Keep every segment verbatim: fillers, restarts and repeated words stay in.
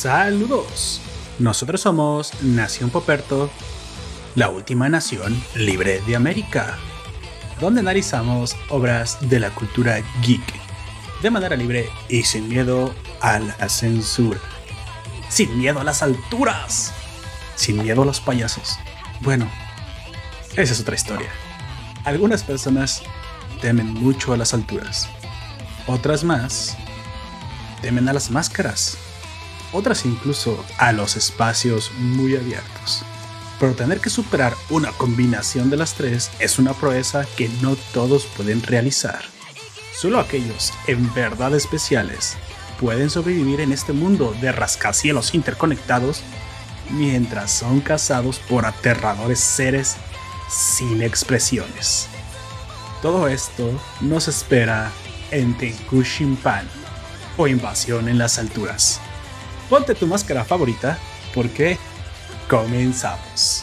Saludos. Nosotros somos Nación Poperto, la última nación libre de América, donde analizamos obras de la cultura geek de manera libre y sin miedo a la censura, sin miedo a las alturas, sin miedo a los payasos. Bueno, esa es otra historia. Algunas personas temen mucho a las alturas, otras más temen a las máscaras, otras incluso a los espacios muy abiertos. Pero tener que superar una combinación de las tres es una proeza que no todos pueden realizar. Solo aquellos en verdad especiales pueden sobrevivir en este mundo de rascacielos interconectados mientras son cazados por aterradores seres sin expresiones. Todo esto nos espera en Tenku Shinpan o Invasión en las Alturas. Ponte tu máscara favorita porque comenzamos.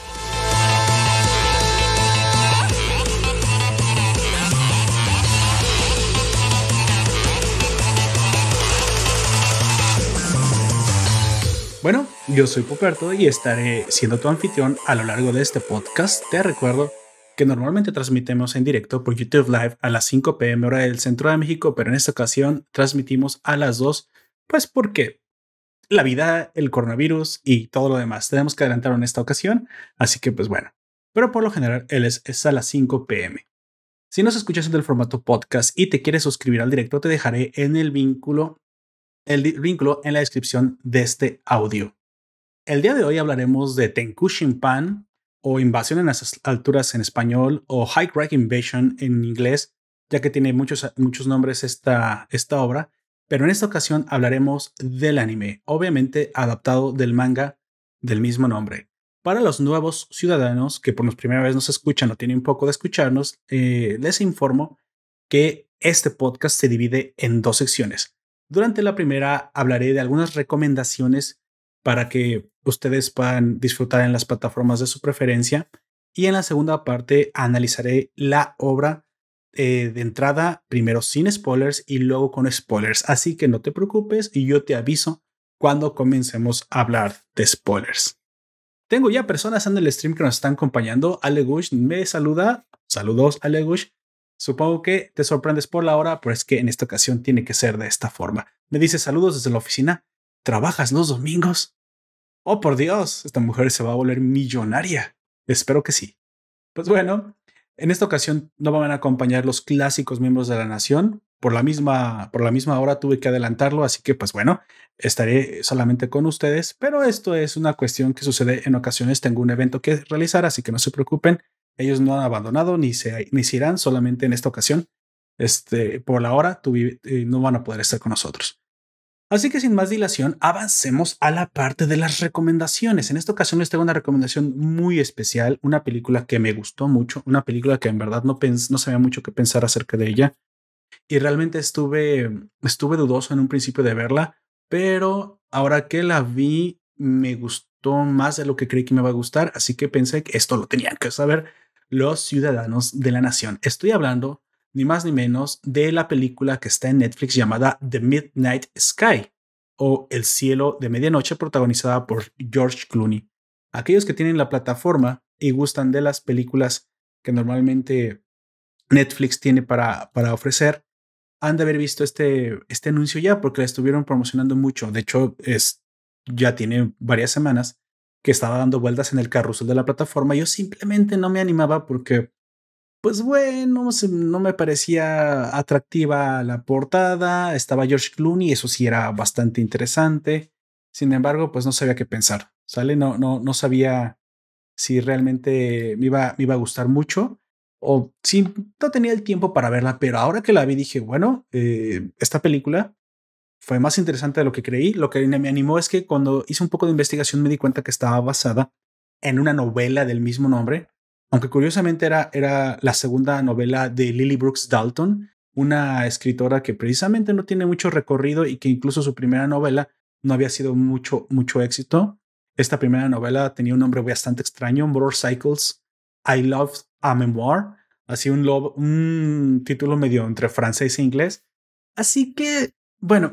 Bueno, yo soy Poperto y estaré siendo tu anfitrión a lo largo de este podcast. Te recuerdo que normalmente transmitimos en directo por YouTube Live a las cinco p m hora del centro de México, pero en esta ocasión transmitimos a las dos, pues porque la vida, el coronavirus y todo lo demás tenemos que adelantarlo en esta ocasión, así que pues bueno, pero por lo general él es, es a las cinco p m. Si nos escuchas en el formato podcast y te quieres suscribir al directo, te dejaré en el vínculo el vínculo en la descripción de este audio. El día de hoy hablaremos de Tenku Shinpan o Invasión en las Alturas en español o High Rank Invasion en inglés, ya que tiene muchos, muchos nombres esta, esta obra, pero en esta ocasión hablaremos del anime, obviamente adaptado del manga del mismo nombre. Para los nuevos ciudadanos que por primera vez nos escuchan o tienen un poco de escucharnos, eh, les informo que este podcast se divide en dos secciones. Durante la primera hablaré de algunas recomendaciones para que ustedes puedan disfrutar en las plataformas de su preferencia, y en la segunda parte analizaré la obra eh, de entrada, primero sin spoilers y luego con spoilers, así que no te preocupes y yo te aviso cuando comencemos a hablar de spoilers. Tengo ya personas en el stream que nos están acompañando. Ale Gush me saluda. Saludos, Ale Gush. Supongo que te sorprendes por la hora, pero es que en esta ocasión tiene que ser de esta forma. Me dice saludos desde la oficina. ¿Trabajas los domingos? Oh, por Dios, esta mujer se va a volver millonaria. Espero que sí. Pues bueno, en esta ocasión no van a acompañar los clásicos miembros de la nación. Por la misma, por la misma hora tuve que adelantarlo, así que pues bueno, estaré solamente con ustedes. Pero esto es una cuestión que sucede en ocasiones. Tengo un evento que realizar, así que no se preocupen. Ellos no han abandonado ni se, ni se irán, solamente en esta ocasión. Este, por la hora tu, eh, no van a poder estar con nosotros. Así que sin más dilación, avancemos a la parte de las recomendaciones. En esta ocasión les tengo una recomendación muy especial, una película que me gustó mucho, una película que en verdad no, pens no sabía mucho qué pensar acerca de ella y realmente estuve, estuve dudoso en un principio de verla, pero ahora que la vi me gustó más de lo que creí que me iba a gustar, así que pensé que esto lo tenían que saber los ciudadanos de la nación. Estoy hablando ni más ni menos de la película que está en Netflix llamada The Midnight Sky o El cielo de medianoche, protagonizada por George Clooney. Aquellos que tienen la plataforma y gustan de las películas que normalmente Netflix tiene para, para ofrecer, han de haber visto este, este anuncio ya porque la estuvieron promocionando mucho. De hecho, es, ya tiene varias semanas que estaba dando vueltas en el carrusel de la plataforma. Yo simplemente no me animaba porque pues bueno, no me parecía atractiva la portada, estaba George Clooney, eso sí era bastante interesante. Sin embargo, pues no sabía qué pensar, ¿sale? No, no, no sabía si realmente me iba, me iba a gustar mucho o si no tenía el tiempo para verla, pero ahora que la vi dije, bueno, eh, esta película fue más interesante de lo que creí. Lo que me animó es que cuando hice un poco de investigación me di cuenta que estaba basada en una novela del mismo nombre. Aunque curiosamente era, era la segunda novela de Lily Brooks Dalton, una escritora que precisamente no tiene mucho recorrido y que incluso su primera novela no había sido mucho, mucho éxito. Esta primera novela tenía un nombre bastante extraño, Motorcycles, I Loved a Memoir, así un, love, un título medio entre francés e inglés. Así que, bueno,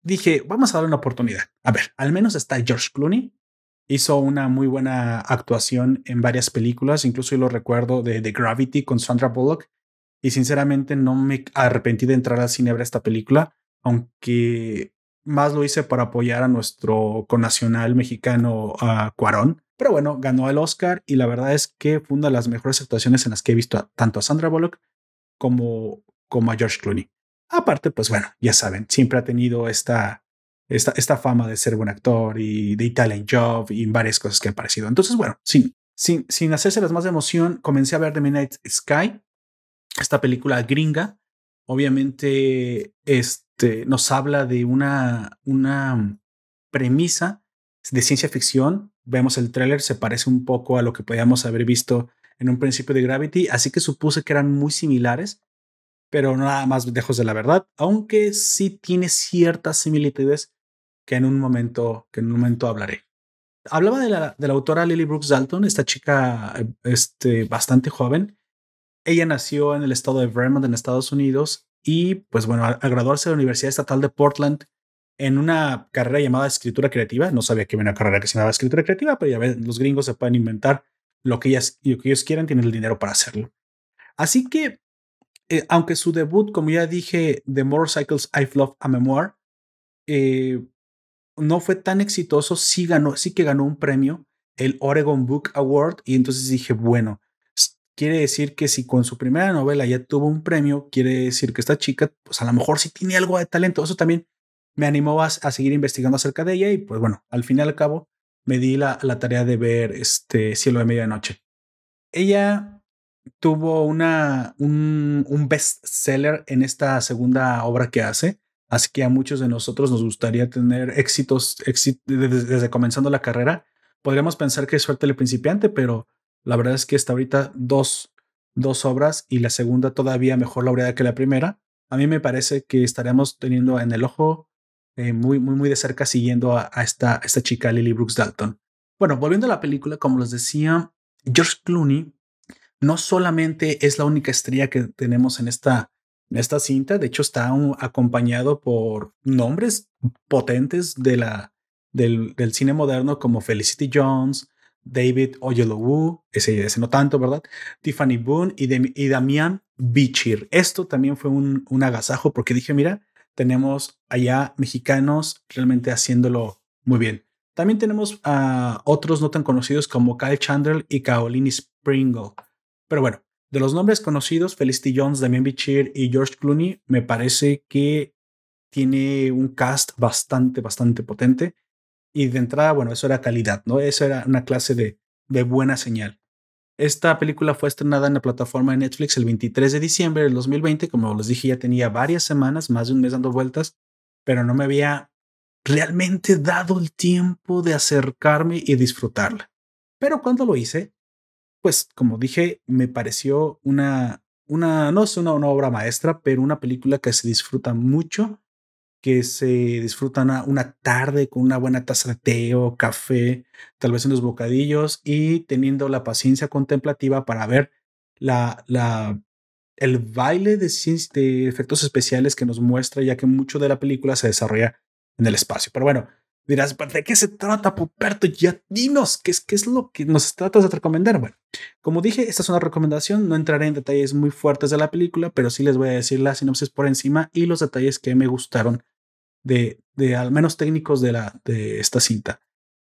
dije, vamos a darle una oportunidad. A ver, al menos está George Clooney. Hizo una muy buena actuación en varias películas, incluso yo lo recuerdo de, de Gravity con Sandra Bullock. Y sinceramente no me arrepentí de entrar al cine a ver esta película, aunque más lo hice para apoyar a nuestro connacional mexicano uh, Cuarón. Pero bueno, ganó el Oscar y la verdad es que fue una de las mejores actuaciones en las que he visto a, tanto a Sandra Bullock como, como a George Clooney. Aparte, pues bueno, ya saben, siempre ha tenido esta, esta, esta fama de ser buen actor y de Italian Job y varias cosas que han parecido. Entonces, bueno, sin, sin, sin hacérselas más de emoción, comencé a ver The Midnight Sky, esta película gringa. Obviamente, este nos habla de una, una premisa de ciencia ficción. Vemos el tráiler, se parece un poco a lo que podíamos haber visto en un principio de Gravity, así que supuse que eran muy similares, pero nada más lejos de la verdad, aunque sí tiene ciertas similitudes que en un momento, que en un momento hablaré. Hablaba de la, de la autora Lily Brooks Dalton, esta chica este, bastante joven. Ella nació en el estado de Vermont, en Estados Unidos, y pues bueno, al, al graduarse de la Universidad Estatal de Portland en una carrera llamada escritura creativa, no sabía que había una carrera que se llamaba escritura creativa, pero ya ven, los gringos se pueden inventar lo que, ellas, lo que ellos quieran, tienen el dinero para hacerlo. Así que, eh, aunque su debut, como ya dije, The Motorcycles I've Loved, a Memoir, eh, no fue tan exitoso, sí ganó, sí que ganó un premio, el Oregon Book Award, y entonces dije, bueno, quiere decir que si con su primera novela ya tuvo un premio, quiere decir que esta chica, pues a lo mejor sí tiene algo de talento. Eso también me animó a, a seguir investigando acerca de ella y pues bueno, al fin y al cabo me di la, la tarea de ver este Cielo de Medianoche. Ella tuvo una, un, un bestseller en esta segunda obra que hace, así que a muchos de nosotros nos gustaría tener éxitos, éxito, desde, desde comenzando la carrera. Podríamos pensar que es suerte el principiante, pero la verdad es que hasta ahorita dos, dos obras y la segunda todavía mejor laureada que la primera. A mí me parece que estaremos teniendo en el ojo eh, muy, muy, muy de cerca siguiendo a, a esta, a esta chica Lily Brooks Dalton. Bueno, volviendo a la película, como les decía, George Clooney no solamente es la única estrella que tenemos en esta, en esta cinta, de hecho está un, acompañado por nombres potentes de la, del, del cine moderno como Felicity Jones, David Oyelowo, ese, ese no tanto, ¿verdad? Tiffany Boone y, de, y Damian Bichir. Esto también fue un, un agasajo porque dije, mira, tenemos allá mexicanos realmente haciéndolo muy bien. También tenemos a uh, otros no tan conocidos como Kyle Chandler y Caroline Springle. Pero bueno, de los nombres conocidos, Felicity Jones, Damian Bichir y George Clooney, me parece que tiene un cast bastante, bastante potente. Y de entrada, bueno, eso era calidad, ¿no? Eso era una clase de, de buena señal. Esta película fue estrenada en la plataforma de Netflix el veintitrés de diciembre del dos mil veinte. Como les dije, ya tenía varias semanas, más de un mes dando vueltas, pero no me había realmente dado el tiempo de acercarme y disfrutarla. Pero cuando lo hice, pues como dije, me pareció una, una no es una, una obra maestra, pero una película que se disfruta mucho, que se disfruta una, una tarde con una buena taza de té o café, tal vez unos bocadillos y teniendo la paciencia contemplativa para ver la, la, el baile de, de efectos especiales que nos muestra, ya que mucho de la película se desarrolla en el espacio. Pero bueno, dirás, ¿de qué se trata, Puperto? Ya dinos, ¿qué es, qué es lo que nos tratas de recomendar? Bueno, como dije, esta es una recomendación, no entraré en detalles muy fuertes de la película, pero sí les voy a decir la sinopsis por encima y los detalles que me gustaron de, de al menos técnicos de, la, de esta cinta.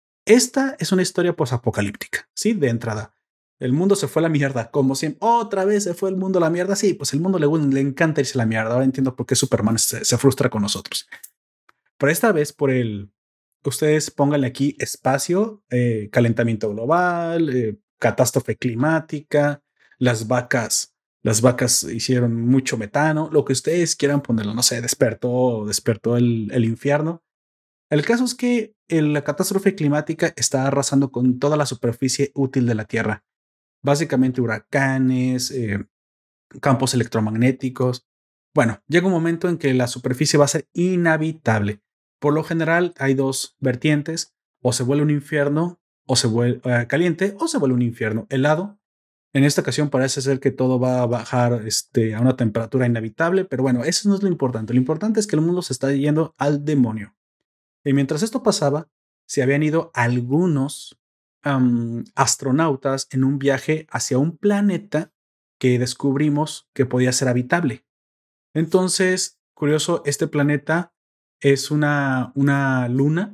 Esta es una historia posapocalíptica, ¿sí? De entrada. El mundo se fue a la mierda, como siempre. Otra vez se fue el mundo a la mierda. Sí, pues el mundo le, le encanta irse a la mierda. Ahora entiendo por qué Superman se, se frustra con nosotros. Pero esta vez por el... Ustedes pónganle aquí espacio, eh, calentamiento global, eh, catástrofe climática, las vacas, las vacas hicieron mucho metano, lo que ustedes quieran ponerlo, no sé, despertó, despertó el, el infierno. El caso es que el, la catástrofe climática está arrasando con toda la superficie útil de la Tierra. Básicamente huracanes, eh, campos electromagnéticos. Bueno, llega un momento en que la superficie va a ser inhabitable. Por lo general hay dos vertientes, o se vuelve un infierno, o se vuelve uh, caliente, o se vuelve un infierno helado. En esta ocasión parece ser que todo va a bajar este, a una temperatura inhabitable, pero bueno, eso no es lo importante. Lo importante es que el mundo se está yendo al demonio. Y mientras esto pasaba, se habían ido algunos um, astronautas en un viaje hacia un planeta que descubrimos que podía ser habitable. Entonces, curioso, este planeta es una, una luna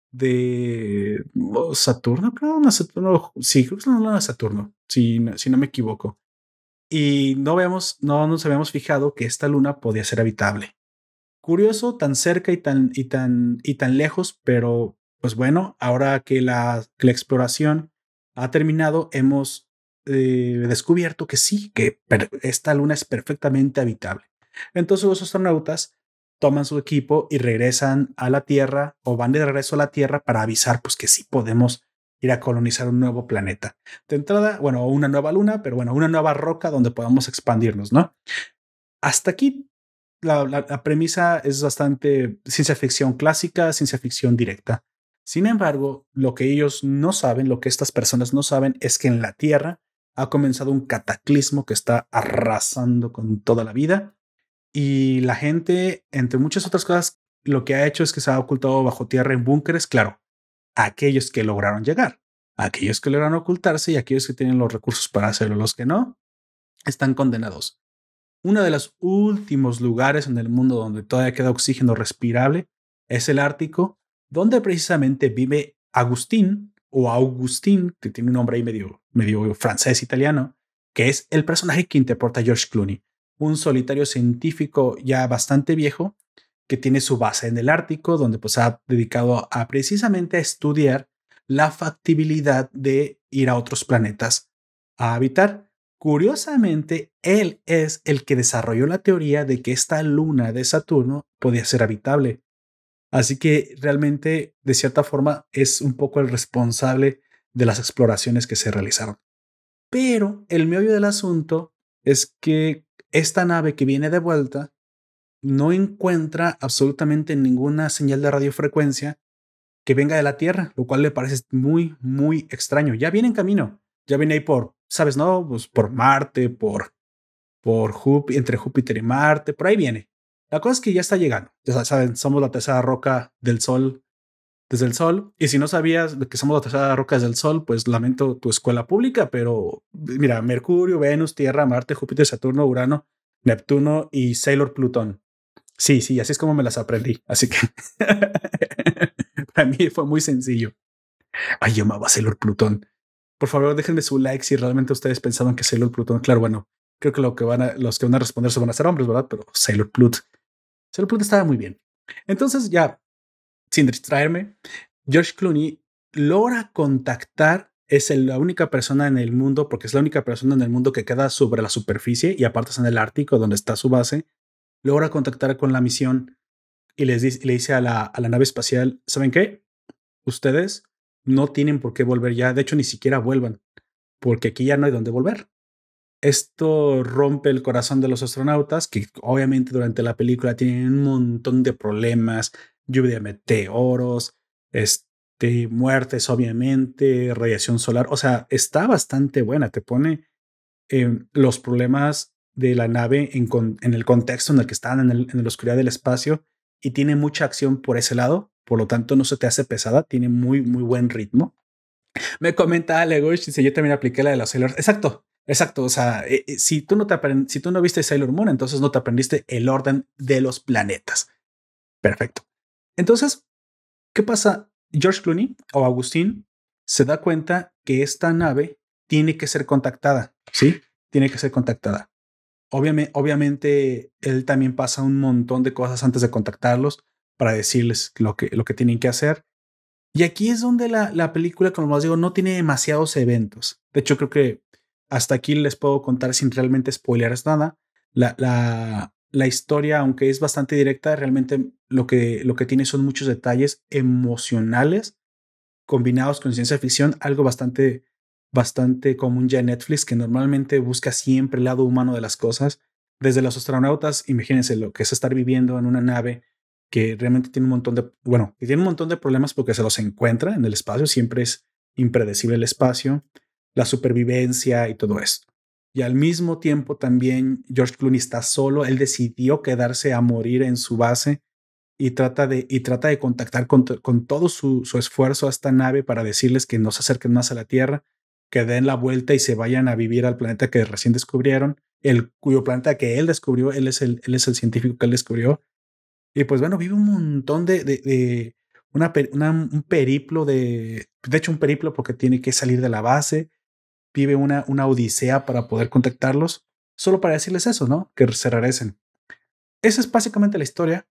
de oh, Saturno, creo, una Saturno, sí, creo que es una luna de Saturno, si, no- si no me equivoco. Y no, habíamos, no nos habíamos fijado que esta luna podía ser habitable. Curioso, tan cerca y tan, y tan, y tan lejos, pero pues bueno, ahora que la, que la exploración ha terminado, hemos eh, descubierto que sí, que per- esta luna es perfectamente habitable. Entonces los astronautas toman su equipo y regresan a la Tierra o van de regreso a la Tierra para avisar pues que sí podemos ir a colonizar un nuevo planeta. De entrada, bueno, una nueva luna, pero bueno, una nueva roca donde podamos expandirnos, ¿no? Hasta aquí la, la, la premisa es bastante ciencia ficción clásica, ciencia ficción directa. Sin embargo, lo que ellos no saben, lo que estas personas no saben, es que en la Tierra ha comenzado un cataclismo que está arrasando con toda la vida y la gente, entre muchas otras cosas, lo que ha hecho es que se ha ocultado bajo tierra en búnkeres, claro, aquellos que lograron llegar, aquellos que lograron ocultarse y aquellos que tienen los recursos para hacerlo, los que no, están condenados. Uno de los últimos lugares en el mundo donde todavía queda oxígeno respirable es el Ártico, donde precisamente vive Agustín o Augustín, que tiene un nombre ahí medio, medio francés italiano, que es el personaje que interpreta George Clooney, un solitario científico ya bastante viejo que tiene su base en el Ártico, donde pues ha dedicado a precisamente a estudiar la factibilidad de ir a otros planetas a habitar. Curiosamente, él es el que desarrolló la teoría de que esta luna de Saturno podía ser habitable. Así que realmente, de cierta forma, es un poco el responsable de las exploraciones que se realizaron. Pero el meollo del asunto es que esta nave que viene de vuelta no encuentra absolutamente ninguna señal de radiofrecuencia que venga de la Tierra, lo cual le parece muy, muy extraño. Ya viene en camino, ya viene ahí por, sabes, no, pues por Marte, por, por Júpiter, entre Júpiter y Marte, por ahí viene. La cosa es que ya está llegando. Ya saben, somos la tercera roca del Sol desde el Sol. Y si no sabías que somos la tercera roca desde el Sol, pues lamento tu escuela pública, pero mira, Mercurio, Venus, Tierra, Marte, Júpiter, Saturno, Urano, Neptuno y Sailor Plutón. Sí, sí, así es como me las aprendí. Así que para mí fue muy sencillo. Ay, yo amaba Sailor Plutón. Por favor, déjenme su like si realmente ustedes pensaban que Sailor Plutón. Claro, bueno, creo que, lo que van a, los que van a responder se van a ser hombres, ¿verdad? Pero Sailor Plut. Sailor Plut estaba muy bien. Entonces, ya, sin distraerme, George Clooney logra contactar. Es el, la única persona en el mundo, porque es la única persona en el mundo que queda sobre la superficie y aparte es en el Ártico, donde está su base. Logra contactar con la misión y les dice, le dice a la, a la nave espacial: ¿saben qué? Ustedes no tienen por qué volver ya. De hecho, ni siquiera vuelvan, porque aquí ya no hay dónde volver. Esto rompe el corazón de los astronautas, que obviamente durante la película tienen un montón de problemas, lluvia de meteoros, este, muertes, obviamente, radiación solar. O sea, está bastante buena. Te pone eh, los problemas de la nave en, con, en, el contexto en el que están, en, el, en la oscuridad del espacio, y tiene mucha acción por ese lado. Por lo tanto, no se te hace pesada, tiene muy, muy buen ritmo. Me comenta Alegosh, dice: yo también apliqué la de la Sailor. Exacto, exacto. O sea, eh, eh, si tú no te aprend si tú no viste Sailor Moon, entonces no te aprendiste el orden de los planetas. Perfecto. Entonces, ¿qué pasa? George Clooney o Agustín se da cuenta que esta nave tiene que ser contactada. Sí, tiene que ser contactada. Obviamente, obviamente, él también pasa un montón de cosas antes de contactarlos para decirles lo que, lo que tienen que hacer. Y aquí es donde la, la película, como os digo, no tiene demasiados eventos. De hecho, creo que hasta aquí les puedo contar sin realmente spoilears nada. La, la, la historia, aunque es bastante directa, realmente lo que, lo que tiene son muchos detalles emocionales combinados con ciencia ficción, algo bastante, bastante común ya en Netflix, que normalmente busca siempre el lado humano de las cosas. Desde los astronautas, imagínense lo que es estar viviendo en una nave que realmente tiene un montón de, bueno, que tiene un montón de problemas porque se los encuentra en el espacio, siempre es impredecible el espacio. la supervivencia y todo esto. Y al mismo tiempo también George Clooney está solo, él decidió quedarse a morir en su base y trata de, y trata de contactar con, con todo su, su esfuerzo a esta nave para decirles que no se acerquen más a la Tierra, que den la vuelta y se vayan a vivir al planeta que recién descubrieron, el cuyo planeta que él descubrió, él es el, él es el científico que él descubrió. Y pues bueno, vive un montón de, de, de una, una, un periplo de, de hecho un periplo porque tiene que salir de la base, vive una, una odisea para poder contactarlos, solo para decirles eso, ¿no? Que se regresen. Esa es básicamente la historia,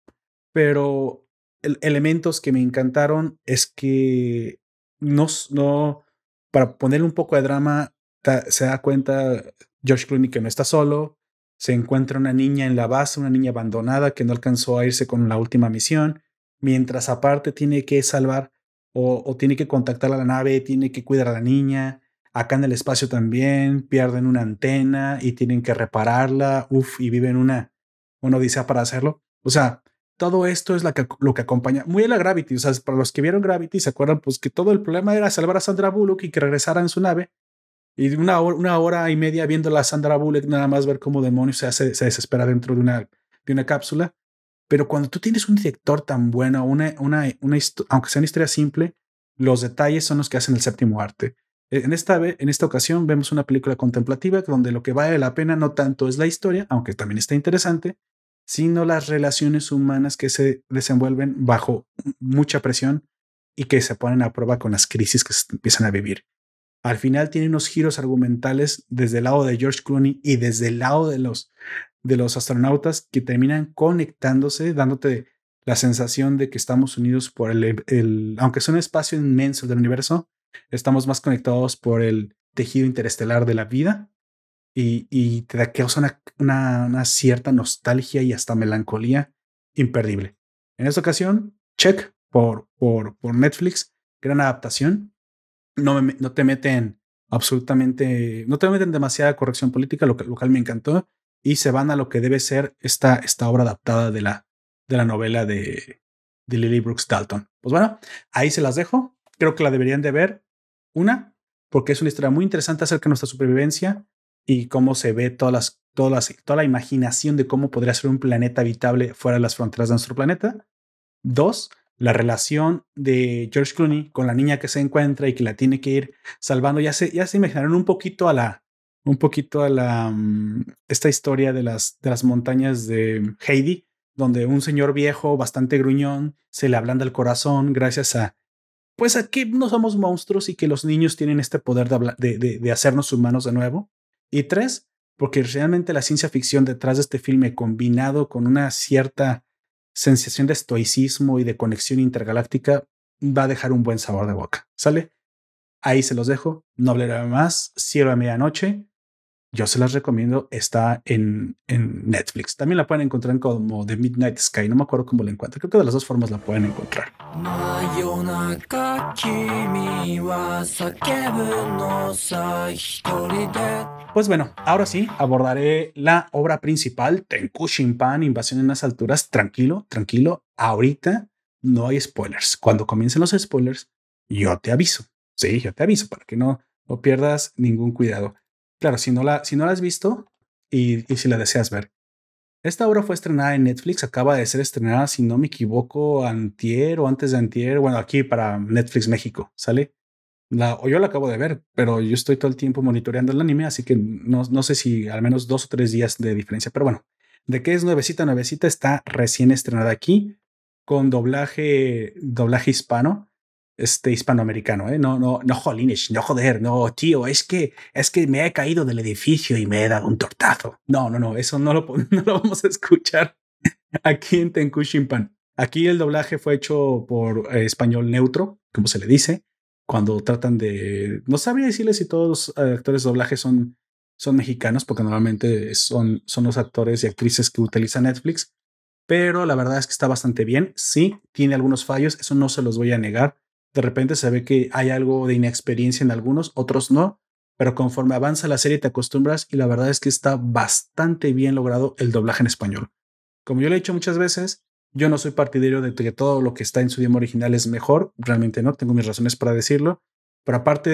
pero el, elementos que me encantaron es que no, no para ponerle un poco de drama, ta, se da cuenta George Clooney que no está solo, se encuentra una niña en la base, una niña abandonada que no alcanzó a irse con la última misión, mientras aparte tiene que salvar o, o tiene que contactar a la nave, tiene que cuidar a la niña. Acá en el espacio también pierden una antena y tienen que repararla, uf, y viven una, una odisea para hacerlo. O sea, todo esto es la que, lo que acompaña muy a la Gravity. O sea, para los que vieron Gravity, se acuerdan pues que todo el problema era salvar a Sandra Bullock y que regresara en su nave. Y una hora, una hora y media viendo a Sandra Bullock, nada más ver cómo demonios se, hace, se desespera dentro de una, de una cápsula. Pero cuando tú tienes un director tan bueno, una, una, una aunque sea una historia simple, los detalles son los que hacen el séptimo arte. En esta, en esta ocasión vemos una película contemplativa donde lo que vale la pena no tanto es la historia, aunque también está interesante, sino las relaciones humanas que se desenvuelven bajo mucha presión y que se ponen a prueba con las crisis que se empiezan a vivir. Al final tiene unos giros argumentales desde el lado de George Clooney y desde el lado de los, de los astronautas que terminan conectándose, dándote la sensación de que estamos unidos por el, el aunque es un espacio inmenso del universo, estamos más conectados por el tejido interestelar de la vida y, y te da causa una, una, una cierta nostalgia y hasta melancolía imperdible. En esta ocasión, check por, por, por Netflix, gran adaptación. No, me, no te meten absolutamente, no te meten demasiada corrección política, lo, lo cual me encantó, y se van a lo que debe ser esta, esta obra adaptada de la, de la novela de, de Lily Brooks Dalton. Pues bueno, ahí se las dejo. Creo que la deberían de ver. Una, porque es una historia muy interesante acerca de nuestra supervivencia y cómo se ve todas las, todas las, toda la imaginación de cómo podría ser un planeta habitable fuera de las fronteras de nuestro planeta. Dos, la relación de George Clooney con la niña que se encuentra y que la tiene que ir salvando. Ya se, ya se imaginaron un poquito a la, un poquito a la, um, esta historia de las, de las montañas de Heidi, donde un señor viejo bastante gruñón se le ablanda el corazón gracias a, pues a que no somos monstruos y que los niños tienen este poder de, habla, de, de, de hacernos humanos de nuevo. Y tres, porque realmente la ciencia ficción detrás de este filme combinado con una cierta sensación de estoicismo y de conexión intergaláctica va a dejar un buen sabor de boca. ¿Sale? Ahí se los dejo. No hablaré más. Cielo a medianoche. Yo se las recomiendo. Está en, en Netflix. También la pueden encontrar como The Midnight Sky. No me acuerdo cómo la encuentro. Creo que de las dos formas la pueden encontrar. Pues bueno, ahora sí abordaré la obra principal, Tenku Shinpan, Invasión en las Alturas. Tranquilo, tranquilo. Ahorita no hay spoilers. Cuando comiencen los spoilers, yo te aviso. Sí, yo te aviso para que no, no pierdas ningún cuidado. Claro, si no la, si no la has visto y, y si la deseas ver. Esta obra fue estrenada en Netflix, acaba de ser estrenada, si no me equivoco, antier o antes de antier, bueno, aquí para Netflix México, ¿sale? La, o yo la acabo de ver, pero yo estoy todo el tiempo monitoreando el anime, así que no, no sé si al menos dos o tres días de diferencia, pero bueno, de que es nuevecita, nuevecita, está recién estrenada aquí con doblaje, doblaje hispano, este hispanoamericano, ¿eh? No, no, no, jolines, no joder, no, tío, es que, es que me he caído del edificio y me he dado un tortazo. No, no, no, eso no lo, no lo vamos a escuchar aquí en Tenku Shinpan. Aquí el doblaje fue hecho por eh, español neutro, como se le dice, cuando tratan de... No sabría decirles si todos los uh, actores de doblaje son, son mexicanos, porque normalmente son, son los actores y actrices que utiliza Netflix, pero la verdad es que está bastante bien. Sí, tiene algunos fallos, eso no se los voy a negar. De repente se ve que hay algo de inexperiencia en algunos, otros no, pero conforme avanza la serie te acostumbras y la verdad es que está bastante bien logrado el doblaje en español. Como yo le he dicho muchas veces, yo no soy partidario de que todo lo que está en su idioma original es mejor, realmente no, tengo mis razones para decirlo, pero aparte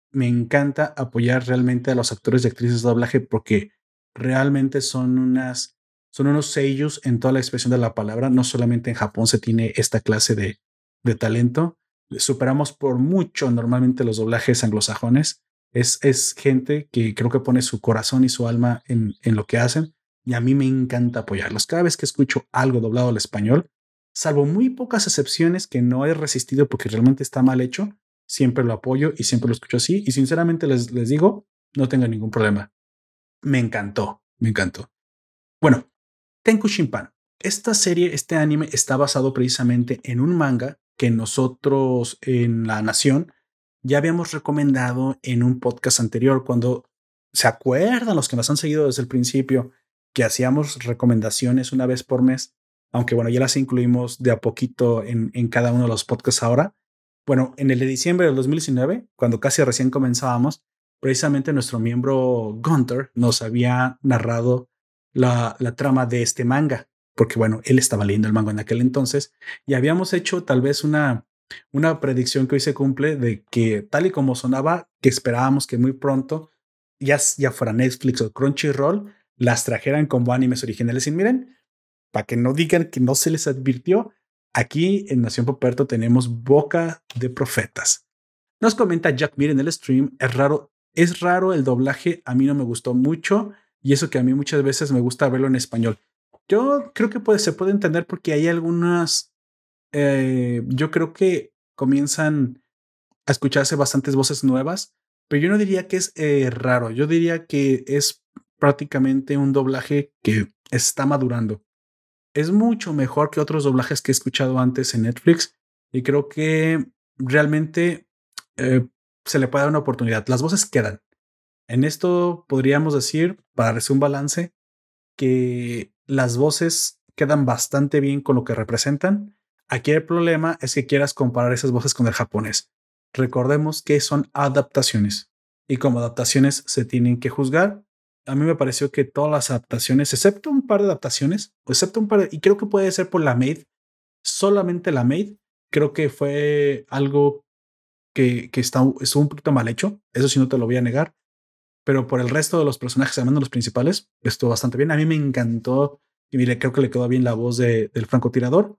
me encanta apoyar realmente a los actores y actrices de doblaje porque realmente son unas, son unos sellos en toda la expresión de la palabra. No solamente en Japón se tiene esta clase de, de talento. Superamos por mucho normalmente los doblajes anglosajones. Es, es gente que creo que pone su corazón y su alma en, en lo que hacen. Y a mí me encanta apoyarlos. Cada vez que escucho algo doblado al español, salvo muy pocas excepciones que no he resistido porque realmente está mal hecho, siempre lo apoyo y siempre lo escucho así. Y sinceramente les, les digo, no tengo ningún problema. Me encantó, me encantó. Bueno, Tenku Shinpan. Esta serie, este anime está basado precisamente en un manga que nosotros en La Nación ya habíamos recomendado en un podcast anterior. Cuando se acuerdan los que nos han seguido desde el principio que hacíamos recomendaciones una vez por mes, aunque bueno, ya las incluimos de a poquito en, en cada uno de los podcasts ahora. Bueno, en el de diciembre del dos mil diecinueve, cuando casi recién comenzábamos, precisamente nuestro miembro Gunter nos había narrado la, la trama de este manga, porque bueno, él estaba leyendo el manga en aquel entonces y habíamos hecho tal vez una, una predicción que hoy se cumple de que tal y como sonaba, que esperábamos que muy pronto, ya, ya fuera Netflix o Crunchyroll, las trajeran como animes originales. Y miren, para que no digan que no se les advirtió, aquí en Nación Poperto tenemos boca de profetas. Nos comenta Jack Mir en el stream, es raro, es raro el doblaje, a mí no me gustó mucho y eso que a mí muchas veces me gusta verlo en español. Yo creo que puede, se puede entender porque hay algunas, eh, yo creo que comienzan a escucharse bastantes voces nuevas, pero yo no diría que es eh, raro, yo diría que es prácticamente un doblaje que está madurando. Es mucho mejor que otros doblajes que he escuchado antes en Netflix y creo que realmente eh, se le puede dar una oportunidad. Las voces quedan. En esto podríamos decir, para hacer un balance, que las voces quedan bastante bien con lo que representan. Aquí el problema es que quieras comparar esas voces con el japonés. Recordemos que son adaptaciones y como adaptaciones se tienen que juzgar. A mí me pareció que todas las adaptaciones, excepto un par de adaptaciones, excepto un par de, y creo que puede ser por la Maid, solamente la Maid, creo que fue algo que, que está, estuvo un poquito mal hecho. Eso sí, no te lo voy a negar, pero por el resto de los personajes, además los principales, estuvo bastante bien. A mí me encantó y mire, creo que le quedó bien la voz de, del francotirador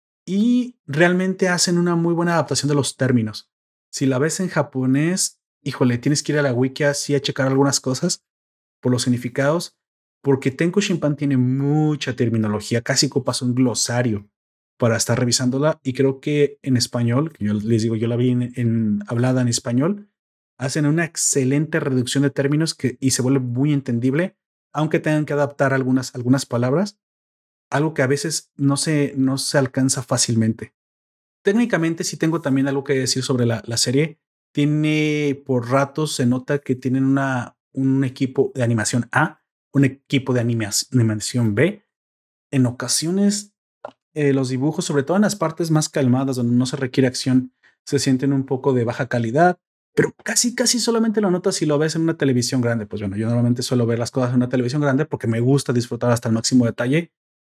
y realmente hacen una muy buena adaptación de los términos. Si la ves en japonés, híjole, tienes que ir a la wiki así a checar algunas cosas por los significados, porque Tenku Shinpan tiene mucha terminología, casi ocupas un glosario para estar revisándola y creo que en español, que yo les digo, yo la vi en, en hablada en español, hacen una excelente reducción de términos que, y se vuelve muy entendible, aunque tengan que adaptar algunas, algunas palabras, algo que a veces no se, no se alcanza fácilmente. Técnicamente sí tengo también algo que decir sobre la, la serie. Tiene por ratos, se nota que tienen una, un equipo de animación A, un equipo de animación B. En ocasiones eh, los dibujos, sobre todo en las partes más calmadas donde no se requiere acción, se sienten un poco de baja calidad, pero casi, casi solamente lo notas si lo ves en una televisión grande. Pues bueno, yo normalmente suelo ver las cosas en una televisión grande porque me gusta disfrutar hasta el máximo detalle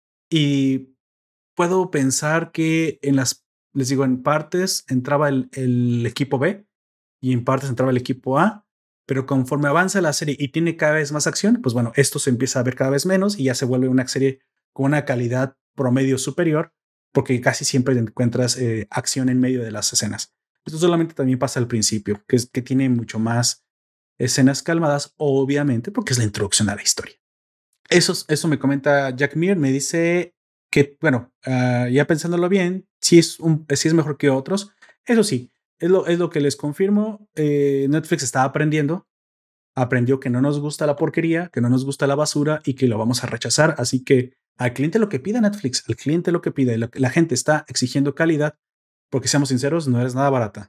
y puedo pensar que en las, les digo, en partes entraba el, el equipo B y en partes entraba el equipo A, pero conforme avanza la serie y tiene cada vez más acción, pues bueno, esto se empieza a ver cada vez menos y ya se vuelve una serie con una calidad promedio superior, porque casi siempre encuentras eh, acción en medio de las escenas. Esto solamente también pasa al principio, que, es, que tiene mucho más escenas calmadas, obviamente, porque es la introducción a la historia. Eso, eso me comenta Jack Mir, me dice que, bueno, uh, ya pensándolo bien, sí es, un, sí es mejor que otros. Eso sí, es lo, es lo que les confirmo. Eh, Netflix está aprendiendo, aprendió que no nos gusta la porquería, que no nos gusta la basura y que lo vamos a rechazar. Así que al cliente lo que pida Netflix, al cliente lo que pida, la, la gente está exigiendo calidad, porque seamos sinceros, no eres nada barata.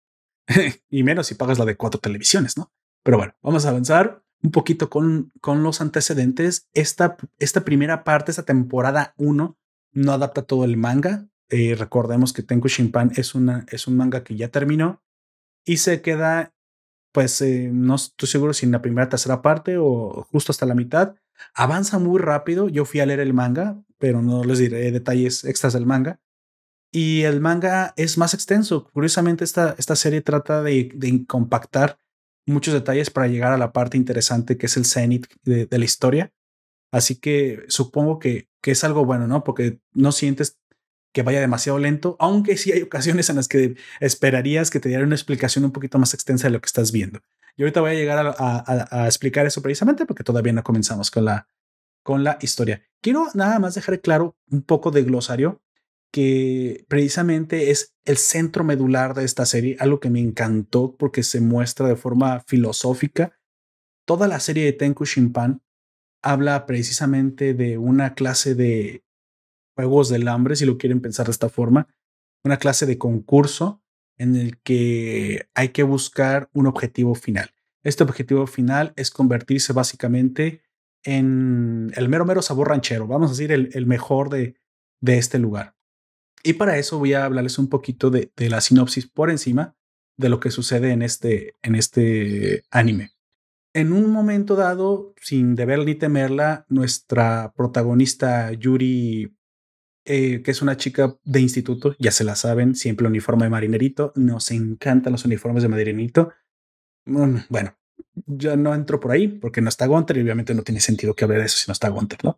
Y menos si pagas la de cuatro televisiones, ¿no? Pero bueno, vamos a avanzar un poquito con, con los antecedentes. Esta, esta primera parte, esta temporada uno, no adapta todo el manga. Eh, recordemos que Tenku Shinpan es, una, es un manga que ya terminó y se queda, pues eh, no estoy seguro si en la primera o tercera parte o justo hasta la mitad. Avanza muy rápido. Yo fui a leer el manga, pero no les diré detalles extras del manga. Y el manga es más extenso. Curiosamente, esta, esta serie trata de, de compactar muchos detalles para llegar a la parte interesante que es el cenit de, de la historia. Así que supongo que, que es algo bueno, ¿no? Porque no sientes que vaya demasiado lento, aunque sí hay ocasiones en las que esperarías que te diera una explicación un poquito más extensa de lo que estás viendo. Y ahorita voy a llegar a, a, a explicar eso precisamente porque todavía no comenzamos con la, con la historia. Quiero nada más dejar claro un poco de glosario que precisamente es el centro medular de esta serie, algo que me encantó porque se muestra de forma filosófica. Toda la serie de Tenku Shinpan habla precisamente de una clase de juegos del hambre, si lo quieren pensar de esta forma, una clase de concurso en el que hay que buscar un objetivo final. Este objetivo final es convertirse básicamente en el mero mero sabor ranchero, vamos a decir el, el mejor de, de este lugar. Y para eso voy a hablarles un poquito de, de la sinopsis por encima de lo que sucede en este, en este anime. En un momento dado, sin deber ni temerla, nuestra protagonista Yuri, eh, que es una chica de instituto, ya se la saben, siempre uniforme de marinerito, nos encantan los uniformes de marinerito. Mm, bueno, yo no entro por ahí porque no está Gunter y obviamente no tiene sentido que hable de eso si no está Gunter, ¿no?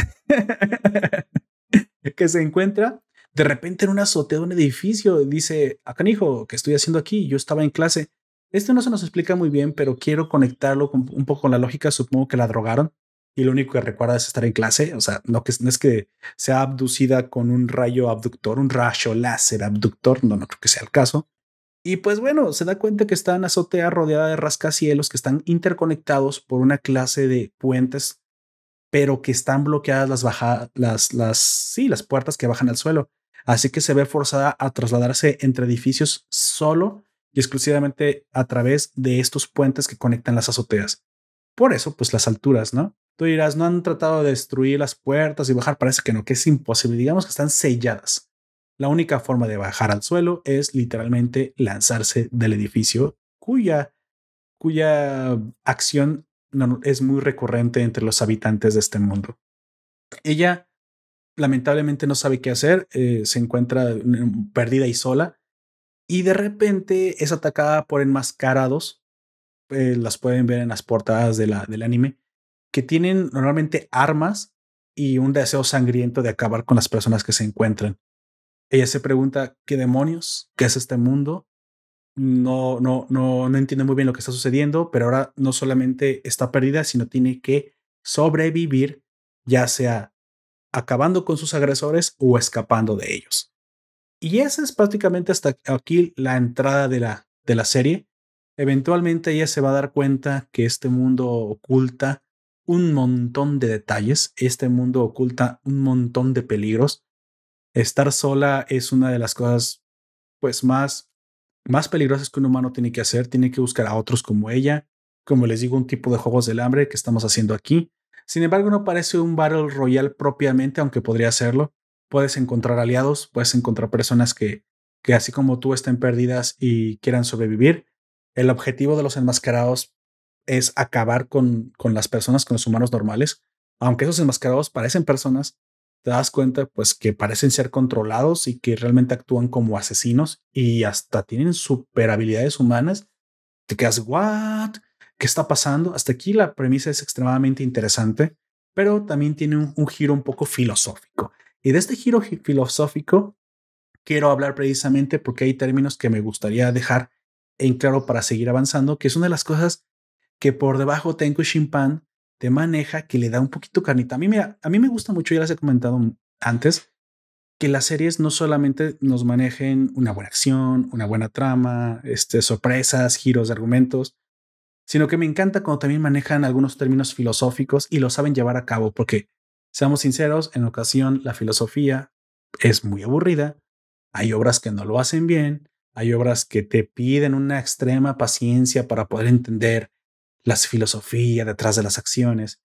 Que se encuentra de repente en una azotea de un edificio. Dice, acá hijo, ¿qué estoy haciendo aquí? Yo estaba en clase. Esto no se nos explica muy bien, pero quiero conectarlo con, un poco con la lógica. Supongo que la drogaron y lo único que recuerda es estar en clase. O sea, no, que, no es que sea abducida con un rayo abductor, un rayo láser abductor. No, no creo que sea el caso. Y pues bueno, se da cuenta que está en azotea rodeada de rascacielos que están interconectados por una clase de puentes, pero que están bloqueadas las bajadas, las, las, sí, las puertas que bajan al suelo. Así que se ve forzada a trasladarse entre edificios solo y exclusivamente a través de estos puentes que conectan las azoteas. Por eso, pues las alturas, ¿no? Tú dirás, no han tratado de destruir las puertas y bajar, parece que no, que es imposible. Digamos que están selladas. La única forma de bajar al suelo es literalmente lanzarse del edificio cuya, cuya acción no, es muy recurrente entre los habitantes de este mundo. Ella lamentablemente no sabe qué hacer, eh, se encuentra perdida y sola y de repente es atacada por enmascarados. Eh, las pueden ver en las portadas de la, del anime, que tienen normalmente armas y un deseo sangriento de acabar con las personas que se encuentran. Ella se pregunta, ¿qué demonios? ¿Qué es este mundo? No, no, no, no entiende muy bien lo que está sucediendo, pero ahora no solamente está perdida, sino tiene que sobrevivir, ya sea acabando con sus agresores o escapando de ellos. Y esa es prácticamente hasta aquí la entrada de la, de la serie. Eventualmente ella se va a dar cuenta que este mundo oculta un montón de detalles, este mundo oculta un montón de peligros. Estar sola es una de las cosas pues más más peligrosas que un humano tiene que hacer. Tiene que buscar a otros como ella, como les digo, un tipo de juegos del hambre que estamos haciendo aquí. Sin embargo, no parece un Battle Royale propiamente, aunque podría serlo. Puedes encontrar aliados, puedes encontrar personas que, que así como tú estén perdidas y quieran sobrevivir. El objetivo de los enmascarados es acabar con, con las personas, con los humanos normales. Aunque esos enmascarados parecen personas, te das cuenta pues que parecen ser controlados y que realmente actúan como asesinos y hasta tienen super habilidades humanas. Te quedas, what? ¿Qué está pasando? Hasta aquí la premisa es extremadamente interesante, pero también tiene un, un giro un poco filosófico. Y de este giro filosófico quiero hablar precisamente porque hay términos que me gustaría dejar en claro para seguir avanzando, que es una de las cosas que por debajo Tenku Shinpan te maneja, que le da un poquito carnita. A mí, mira, a mí me gusta mucho, ya les he comentado antes, que las series no solamente nos manejen una buena acción, una buena trama, este, sorpresas, giros de argumentos, sino que me encanta cuando también manejan algunos términos filosóficos y lo saben llevar a cabo, porque, seamos sinceros, en ocasión la filosofía es muy aburrida, hay obras que no lo hacen bien, hay obras que te piden una extrema paciencia para poder entender la filosofía detrás de las acciones.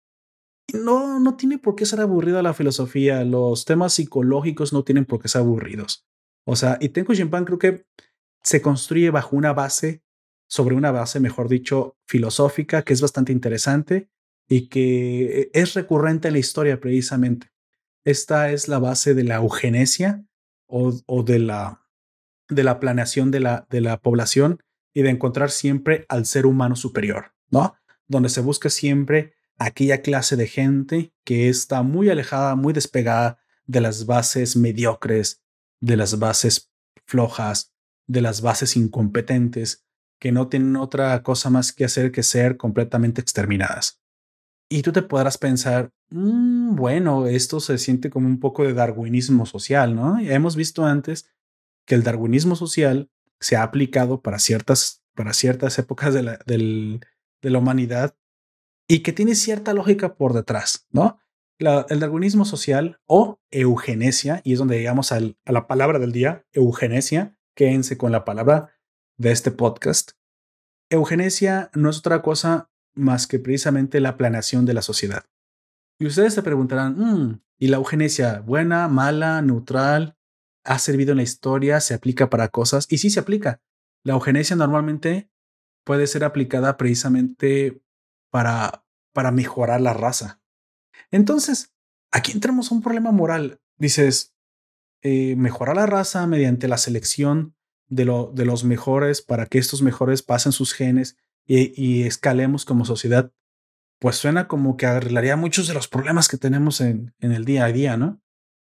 No, no tiene por qué ser aburrida la filosofía. Los temas psicológicos no tienen por qué ser aburridos. O sea, y Tenku Shinpan creo que se construye bajo una base, sobre una base, mejor dicho, filosófica, que es bastante interesante y que es recurrente en la historia precisamente. Esta es la base de la eugenesia o, o de, la, de la planeación de la, de la población, y de encontrar siempre al ser humano superior, ¿no? Donde se busca siempre aquella clase de gente que está muy alejada, muy despegada de las bases mediocres, de las bases flojas, de las bases incompetentes, que no tienen otra cosa más que hacer que ser completamente exterminadas. Y tú te podrás pensar, mmm, bueno, esto se siente como un poco de darwinismo social, ¿no? Y hemos visto antes que el darwinismo social se ha aplicado para ciertas, para ciertas épocas de la, del, de la humanidad y que tiene cierta lógica por detrás, ¿no? La, el darwinismo social o eugenesia, y es donde llegamos al, a la palabra del día, eugenesia, quédense con la palabra de este podcast. Eugenesia no es otra cosa más que precisamente la planeación de la sociedad. Y ustedes se preguntarán, mmm, ¿y la eugenesia buena, mala, neutral? ¿Ha servido en la historia? ¿Se aplica para cosas? Y sí se aplica. La eugenesia normalmente puede ser aplicada precisamente para, para mejorar la raza. Entonces, aquí entramos a un problema moral. Dices, eh, mejorar la raza mediante la selección de, lo, de los mejores para que estos mejores pasen sus genes y, y escalemos como sociedad. Pues suena como que arreglaría muchos de los problemas que tenemos en, en el día a día, ¿no?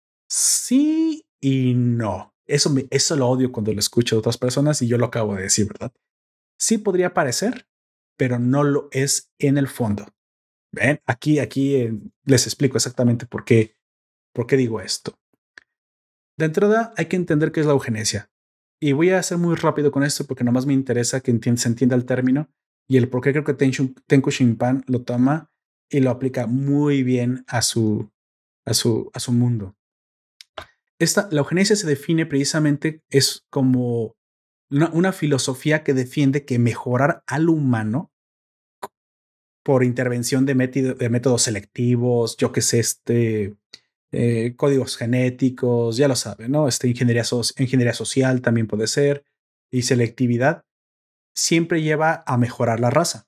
Sí y no. Eso, me, eso lo odio cuando lo escucho de otras personas y yo lo acabo de decir, ¿verdad? Sí podría parecer, pero no lo es en el fondo. ¿Ven? Aquí, aquí eh, les explico exactamente por qué, por qué digo esto. De entrada, hay que entender qué es la eugenesia. Y voy a ser muy rápido con esto porque nomás me interesa que enti- se entienda el término y el por qué creo que Tenku, Tenku Shinpan lo toma y lo aplica muy bien a su, a su, a su mundo. Esta, la eugenesia se define precisamente, es como una, una filosofía que defiende que mejorar al humano por intervención de, método, de métodos selectivos, yo que sé, este, eh, códigos genéticos, ya lo saben, ¿no? Este, ingeniería, so ingeniería social también puede ser, y selectividad, siempre lleva a mejorar la raza.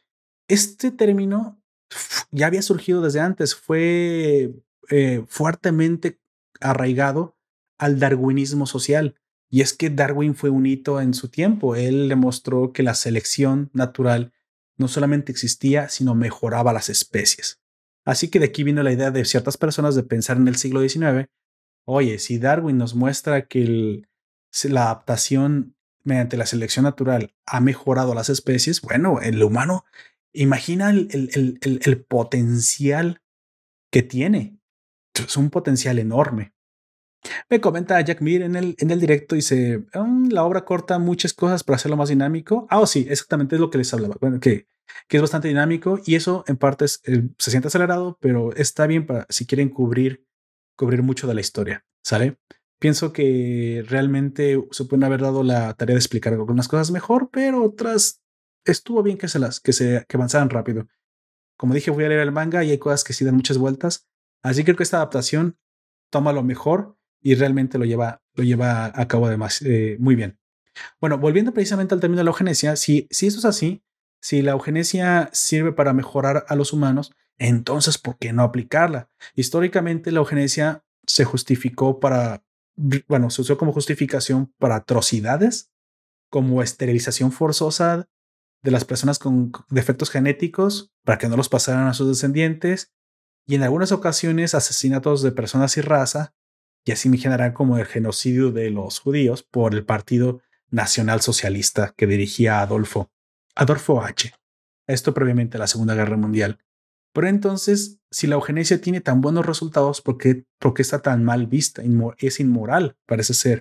Este término ya había surgido desde antes, fue eh, fuertemente arraigado al darwinismo social. Y es que Darwin fue un hito en su tiempo. Él demostró que la selección natural no solamente existía, sino mejoraba las especies. Así que de aquí vino la idea de ciertas personas de pensar en el siglo diecinueve. Oye, si Darwin nos muestra que el, la adaptación mediante la selección natural ha mejorado las especies, bueno, el humano, imagina el, el, el, el, el potencial que tiene. Es un potencial enorme. Me comenta Jack Mir en el, en el directo, dice, um, la obra corta muchas cosas para hacerlo más dinámico. Ah, oh, sí, exactamente es lo que les hablaba. Bueno, que, que es bastante dinámico y eso en parte es, eh, se siente acelerado, pero está bien para si quieren cubrir, cubrir mucho de la historia, ¿sale? Pienso que realmente se pueden haber dado la tarea de explicar algunas cosas mejor, pero otras estuvo bien que se las, que se, que avanzaran rápido. Como dije, voy a leer el manga y hay cosas que sí dan muchas vueltas. Así que creo que esta adaptación toma lo mejor y realmente lo lleva, lo lleva a cabo además eh, muy bien. Bueno, volviendo precisamente al término de la eugenesia, si, si eso es así, si la eugenesia sirve para mejorar a los humanos, entonces ¿por qué no aplicarla? Históricamente la eugenesia se justificó para, bueno, se usó como justificación para atrocidades, como esterilización forzosa de las personas con defectos genéticos para que no los pasaran a sus descendientes y en algunas ocasiones asesinatos de personas y raza, y así me generan como el genocidio de los judíos por el Partido Nacional Socialista que dirigía Adolfo, Adolfo H. Esto previamente a la Segunda Guerra Mundial. Pero entonces, si la eugenesia tiene tan buenos resultados, ¿por qué, por qué está tan mal vista? Inmo es inmoral, parece ser.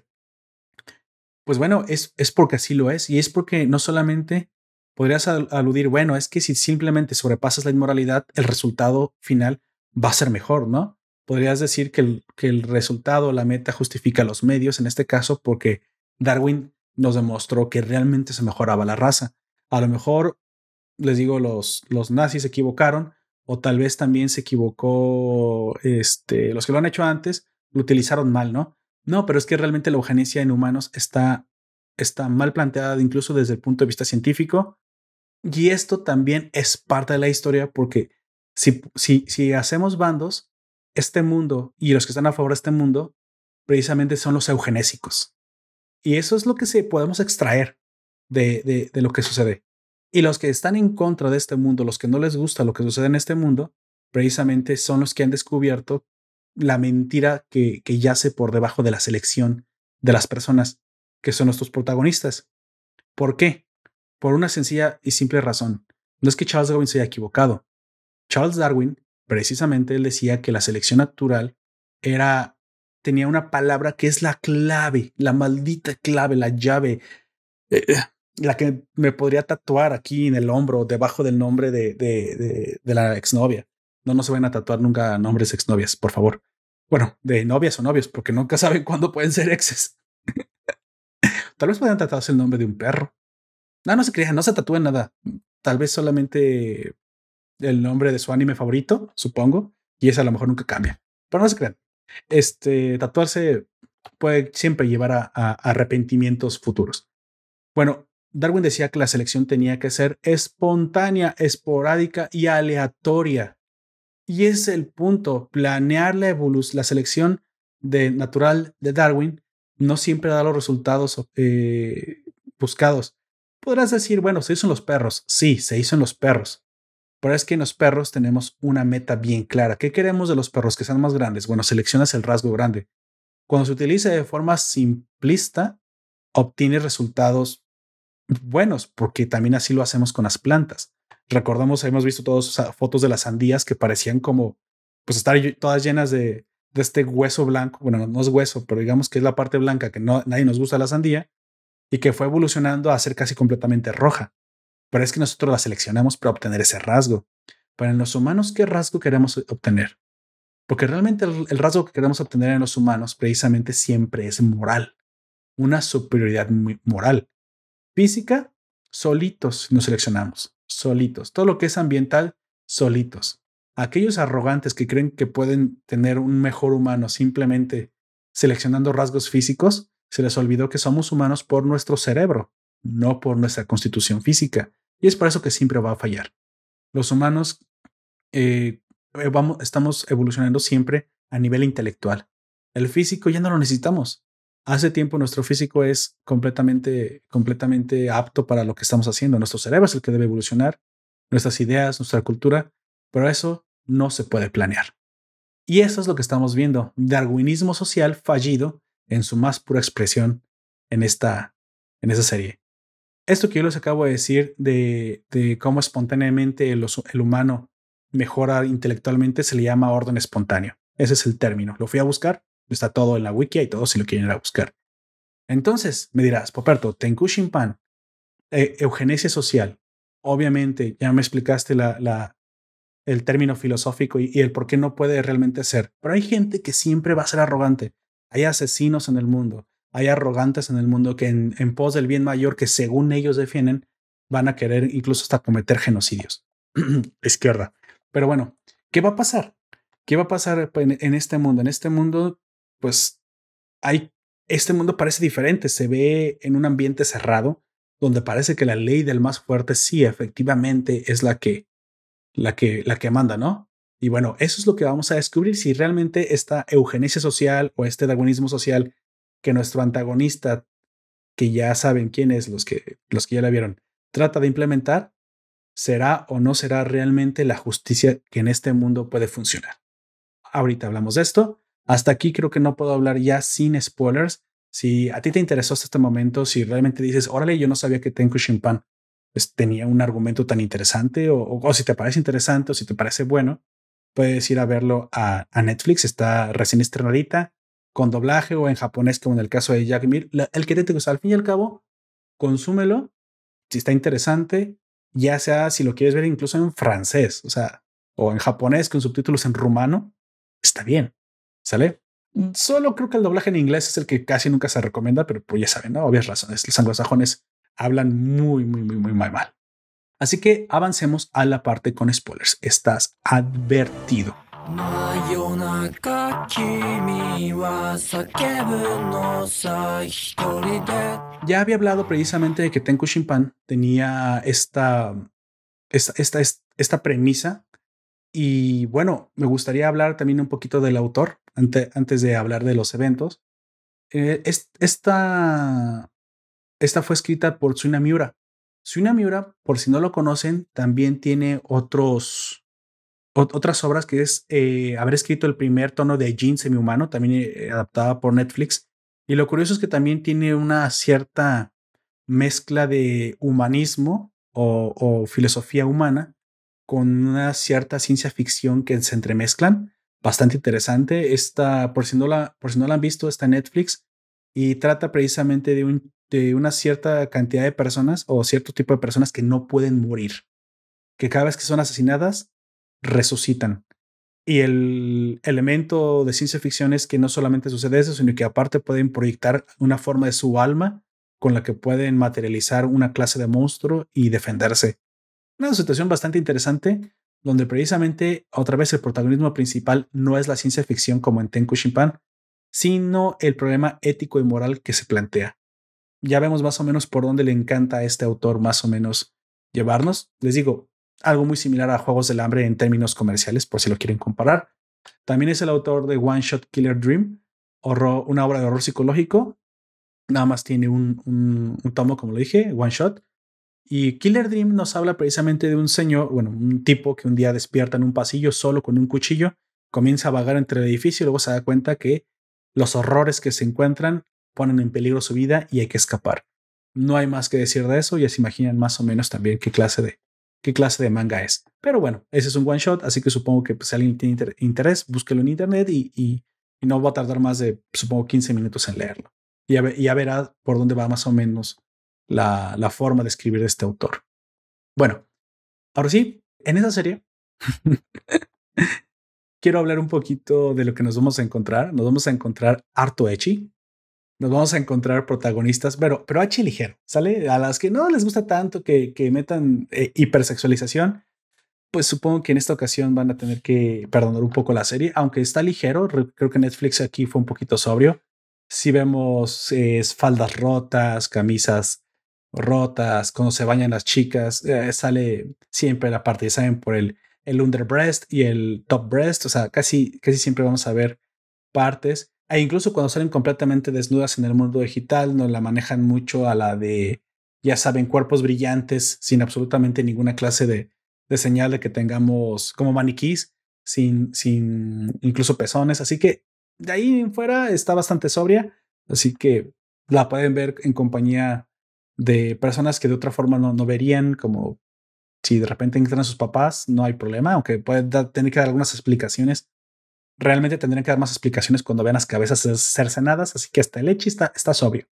Pues bueno, es, es porque así lo es, y es porque no solamente podrías al aludir, bueno, es que si simplemente sobrepasas la inmoralidad, el resultado final va a ser mejor, ¿no? Podrías decir que el, que el resultado, la meta justifica los medios, en este caso, porque Darwin nos demostró que realmente se mejoraba la raza. A lo mejor, les digo, los, los nazis se equivocaron, o tal vez también se equivocó, este, los que lo han hecho antes, lo utilizaron mal, ¿no? No, pero es que realmente la eugenesia en humanos está, está mal planteada incluso desde el punto de vista científico. Y esto también es parte de la historia porque si, si, si hacemos bandos, este mundo y los que están a favor de este mundo precisamente son los eugenésicos. Y eso es lo que se podemos extraer. de, de, de lo que sucede. Y los que están en contra de este mundo, los que no les gusta lo que sucede en este mundo, precisamente son los que han descubierto la mentira que, que yace por debajo de la selección de las personas que son nuestros protagonistas. ¿Por qué? Por una sencilla y simple razón. No es que Charles Darwin se haya equivocado. Charles Darwin, precisamente, él decía que la selección natural era, tenía una palabra que es la clave, la maldita clave, la llave, eh, la que me podría tatuar aquí en el hombro, debajo del nombre de, de, de, de la exnovia. No, no se van a tatuar nunca nombres exnovias, por favor. Bueno, de novias o novios, porque nunca saben cuándo pueden ser exes. Tal vez puedan tatuarse el nombre de un perro. No, no se crean, no se tatúen nada. Tal vez solamente el nombre de su anime favorito, supongo, y ese a lo mejor nunca cambia. Pero no se crean. Este tatuarse puede siempre llevar a, a arrepentimientos futuros. Bueno, Darwin decía que la selección tenía que ser espontánea, esporádica y aleatoria. Y ese es el punto. Planear la evolución, la selección de natural de Darwin no siempre da los resultados eh, buscados. Podrás decir, bueno, se hizo en los perros. Sí, se hizo en los perros. Pero es que en los perros tenemos una meta bien clara. ¿Qué queremos de los perros? Que sean más grandes. Bueno, seleccionas el rasgo grande. Cuando se utiliza de forma simplista, obtienes resultados buenos, porque también así lo hacemos con las plantas. Recordamos, hemos visto todas fotos de las sandías que parecían como, pues estar todas llenas de, de este hueso blanco. Bueno, no, no es hueso, pero digamos que es la parte blanca que no, nadie nos gusta la sandía y que fue evolucionando a ser casi completamente roja. Pero es que nosotros la seleccionamos para obtener ese rasgo. Pero en los humanos, ¿qué rasgo queremos obtener? Porque realmente el, el rasgo que queremos obtener en los humanos precisamente siempre es moral, una superioridad muy moral. Física, solitos nos seleccionamos, solitos. Todo lo que es ambiental, solitos. Aquellos arrogantes que creen que pueden tener un mejor humano simplemente seleccionando rasgos físicos, se les olvidó que somos humanos por nuestro cerebro, no por nuestra constitución física. Y es por eso que siempre va a fallar. Los humanos eh, vamos, estamos evolucionando siempre a nivel intelectual. El físico ya no lo necesitamos. Hace tiempo nuestro físico es completamente, completamente apto para lo que estamos haciendo. Nuestro cerebro es el que debe evolucionar, nuestras ideas, nuestra cultura, pero eso no se puede planear. Y eso es lo que estamos viendo. Darwinismo social fallido en su más pura expresión en esta, en esta serie. Esto que yo les acabo de decir de, de cómo espontáneamente el, el humano mejora intelectualmente se le llama orden espontáneo. Ese es el término. Lo fui a buscar. Está todo en la wiki y todo si lo quieren ir a buscar. Entonces me dirás, Poperto, Tenku Shinpan, eh, eugenesia social. Obviamente ya me explicaste la, la, el término filosófico y, y el por qué no puede realmente ser. Pero hay gente que siempre va a ser arrogante. Hay asesinos en el mundo. Hay arrogantes en el mundo que en, en pos del bien mayor que según ellos defienden van a querer incluso hasta cometer genocidios. Izquierda. Pero bueno, ¿qué va a pasar? ¿Qué va a pasar en, en este mundo? En este mundo, pues hay, este mundo parece diferente. Se ve en un ambiente cerrado donde parece que la ley del más fuerte sí efectivamente es la que, la que, la que manda, ¿no? Y bueno, eso es lo que vamos a descubrir si realmente esta eugenesia social o este darwinismo social que nuestro antagonista, que ya saben quién es, los que, los que ya la vieron, trata de implementar, será o no será realmente la justicia que en este mundo puede funcionar. Ahorita hablamos de esto. Hasta aquí creo que no puedo hablar ya sin spoilers. Si a ti te interesó hasta este momento, si realmente dices, órale, yo no sabía que Tenku Shinpan pues, tenía un argumento tan interesante, o, o, o si te parece interesante o si te parece bueno, puedes ir a verlo a, a Netflix. Está recién estrenadita con doblaje o en japonés, como en el caso de Jack Mir. La, el que te gusta, al fin y al cabo, consúmelo si está interesante, ya sea si lo quieres ver incluso en francés, o sea, o en japonés con subtítulos en rumano, está bien, ¿sale? Solo creo que el doblaje en inglés es el que casi nunca se recomienda, pero pues ya saben, ¿no? Obvias razones. Los anglosajones hablan muy, muy, muy, muy, muy mal. Así que avancemos a la parte con spoilers. Estás advertido. Ya había hablado precisamente de que Tenku Shinpan tenía esta, esta, esta, esta premisa. Y bueno, me gustaría hablar también un poquito del autor ante, antes de hablar de los eventos. Eh, es, esta, Esta fue escrita por Suina Miura. Suina Miura, por si no lo conocen, también tiene otros, otras obras, que es eh, haber escrito el primer tono de Jin Semi-Humano, también eh, adaptada por Netflix. Y lo curioso es que también tiene una cierta mezcla de humanismo o, o filosofía humana con una cierta ciencia ficción que se entremezclan. Bastante interesante. Esta, por si no la, por si no la han visto, está en Netflix y trata precisamente de, un, de una cierta cantidad de personas o cierto tipo de personas que no pueden morir, que cada vez que son asesinadas resucitan. Y el elemento de ciencia ficción es que no solamente sucede eso, sino que aparte pueden proyectar una forma de su alma con la que pueden materializar una clase de monstruo y defenderse. Una situación bastante interesante, donde precisamente otra vez el protagonismo principal no es la ciencia ficción como en Tenku Shinpan, sino el problema ético y moral que se plantea. Ya vemos más o menos por dónde le encanta a este autor más o menos llevarnos. Les digo, algo muy similar a Juegos del Hambre en términos comerciales, por si lo quieren comparar. También es el autor de One Shot Killer Dream, horror, una obra de horror psicológico. Nada más tiene un, un, un tomo, como lo dije, One Shot. Y Killer Dream nos habla precisamente de un señor, bueno, un tipo que un día despierta en un pasillo solo con un cuchillo, comienza a vagar entre el edificio y luego se da cuenta que los horrores que se encuentran ponen en peligro su vida y hay que escapar. No hay más que decir de eso, ya se imaginan más o menos también qué clase de, qué clase de manga es. Pero bueno, ese es un one shot, así que supongo que pues, si alguien tiene inter interés, búsquelo en internet y, y, y, no va a tardar más de, supongo, quince minutos en leerlo. Y ya, ya verá por dónde va más o menos la, la forma de escribir de este autor. Bueno, ahora sí, en esa serie quiero hablar un poquito de lo que nos vamos a encontrar. Nos vamos a encontrar harto ecchi. Nos vamos a encontrar protagonistas, pero, pero ecchi ligero, ¿sale? A las que no les gusta tanto que, que metan eh, hipersexualización, pues supongo que en esta ocasión van a tener que perdonar un poco la serie, aunque está ligero. Creo que Netflix aquí fue un poquito sobrio. Si vemos eh, faldas rotas, camisas rotas, cuando se bañan las chicas, eh, sale siempre la parte, saben, por el, el underbreast y el top breast, o sea, casi, casi siempre vamos a ver partes, e incluso cuando salen completamente desnudas en el mundo digital, nos la manejan mucho a la de, ya saben, cuerpos brillantes, sin absolutamente ninguna clase de, de señal de que tengamos como maniquís, sin, sin incluso pezones, así que de ahí en fuera está bastante sobria, así que la pueden ver en compañía de personas que de otra forma no, no verían, como si de repente entran a sus papás, no hay problema, aunque pueden dar, tener que dar algunas explicaciones. Realmente tendrían que dar más explicaciones cuando vean las cabezas cercenadas, así que hasta el hecho está, está sobrio.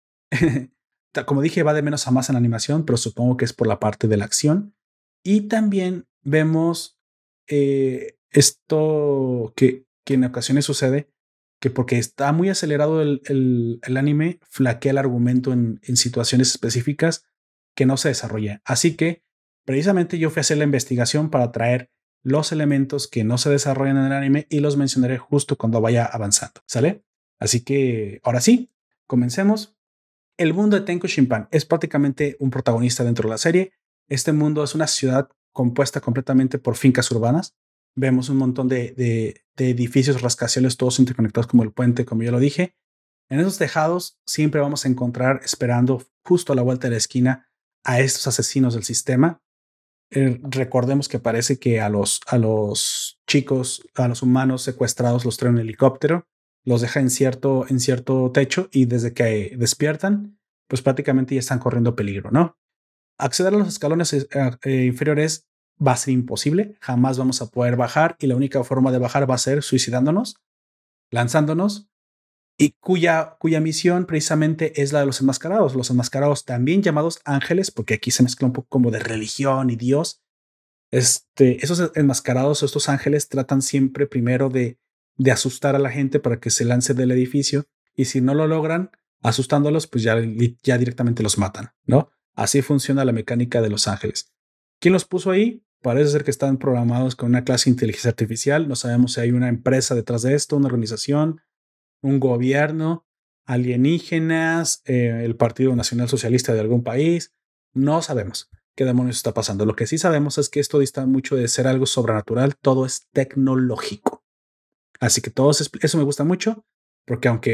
Como dije, va de menos a más en la animación, pero supongo que es por la parte de la acción. Y también vemos eh, esto que, que en ocasiones sucede, que porque está muy acelerado el, el, el anime, flaquea el argumento en, en situaciones específicas que no se desarrolla. Así que precisamente yo fui a hacer la investigación para traer los elementos que no se desarrollan en el anime y los mencionaré justo cuando vaya avanzando, ¿sale? Así que ahora sí, comencemos. El mundo de Tenku Shinpan es prácticamente un protagonista dentro de la serie. Este mundo es una ciudad compuesta completamente por fincas urbanas. Vemos un montón de, de, de edificios rascacielos, todos interconectados como el puente, como ya lo dije. En esos tejados siempre vamos a encontrar, esperando justo a la vuelta de la esquina, a estos asesinos del sistema. Eh, recordemos que parece que a los, a los chicos, a los humanos secuestrados los trae un helicóptero, los deja en cierto, en cierto techo y desde que despiertan, pues prácticamente ya están corriendo peligro, ¿no? Acceder a los escalones eh, eh, inferiores va a ser imposible, jamás vamos a poder bajar y la única forma de bajar va a ser suicidándonos, lanzándonos, y cuya, cuya misión precisamente es la de los enmascarados. Los enmascarados, también llamados ángeles, porque aquí se mezcla un poco como de religión y Dios. Este, esos enmascarados, estos ángeles, tratan siempre primero de, de asustar a la gente para que se lance del edificio, y si no lo logran, asustándolos, pues ya, ya directamente los matan, ¿no? Así funciona la mecánica de los ángeles. ¿Quién los puso ahí? Parece ser que están programados con una clase de inteligencia artificial. No sabemos si hay una empresa detrás de esto, una organización, un gobierno, alienígenas, eh, el Partido Nacional Socialista de algún país. No sabemos qué demonios está pasando. Lo que sí sabemos es que esto dista mucho de ser algo sobrenatural, todo es tecnológico. Así que todo eso me gusta mucho, porque aunque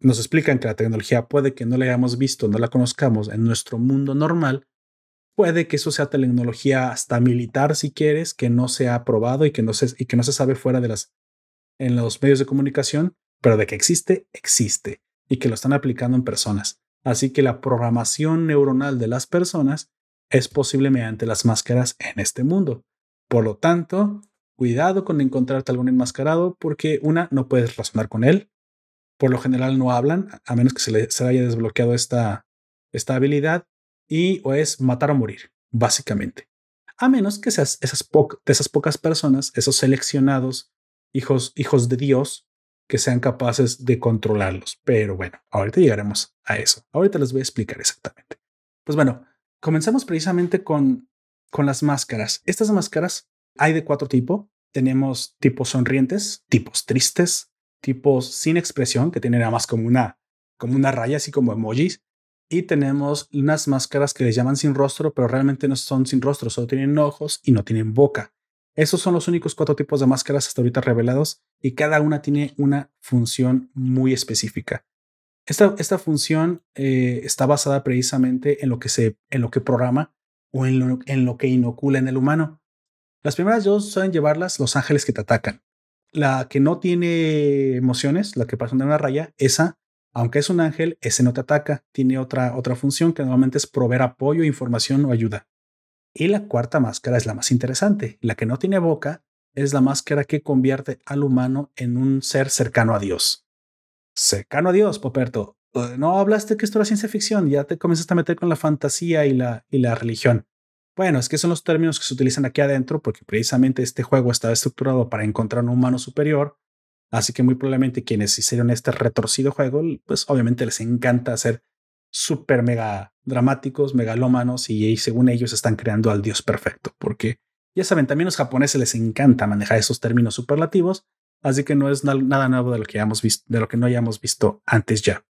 nos explican que la tecnología puede que no la hayamos visto, no la conozcamos en nuestro mundo normal. Puede que eso sea tecnología hasta militar, si quieres, que no se ha aprobado y que no se, y que no se sabe fuera de las, en los medios de comunicación, pero de que existe, existe y que lo están aplicando en personas. Así que la programación neuronal de las personas es posible mediante las máscaras en este mundo. Por lo tanto, cuidado con encontrarte algún enmascarado porque una, no puedes razonar con él. Por lo general no hablan, a menos que se le se haya desbloqueado esta, esta habilidad y o es matar o morir, básicamente. A menos que seas esas po- de esas pocas personas, esos seleccionados hijos, hijos de Dios, que sean capaces de controlarlos. Pero bueno, ahorita llegaremos a eso. Ahorita les voy a explicar exactamente. Pues bueno, comenzamos precisamente con, con las máscaras. Estas máscaras hay de cuatro tipos. Tenemos tipos sonrientes, tipos tristes, tipos sin expresión, que tienen nada más como una, como una raya, así como emojis. Y tenemos unas máscaras que les llaman sin rostro, pero realmente no son sin rostro, solo tienen ojos y no tienen boca. Esos son los únicos cuatro tipos de máscaras hasta ahorita revelados y cada una tiene una función muy específica. Esta, esta función eh, está basada precisamente en lo que se, en lo que programa o en lo, en lo que inocula en el humano. Las primeras dos suelen llevarlas los ángeles que te atacan. La que no tiene emociones, la que pasa de una raya, esa, aunque es un ángel, ese no te ataca. Tiene otra, otra función que normalmente es proveer apoyo, información o ayuda. Y la cuarta máscara es la más interesante. La que no tiene boca es la máscara que convierte al humano en un ser cercano a Dios. Cercano a Dios, Poperto. Uh, No hablaste que esto era ciencia ficción, ya te comenzaste a meter con la fantasía y la, y la religión. Bueno, es que son los términos que se utilizan aquí adentro porque precisamente este juego está estructurado para encontrar un humano superior. Así que muy probablemente quienes hicieron este retorcido juego, pues obviamente les encanta hacer súper mega dramáticos, megalómanos y, y según ellos están creando al Dios perfecto. Porque ya saben, también a los japoneses les encanta manejar esos términos superlativos. Así que no es na- nada nuevo de lo que hayamos visto, de lo que no hayamos visto antes ya.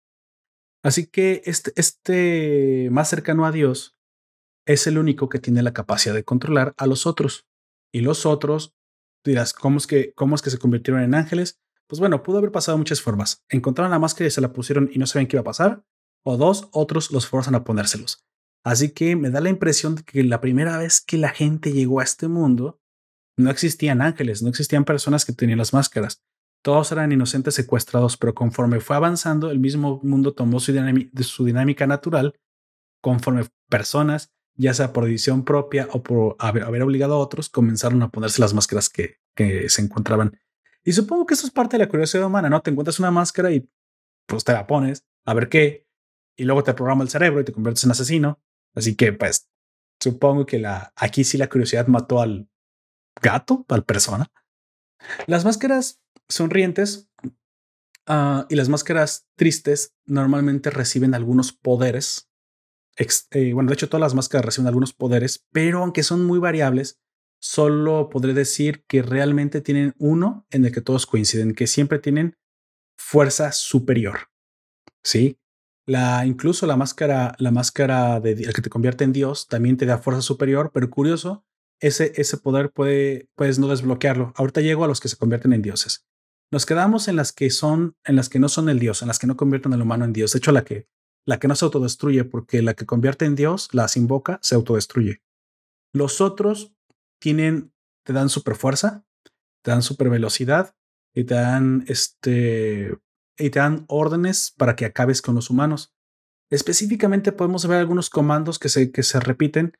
Así que este, este más cercano a Dios es el único que tiene la capacidad de controlar a los otros. Y los otros, dirás, ¿cómo es que, cómo es que se convirtieron en ángeles? Pues bueno, pudo haber pasado de muchas formas. Encontraron la máscara y se la pusieron y no sabían qué iba a pasar. O dos, otros los forzan a ponérselos. Así que me da la impresión de que la primera vez que la gente llegó a este mundo, no existían ángeles, no existían personas que tenían las máscaras. Todos eran inocentes secuestrados, pero conforme fue avanzando, el mismo mundo tomó su, su dinámica natural, conforme personas, ya sea por decisión propia o por haber, haber obligado a otros, comenzaron a ponerse las máscaras que, que se encontraban. Y supongo que eso es parte de la curiosidad humana, ¿no? Te encuentras una máscara y pues te la pones, a ver qué, y luego te programa el cerebro y te conviertes en asesino. Así que pues supongo que la, aquí sí la curiosidad mató al gato, al persona. Las máscaras sonrientes uh, y las máscaras tristes normalmente reciben algunos poderes. Ex eh, bueno, de hecho, todas las máscaras reciben algunos poderes, pero aunque son muy variables, solo podré decir que realmente tienen uno en el que todos coinciden, que siempre tienen fuerza superior. Sí, la incluso la máscara, la máscara de el que te convierte en Dios también te da fuerza superior, pero curioso, ese, ese poder puede, puedes no desbloquearlo. Ahorita llego a los que se convierten en dioses. Nos quedamos en las que son, en las que no son el Dios, en las que no convierten al humano en Dios. De hecho, la que, la que no se autodestruye, porque la que convierte en Dios, las invoca, se autodestruye. Los otros tienen, te dan super fuerza, te dan super velocidad y te dan este y te dan órdenes para que acabes con los humanos. Específicamente podemos ver algunos comandos que se, que se repiten,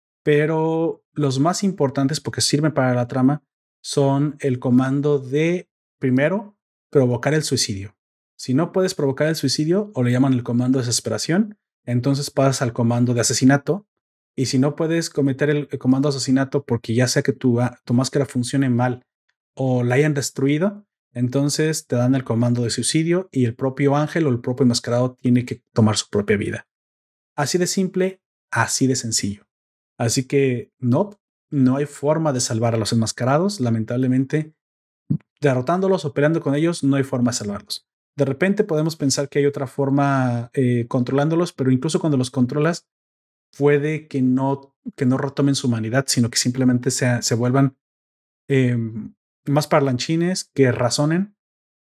pero los más importantes porque sirven para la trama son el comando de, primero, provocar el suicidio. Si no puedes provocar el suicidio o le llaman el comando de desesperación, entonces pasas al comando de asesinato. Y si no puedes cometer el, el comando de asesinato porque ya sea que tu, tu máscara funcione mal o la hayan destruido, entonces te dan el comando de suicidio y el propio ángel o el propio enmascarado tiene que tomar su propia vida. Así de simple, así de sencillo. Así que no, no hay forma de salvar a los enmascarados. Lamentablemente, derrotándolos o peleando con ellos, no hay forma de salvarlos. De repente podemos pensar que hay otra forma eh, controlándolos, pero incluso cuando los controlas, puede que no, que no retomen su humanidad, sino que simplemente se, se vuelvan eh, más parlanchines que razonen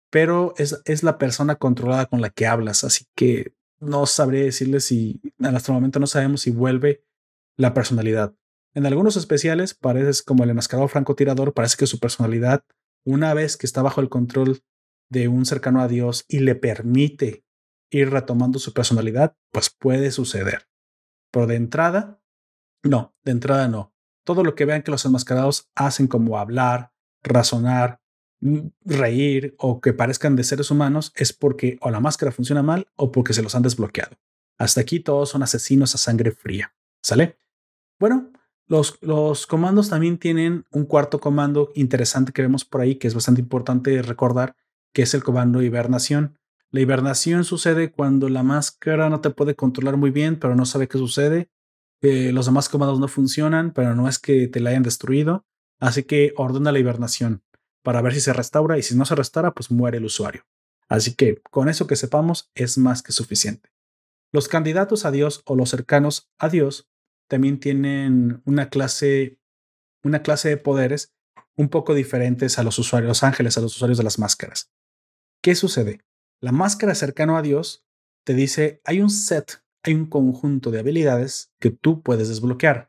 pero es, es la persona controlada con la que hablas, así que no sabré decirle si en este momento no sabemos si vuelve la personalidad. En algunos especiales parece como el enmascarado francotirador, parece que su personalidad, una vez que está bajo el control de un cercano a Dios y le permite ir retomando su personalidad, pues puede suceder. Pero de entrada, no, de entrada no. Todo lo que vean que los enmascarados hacen, como hablar, razonar, mm, reír o que parezcan de seres humanos, es porque o la máscara funciona mal o porque se los han desbloqueado. Hasta aquí todos son asesinos a sangre fría. ¿Sale? Bueno, los, los comandos también tienen un cuarto comando interesante que vemos por ahí, que es bastante importante recordar, que es el comando hibernación. La hibernación sucede cuando la máscara no te puede controlar muy bien, pero no sabe qué sucede. Eh, los demás comandos no funcionan, pero no es que te la hayan destruido. Así que ordena la hibernación para ver si se restaura, y si no se restaura, pues muere el usuario. Así que con eso que sepamos es más que suficiente. Los candidatos a Dios o los cercanos a Dios también tienen una clase, una clase de poderes un poco diferentes a los usuarios, los ángeles, a los usuarios de las máscaras. ¿Qué sucede? La máscara cercano a Dios te dice, hay un set, hay un conjunto de habilidades que tú puedes desbloquear,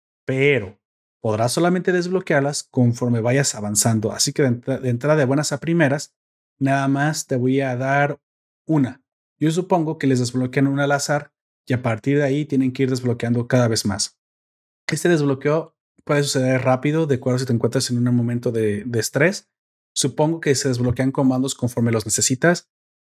pero podrás solamente desbloquearlas conforme vayas avanzando. Así que de, entra de entrada de buenas a primeras, nada más te voy a dar una. Yo supongo que les desbloquean una al azar y a partir de ahí tienen que ir desbloqueando cada vez más. Este desbloqueo puede suceder rápido, de acuerdo si te encuentras en un momento de, de estrés. Supongo que se desbloquean comandos conforme los necesitas,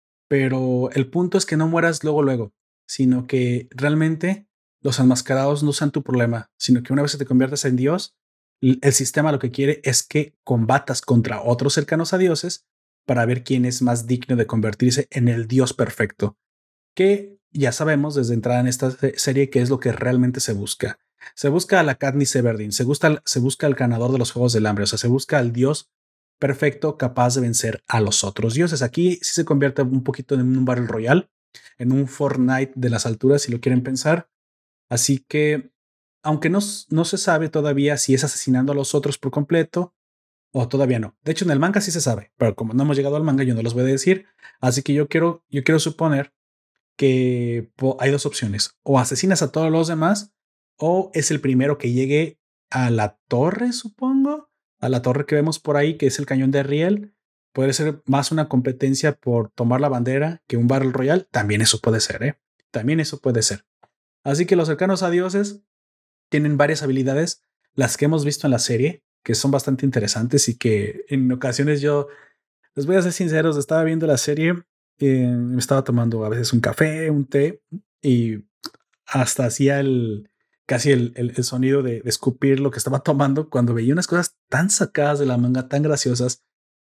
pero el punto es que no mueras luego, luego, sino que realmente los enmascarados no sean tu problema, sino que una vez que te conviertes en Dios, el sistema lo que quiere es que combatas contra otros cercanos a dioses para ver quién es más digno de convertirse en el Dios perfecto, que ya sabemos desde entrada en esta serie qué es lo que realmente se busca. Se busca a la Katniss Everdeen, se, gusta, se busca al ganador de los Juegos del Hambre, o sea, se busca al Dios perfecto capaz de vencer a los otros dioses. Aquí sí se convierte un poquito en un Battle Royale, en un Fortnite de las alturas, si lo quieren pensar. Así que, aunque no, no se sabe todavía si es asesinando a los otros por completo o todavía no. De hecho, en el manga sí se sabe, pero como no hemos llegado al manga, yo no los voy a decir. Así que yo quiero, yo quiero suponer que hay dos opciones: o asesinas a todos los demás, o es el primero que llegue a la torre, supongo, a la torre que vemos por ahí, que es el cañón de Riel. Puede ser más una competencia por tomar la bandera que un Battle Royale. También eso puede ser, ¿eh? También eso puede ser. Así que los cercanos a dioses tienen varias habilidades, las que hemos visto en la serie, que son bastante interesantes y que en ocasiones yo, les voy a ser sinceros, estaba viendo la serie, eh, me estaba tomando a veces un café, un té, y hasta hacía el casi el, el, el sonido de, de escupir lo que estaba tomando cuando veía unas cosas tan sacadas de la manga, tan graciosas.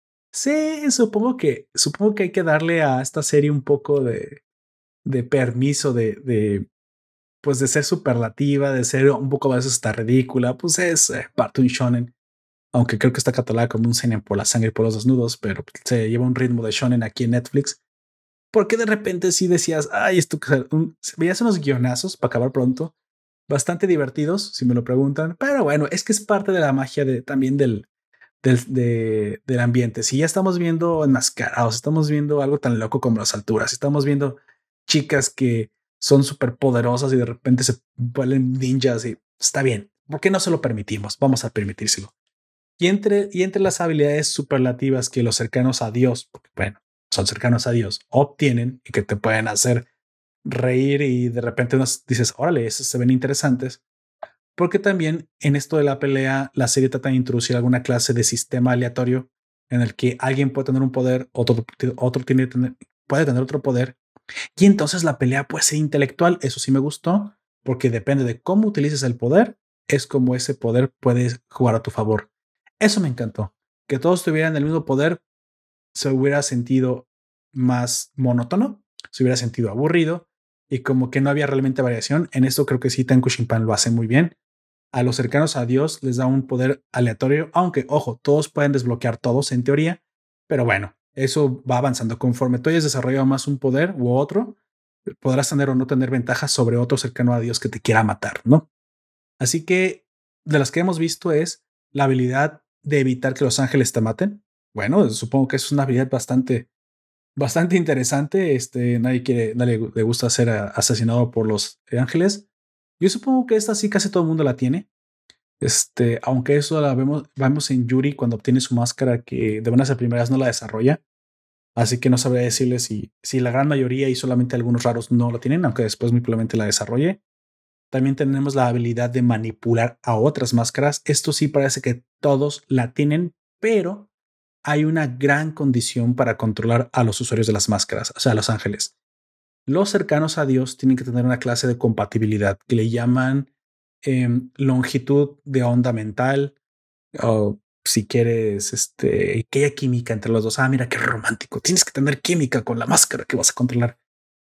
Sí, supongo que, supongo que hay que darle a esta serie un poco de, de permiso de, de, pues de ser superlativa, de ser un poco a veces hasta ridícula. Pues es eh, parte de un shonen, aunque creo que está catalogada como un seinen por la sangre y por los desnudos, pero se lleva un ritmo de shonen aquí en Netflix. Porque de repente sí decías, ay, esto, un, veías unos guionazos para acabar pronto, bastante divertidos, si me lo preguntan, pero bueno, es que es parte de la magia de, también del, del, de, del ambiente. Si ya estamos viendo enmascarados, estamos viendo algo tan loco como las alturas, estamos viendo chicas que son súper poderosas y de repente se vuelven ninjas, y está bien, ¿por qué no se lo permitimos? Vamos a permitírselo. Y entre, y entre las habilidades superlativas que los cercanos a Dios, porque bueno, son cercanos a Dios, obtienen y que te pueden hacer reír y de repente nos dices, órale, esos se ven interesantes, porque también en esto de la pelea, la serie trata de introducir alguna clase de sistema aleatorio en el que alguien puede tener un poder, otro, otro tiene, puede tener otro poder, y entonces la pelea puede ser intelectual. Eso sí me gustó, porque depende de cómo utilices el poder, es como ese poder puede jugar a tu favor. Eso me encantó. Que todos tuvieran el mismo poder se hubiera sentido más monótono, se hubiera sentido aburrido y como que no había realmente variación. En esto creo que sí, Tenku Shinpan lo hace muy bien. A los cercanos a Dios les da un poder aleatorio, aunque, ojo, todos pueden desbloquear todos en teoría, pero bueno, eso va avanzando. Conforme tú hayas desarrollado más un poder u otro, podrás tener o no tener ventajas sobre otro cercano a Dios que te quiera matar, ¿no? Así que de las que hemos visto es la habilidad de evitar que los ángeles te maten. Bueno, supongo que es una habilidad bastante, Bastante interesante. Este, nadie quiere, nadie le gusta ser a- asesinado por los ángeles. Yo supongo que esta sí casi todo el mundo la tiene. Este, aunque eso la vemos, vemos en Yuri cuando obtiene su máscara que de buenas a primeras no la desarrolla. Así que no sabría decirle si, si la gran mayoría y solamente algunos raros no lo tienen, aunque después muy probablemente la desarrolle. También tenemos la habilidad de manipular a otras máscaras. Esto sí parece que todos la tienen, pero hay una gran condición para controlar a los usuarios de las máscaras, o sea, a los ángeles. Los cercanos a Dios tienen que tener una clase de compatibilidad que le llaman eh, longitud de onda mental, o si quieres, este, que haya química entre los dos. Ah, mira qué romántico. Tienes que tener química con la máscara que vas a controlar.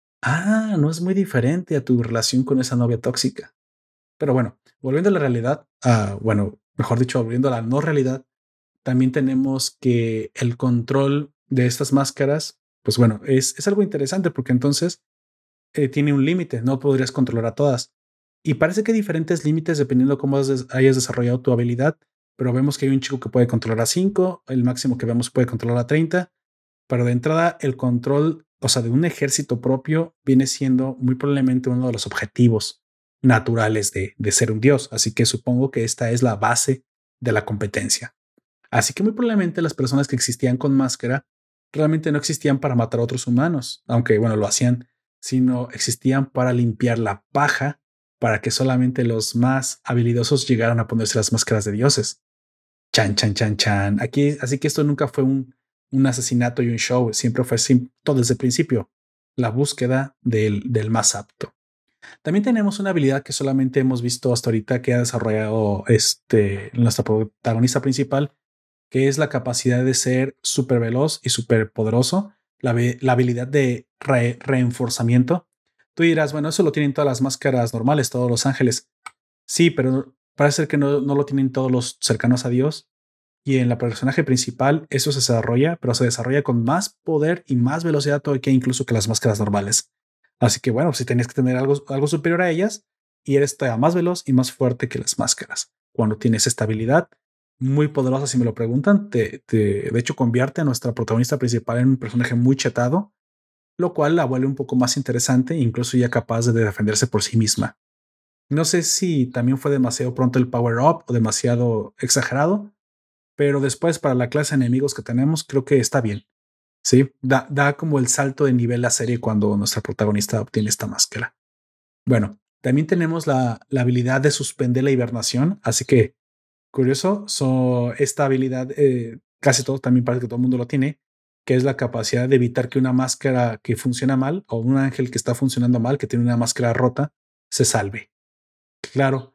Ah, no es muy diferente a tu relación con esa novia tóxica. Pero bueno, volviendo a la realidad, ah, bueno, mejor dicho, volviendo a la no realidad, también tenemos que el control de estas máscaras, pues bueno, es, es algo interesante porque entonces eh, tiene un límite, no podrías controlar a todas. Y parece que hay diferentes límites dependiendo cómo has, hayas desarrollado tu habilidad, pero vemos que hay un chico que puede controlar a cinco, el máximo que vemos puede controlar a treinta, pero de entrada el control, o sea, de un ejército propio viene siendo muy probablemente uno de los objetivos naturales de, de ser un dios. Así que supongo que esta es la base de la competencia. Así que muy probablemente las personas que existían con máscara realmente no existían para matar a otros humanos, aunque bueno, lo hacían, sino existían para limpiar la paja para que solamente los más habilidosos llegaran a ponerse las máscaras de dioses. Chan, chan, chan, chan. Aquí, así que esto nunca fue un, un asesinato y un show, siempre fue sim- todo desde el principio, la búsqueda del, del más apto. También tenemos una habilidad que solamente hemos visto hasta ahorita que ha desarrollado este, nuestra protagonista principal, que es la capacidad de ser súper veloz y súper poderoso, la, la habilidad de re reenforzamiento. Tú dirás, bueno, eso lo tienen todas las máscaras normales, todos los ángeles. Sí, pero parece ser que no, no lo tienen todos los cercanos a Dios. Y en la personaje principal eso se desarrolla, pero se desarrolla con más poder y más velocidad todo que incluso que las máscaras normales. Así que bueno, si tenías que tener algo, algo superior a ellas y eres todavía más veloz y más fuerte que las máscaras. Cuando tienes estabilidad muy poderosa, si me lo preguntan, te, te, de hecho convierte a nuestra protagonista principal en un personaje muy chetado, lo cual la vuelve un poco más interesante e incluso ya capaz de defenderse por sí misma. No sé si también fue demasiado pronto el power up o demasiado exagerado, pero después para la clase de enemigos que tenemos, creo que está bien. Sí, da, da como el salto de nivel la serie cuando nuestra protagonista obtiene esta máscara. Bueno, también tenemos la, la habilidad de suspender la hibernación, así que curioso, so, esta habilidad eh, casi todo, también parece que todo el mundo lo tiene, que es la capacidad de evitar que una máscara que funciona mal o un ángel que está funcionando mal, que tiene una máscara rota, se salve. Claro,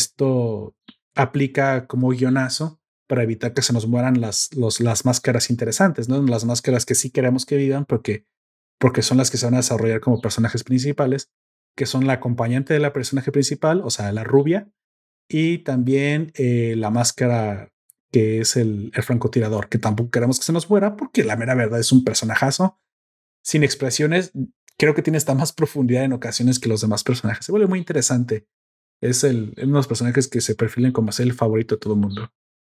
esto aplica como guionazo para evitar que se nos mueran las, los, las máscaras interesantes, ¿no? Las máscaras que sí queremos que vivan porque, porque son las que se van a desarrollar como personajes principales, que son la acompañante de la personaje principal, o sea, la rubia, y también eh, la máscara que es el, el francotirador, que tampoco queremos que se nos muera porque la mera verdad es un personajazo sin expresiones. Creo que tiene hasta más profundidad en ocasiones que los demás personajes. Se vuelve muy interesante. Es el, uno de los personajes que se perfilan como ser el favorito de todo el mundo.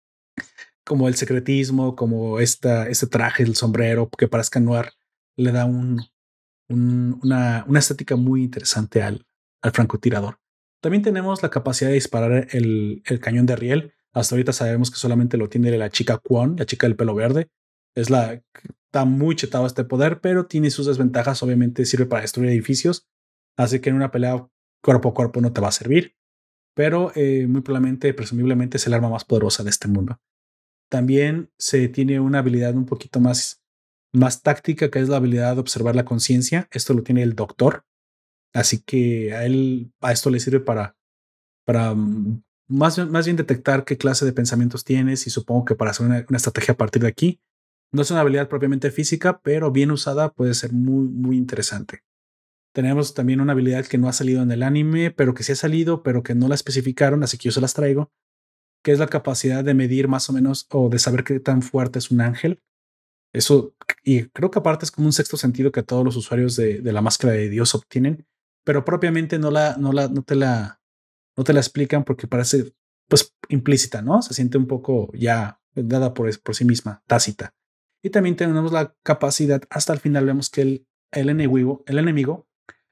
Como el secretismo, como esta, este traje, el sombrero que parezca noir, le da un, un, una, una estética muy interesante al, al francotirador. También tenemos la capacidad de disparar el, el cañón de riel. Hasta ahorita sabemos que solamente lo tiene la chica Kwon, la chica del pelo verde. Es la está muy chetado este poder, pero tiene sus desventajas. Obviamente sirve para destruir edificios, así que en una pelea cuerpo a cuerpo no te va a servir, pero eh, muy probablemente, presumiblemente, es el arma más poderosa de este mundo. También se tiene una habilidad un poquito más, más táctica, que es la habilidad de observar la conciencia. Esto lo tiene el doctor, así que a él, a esto le sirve para, para mm, más, más bien detectar qué clase de pensamientos tienes y supongo que para hacer una, una estrategia a partir de aquí. No es una habilidad propiamente física, pero bien usada puede ser muy, muy interesante. Tenemos también una habilidad que no ha salido en el anime, pero que sí ha salido, pero que no la especificaron, así que yo se las traigo, que es la capacidad de medir más o menos o de saber qué tan fuerte es un ángel. Eso, y creo que aparte es como un sexto sentido que todos los usuarios de, de la máscara de Dios obtienen, pero propiamente no la, no la, no te la, no te la explican porque parece pues implícita, ¿no? Se siente un poco ya dada por, por sí misma, tácita. Y también tenemos la capacidad, hasta el final vemos que el, el enemigo, el enemigo,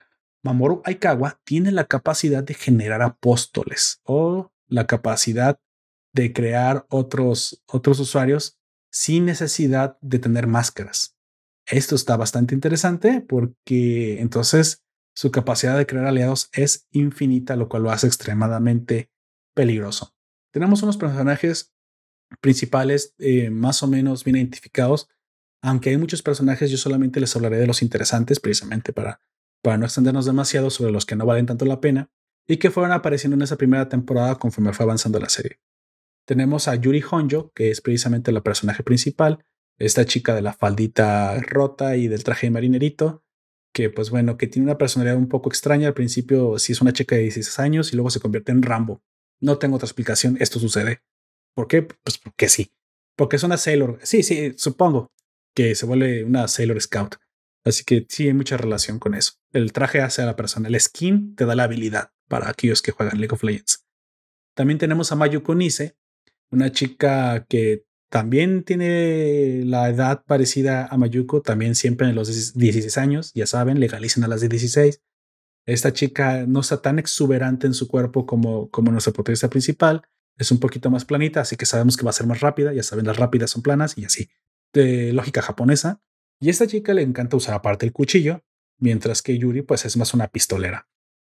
Mamoru Aikawa, tiene la capacidad de generar apóstoles o la capacidad de crear otros, otros usuarios sin necesidad de tener máscaras. Esto está bastante interesante porque entonces su capacidad de crear aliados es infinita, lo cual lo hace extremadamente peligroso. Tenemos unos personajes principales eh, más o menos bien identificados, aunque hay muchos personajes, yo solamente les hablaré de los interesantes precisamente para, para no extendernos demasiado sobre los que no valen tanto la pena y que fueron apareciendo en esa primera temporada conforme fue avanzando la serie. Tenemos a Yuri Honjo, que es precisamente la personaje principal, esta chica de la faldita rota y del traje de marinerito, que pues bueno, que tiene una personalidad un poco extraña. Al principio sí es una chica de dieciséis años y luego se convierte en Rambo. No tengo otra explicación, esto sucede. ¿Por qué? Pues porque sí. Porque es una Sailor. Sí, sí, supongo que se vuelve una Sailor Scout. Así que sí hay mucha relación con eso. El traje hace a la persona. El skin te da la habilidad para aquellos que juegan League of Legends. También tenemos a Mayuko Nise, una chica que también tiene la edad parecida a Mayuko, también siempre en los dieciséis años, ya saben, legalicen a las de dieciséis. Esta chica no está tan exuberante en su cuerpo como, como nuestra protagonista principal, es un poquito más planita, así que sabemos que va a ser más rápida, ya saben, las rápidas son planas y así, de lógica japonesa. Y a esta chica le encanta usar aparte el cuchillo, mientras que Yuri pues es más una pistolera.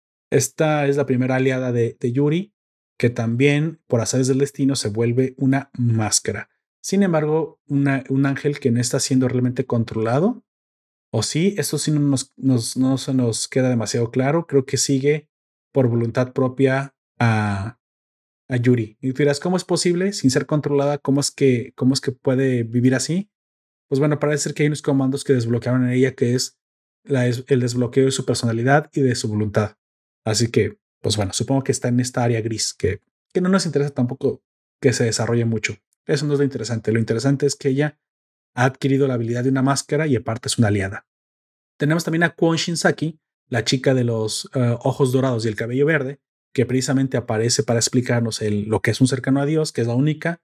Esta es la primera aliada de, de Yuri, que también, por azares del destino, se vuelve una máscara. Sin embargo, una, un ángel que no está siendo realmente controlado, o sí, esto sí no, nos, nos, no se nos queda demasiado claro. Creo que sigue por voluntad propia a, a Yuri. Y tú dirás, ¿cómo es posible sin ser controlada? ¿Cómo es que, cómo es que puede vivir así? Pues bueno, parece ser que hay unos comandos que desbloquearon en ella, que es la, el desbloqueo de su personalidad y de su voluntad. Así que, pues bueno, supongo que está en esta área gris que, que no nos interesa tampoco que se desarrolle mucho. Eso no es lo interesante. Lo interesante es que ella ha adquirido la habilidad de una máscara y aparte es una aliada. Tenemos también a Kwon Shinsaki, la chica de los uh, ojos dorados y el cabello verde, que precisamente aparece para explicarnos el, lo que es un cercano a Dios, que es la única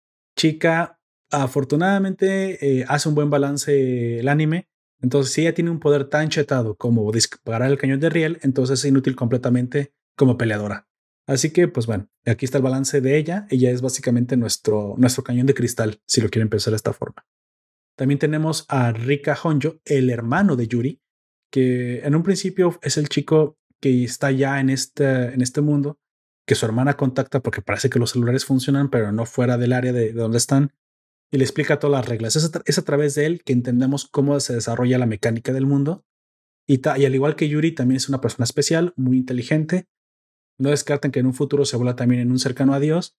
chica. Afortunadamente eh, hace un buen balance el anime. Entonces, si ella tiene un poder tan chetado como disparar el cañón de riel, entonces es inútil completamente como peleadora. Así que, pues bueno, aquí está el balance de ella. Ella es básicamente nuestro, nuestro cañón de cristal, si lo quieren pensar de esta forma. También tenemos a Rika Honjo, el hermano de Yuri, que en un principio es el chico que está ya en este, en este mundo, que su hermana contacta porque parece que los celulares funcionan, pero no fuera del área de, de donde están, y le explica todas las reglas. Es a, es a través de él que entendemos cómo se desarrolla la mecánica del mundo. Y, ta, y al igual que Yuri, también es una persona especial, muy inteligente. No descartan que en un futuro se vuelva también en un cercano a Dios,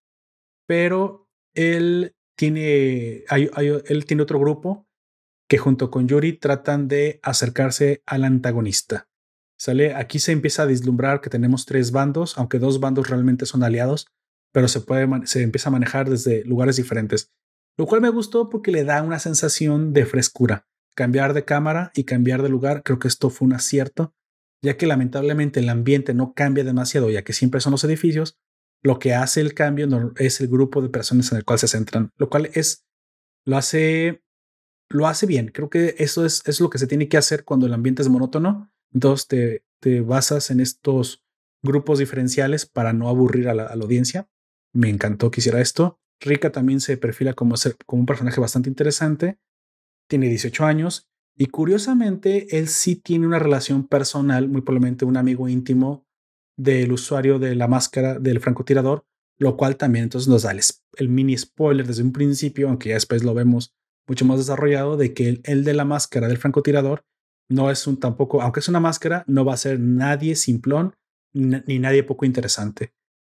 pero él tiene, hay, hay, él tiene otro grupo que junto con Yuri tratan de acercarse al antagonista. ¿Sale? Aquí se empieza a vislumbrar que tenemos tres bandos, aunque dos bandos realmente son aliados, pero se, puede, se empieza a manejar desde lugares diferentes. Lo cual me gustó porque le da una sensación de frescura. Cambiar de cámara y cambiar de lugar, creo que esto fue un acierto, ya que lamentablemente el ambiente no cambia demasiado, ya que siempre son los edificios. Lo que hace el cambio no, es el grupo de personas en el cual se centran, lo cual es, lo hace, lo hace bien. Creo que eso es, es lo que se tiene que hacer cuando el ambiente es monótono. Entonces te, te basas en estos grupos diferenciales para no aburrir a la, a la audiencia. Me encantó que hiciera esto. Rika también se perfila como, ser, como un personaje bastante interesante. Tiene dieciocho años y curiosamente él sí tiene una relación personal, muy probablemente un amigo íntimo del usuario de la máscara del francotirador, lo cual también entonces nos da el, el mini spoiler desde un principio, aunque ya después lo vemos mucho más desarrollado, de que el, el de la máscara del francotirador no es un tampoco, aunque es una máscara, no va a ser nadie simplón ni, ni nadie poco interesante.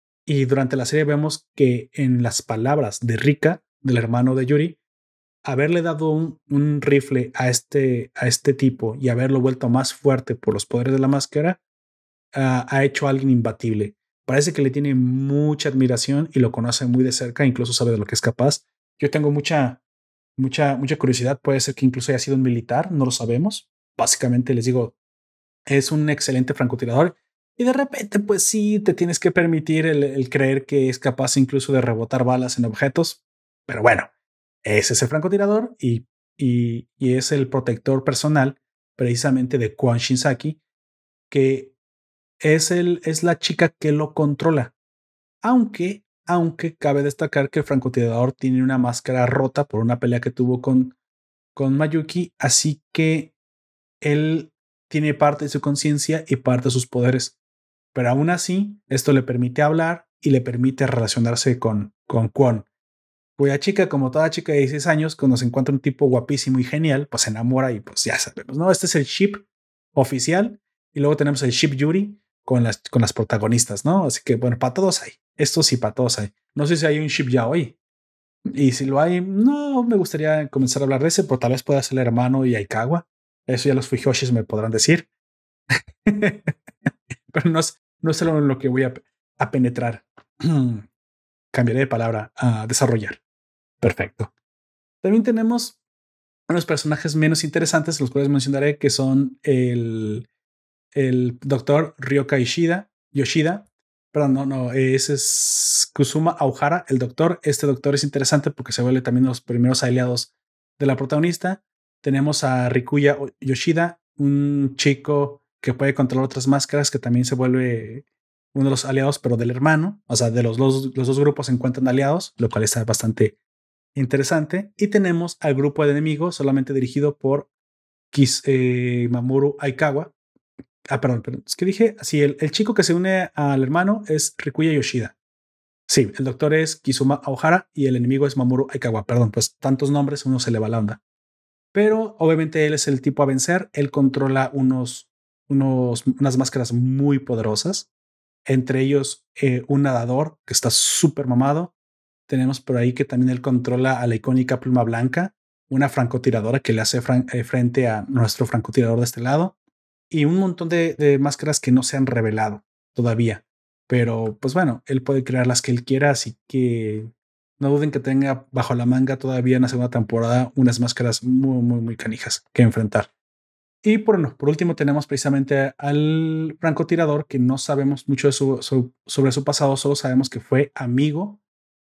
Y durante la serie vemos que en las palabras de Rika, del hermano de Yuri, haberle dado un, un rifle a este, a este tipo y haberlo vuelto más fuerte por los poderes de la máscara, uh, ha hecho a alguien imbatible. Parece que le tiene mucha admiración y lo conoce muy de cerca, incluso sabe de lo que es capaz. Yo tengo mucha, mucha, mucha curiosidad. Puede ser que incluso haya sido un militar, no lo sabemos. Básicamente les digo, es un excelente francotirador y de repente, pues sí, te tienes que permitir el, el creer que es capaz incluso de rebotar balas en objetos. Pero bueno, ese es el francotirador y y, y es el protector personal precisamente de Kwon Shin-saki, que es, el, es la chica que lo controla. Aunque, aunque cabe destacar que el francotirador tiene una máscara rota por una pelea que tuvo con, con Mayuki, así que él tiene parte de su conciencia y parte de sus poderes. Pero aún así, esto le permite hablar y le permite relacionarse con, con Kwon. Cuya chica, como toda chica de dieciséis años, cuando se encuentra un tipo guapísimo y genial, pues se enamora y pues ya sabemos, ¿no? Este es el ship oficial y luego tenemos el ship Yuri con las, con las protagonistas, ¿no? Así que bueno, para todos hay. Esto sí, para todos hay. No sé si hay un ship ya hoy. Y si lo hay, no me gustaría comenzar a hablar de ese, pero tal vez pueda ser el hermano y Aikawa. Eso ya los Fujoshis me podrán decir. Pero no es, no es lo, lo que voy a, a penetrar. Cambiaré de palabra a desarrollar. Perfecto. También tenemos unos personajes menos interesantes, los cuales mencionaré, que son el, el doctor Ryoka Ishida, Yoshida. Perdón, no, no, ese es Kusuma Aohara, el doctor. Este doctor es interesante porque se vuelve también los primeros aliados de la protagonista. Tenemos a Rikuya Yoshida, un chico que puede controlar otras máscaras, que también se vuelve uno de los aliados, pero del hermano. O sea, de los, los, los dos grupos se encuentran aliados, lo cual está bastante interesante. Y tenemos al grupo de enemigos solamente dirigido por Kis, eh, Mamoru Aikawa. Ah, perdón, perdón. Es que dije, sí, el, el chico que se une al hermano es Rikuya Yoshida. Sí, el doctor es Kizuma Aohara y el enemigo es Mamoru Aikawa. Perdón, pues tantos nombres, uno se le va la onda. Pero obviamente él es el tipo a vencer. Él controla unos, unos, unas máscaras muy poderosas. Entre ellos, eh, un nadador que está súper mamado. Tenemos por ahí que también él controla a la icónica Pluma Blanca, una francotiradora que le hace fran eh, frente a nuestro francotirador de este lado, y un montón de, de máscaras que no se han revelado todavía. Pero pues bueno, él puede crear las que él quiera, así que no duden que tenga bajo la manga todavía en la segunda temporada unas máscaras muy, muy, muy canijas que enfrentar. Y por, no, por último tenemos precisamente al francotirador, que no sabemos mucho de su, su, sobre su pasado, solo sabemos que fue amigo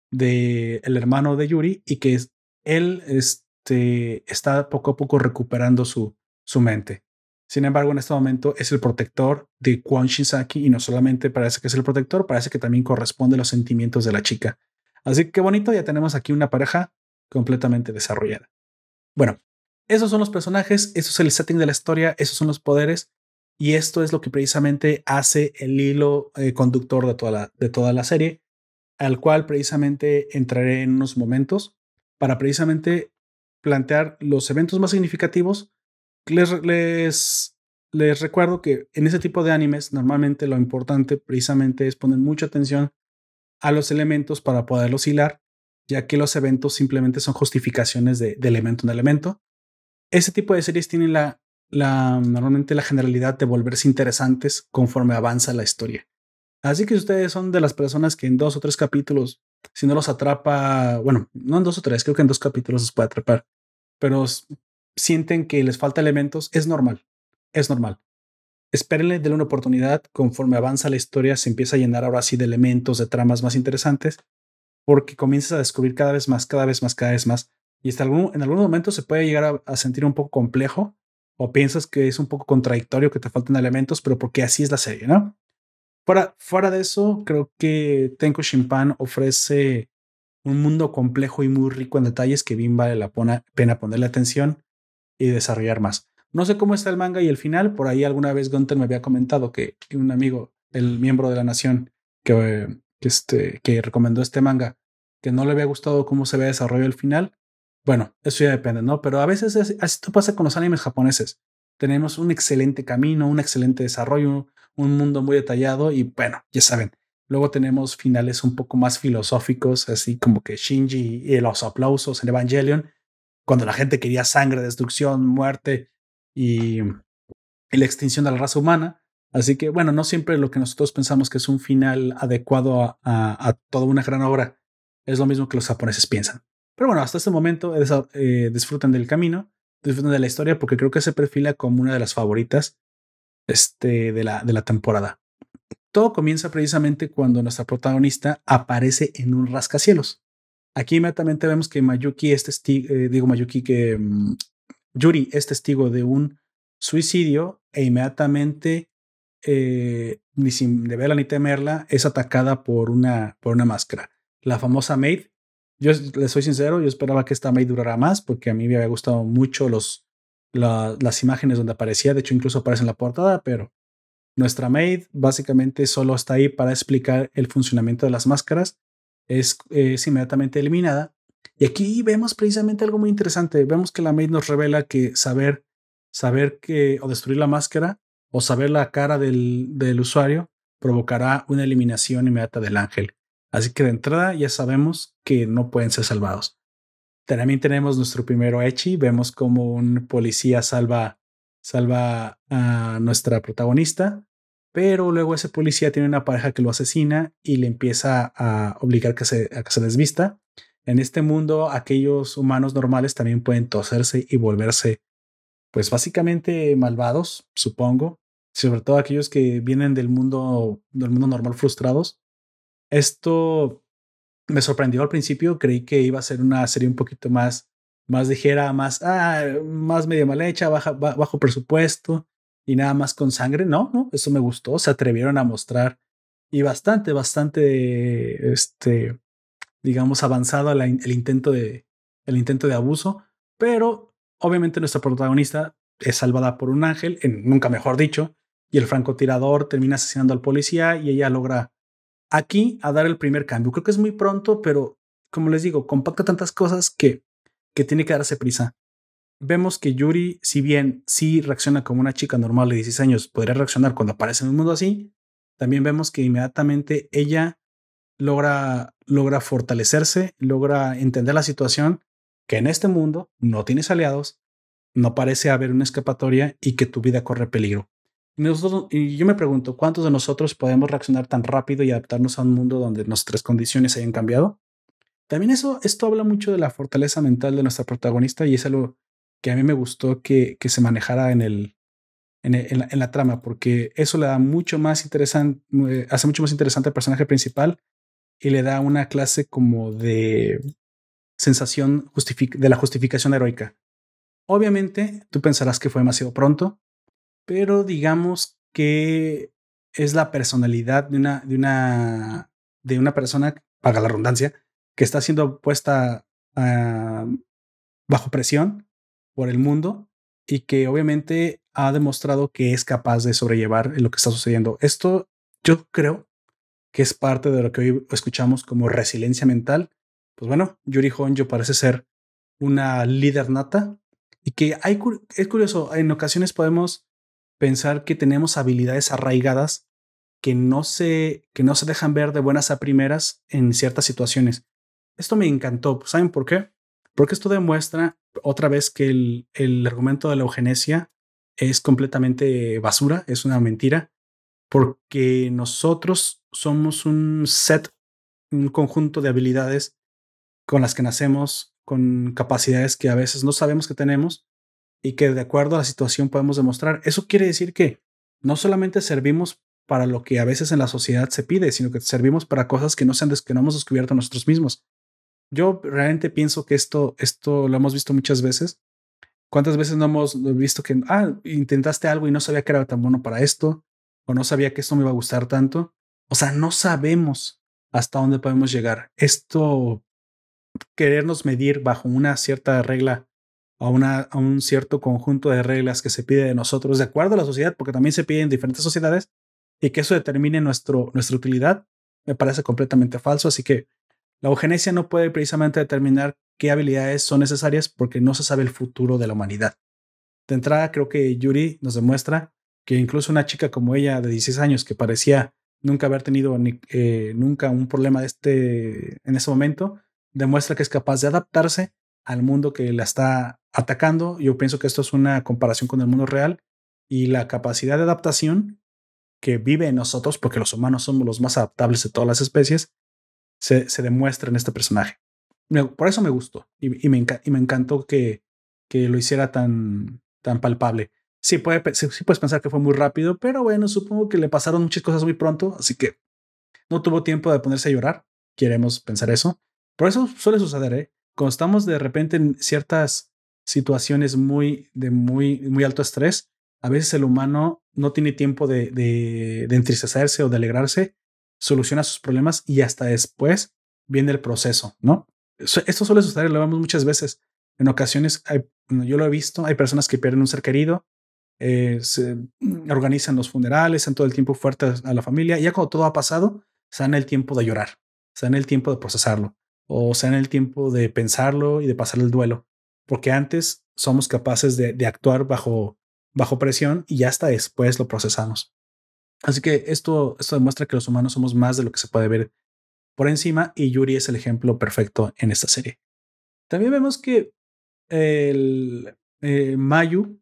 de el hermano de Yuri y que es, él este, está poco a poco recuperando su, su mente. Sin embargo, en este momento es el protector de Kwon Shin-saki y no solamente parece que es el protector, parece que también corresponde a los sentimientos de la chica. Así que bonito, ya tenemos aquí una pareja completamente desarrollada. Bueno, esos son los personajes, eso es el setting de la historia, esos son los poderes y esto es lo que precisamente hace el hilo eh, conductor de toda, la, de toda la serie, al cual precisamente entraré en unos momentos para precisamente plantear los eventos más significativos. Les, les, les recuerdo que en ese tipo de animes normalmente lo importante precisamente es poner mucha atención a los elementos para poderlos hilar, ya que los eventos simplemente son justificaciones de, de elemento en elemento. Ese tipo de series tienen la, la, normalmente la generalidad de volverse interesantes conforme avanza la historia. Así que si ustedes son de las personas que en dos o tres capítulos, si no los atrapa, bueno, no en dos o tres, creo que en dos capítulos los puede atrapar, pero sienten que les falta elementos, es normal, es normal. Espérenle, denle una oportunidad, conforme avanza la historia se empieza a llenar ahora sí de elementos, de tramas más interesantes, porque comienzas a descubrir cada vez más, cada vez más, cada vez más, y hasta algún, en algún momento se puede llegar a, a sentir un poco complejo, o piensas que es un poco contradictorio, que te faltan elementos, pero porque así es la serie, ¿no? Fuera, fuera de eso, creo que Tenko Shinpan ofrece un mundo complejo y muy rico en detalles que bien vale la pena ponerle atención y desarrollar más. No sé cómo está el manga y el final. Por ahí alguna vez Gunter me había comentado que, que un amigo, el miembro de la nación que, que, este, que recomendó este manga, que no le había gustado cómo se ve desarrollado el final. Bueno, eso ya depende, ¿no? Pero a veces así, así pasa con los animes japoneses. Tenemos un excelente camino, un excelente desarrollo, un mundo muy detallado y bueno, ya saben. Luego tenemos finales un poco más filosóficos, así como que Shinji y los aplausos en Evangelion, cuando la gente quería sangre, destrucción, muerte y, y la extinción de la raza humana. Así que bueno, no siempre lo que nosotros pensamos que es un final adecuado a, a, a toda una gran obra es lo mismo que los japoneses piensan. Pero bueno, hasta este momento eh, disfruten del camino, disfruten de la historia, porque creo que se perfila como una de las favoritas este, de, la, de la temporada. Todo comienza precisamente cuando nuestra protagonista aparece en un rascacielos. Aquí inmediatamente vemos que Mayuki es testigo, eh, digo Mayuki, que um, Yuri es testigo de un suicidio e inmediatamente, eh, ni sin deberla ni temerla, es atacada por una, por una máscara. La famosa Maid. Yo les soy sincero, yo esperaba que esta Maid durara más porque a mí me había gustado mucho los, la, las imágenes donde aparecía. De hecho, incluso aparece en la portada, pero nuestra Maid básicamente solo está ahí para explicar el funcionamiento de las máscaras. Es, es inmediatamente eliminada. Y aquí vemos precisamente algo muy interesante. Vemos que la Maid nos revela que saber, saber que o destruir la máscara o saber la cara del, del usuario provocará una eliminación inmediata del ángel. Así que de entrada ya sabemos que no pueden ser salvados. También tenemos nuestro primero Echi. Vemos como un policía salva, salva a nuestra protagonista, pero luego ese policía tiene una pareja que lo asesina y le empieza a obligar que se, a que se desvista. En este mundo, aquellos humanos normales también pueden torcerse y volverse, pues básicamente malvados, supongo. Sobre todo aquellos que vienen del mundo, del mundo normal frustrados. Esto me sorprendió al principio, creí que iba a ser una serie un poquito más, más ligera, más, ah, más medio mal hecha, baja, bajo presupuesto y nada más con sangre. No, no, eso me gustó. Se atrevieron a mostrar y bastante, bastante, este, digamos, avanzado el, el intento de, el intento de abuso, pero obviamente nuestra protagonista es salvada por un ángel, en, nunca mejor dicho, y el francotirador termina asesinando al policía y ella logra aquí a dar el primer cambio. Creo que es muy pronto, pero como les digo, compacta tantas cosas que, que tiene que darse prisa. Vemos que Yuri, si bien sí reacciona como una chica normal de dieciséis años, podría reaccionar cuando aparece en un mundo así, también vemos que inmediatamente ella logra, logra fortalecerse, logra entender la situación, que en este mundo no tienes aliados, no parece haber una escapatoria y que tu vida corre peligro. Y, nosotros, y yo me pregunto, ¿cuántos de nosotros podemos reaccionar tan rápido y adaptarnos a un mundo donde nuestras condiciones hayan cambiado? También eso, esto habla mucho de la fortaleza mental de nuestra protagonista y es algo que a mí me gustó que, que se manejara en, el, en, el, en, la, en la trama, porque eso le da mucho más interesante, eh, hace mucho más interesante al personaje principal y le da una clase como de sensación de la justificación heroica. Obviamente, tú pensarás que fue demasiado pronto, pero digamos que es la personalidad de una, de una, de una persona, paga la redundancia, que está siendo puesta uh, bajo presión por el mundo y que obviamente ha demostrado que es capaz de sobrellevar lo que está sucediendo. Esto yo creo que es parte de lo que hoy escuchamos como resiliencia mental. Pues bueno, Yuri Honjo parece ser una líder nata y que hay, es curioso, en ocasiones podemos pensar que tenemos habilidades arraigadas que no se, que no se dejan ver de buenas a primeras en ciertas situaciones. Esto me encantó. ¿Saben por qué? Porque esto demuestra otra vez que el, el argumento de la eugenesia es completamente basura, es una mentira, porque nosotros somos un set, un conjunto de habilidades con las que nacemos, con capacidades que a veces no sabemos que tenemos y que de acuerdo a la situación podemos demostrar. Eso quiere decir que no solamente servimos para lo que a veces en la sociedad se pide, sino que servimos para cosas que no, se han des que no hemos descubierto nosotros mismos. Yo realmente pienso que esto, esto lo hemos visto muchas veces. ¿Cuántas veces no hemos visto que ah, intentaste algo y no sabía que era tan bueno para esto? O no sabía que esto me iba a gustar tanto. O sea, no sabemos hasta dónde podemos llegar. Esto, querernos medir bajo una cierta regla, a, una, a un cierto conjunto de reglas que se pide de nosotros de acuerdo a la sociedad, porque también se pide en diferentes sociedades, y que eso determine nuestro, nuestra utilidad, me parece completamente falso. Así que la eugenesia no puede precisamente determinar qué habilidades son necesarias porque no se sabe el futuro de la humanidad. De entrada, creo que Yuri nos demuestra que incluso una chica como ella de dieciséis años que parecía nunca haber tenido ni, eh, nunca un problema de este en ese momento, demuestra que es capaz de adaptarse al mundo que la está atacando. Yo pienso que esto es una comparación con el mundo real y la capacidad de adaptación que vive en nosotros, porque los humanos somos los más adaptables de todas las especies, se, se demuestra en este personaje. Por eso me gustó y, y, me, enca y me encantó que, que lo hiciera tan, tan palpable. Sí, puede, sí, sí puedes pensar que fue muy rápido, pero bueno, supongo que le pasaron muchas cosas muy pronto, así que no tuvo tiempo de ponerse a llorar. Queremos pensar eso. Por eso suele suceder, ¿eh? Cuando estamos de repente en ciertas situaciones muy de muy, muy alto estrés, a veces el humano no tiene tiempo de, de, de entristecerse o de alegrarse, soluciona sus problemas y hasta después viene el proceso, ¿no? Eso- Esto suele suceder, lo vemos muchas veces. En ocasiones, hay, bueno, yo lo he visto, hay personas que pierden un ser querido, eh, se mm, organizan los funerales, en todo el tiempo fuerte a la familia, y ya cuando todo ha pasado, se dan el tiempo de llorar, se dan el tiempo de procesarlo, o se dan el tiempo de pensarlo y de pasar el duelo, porque antes somos capaces de, de actuar bajo, bajo presión y ya hasta después lo procesamos. Así que esto, esto demuestra que los humanos somos más de lo que se puede ver por encima, y Yuri es el ejemplo perfecto en esta serie. También vemos que el eh, Mayu,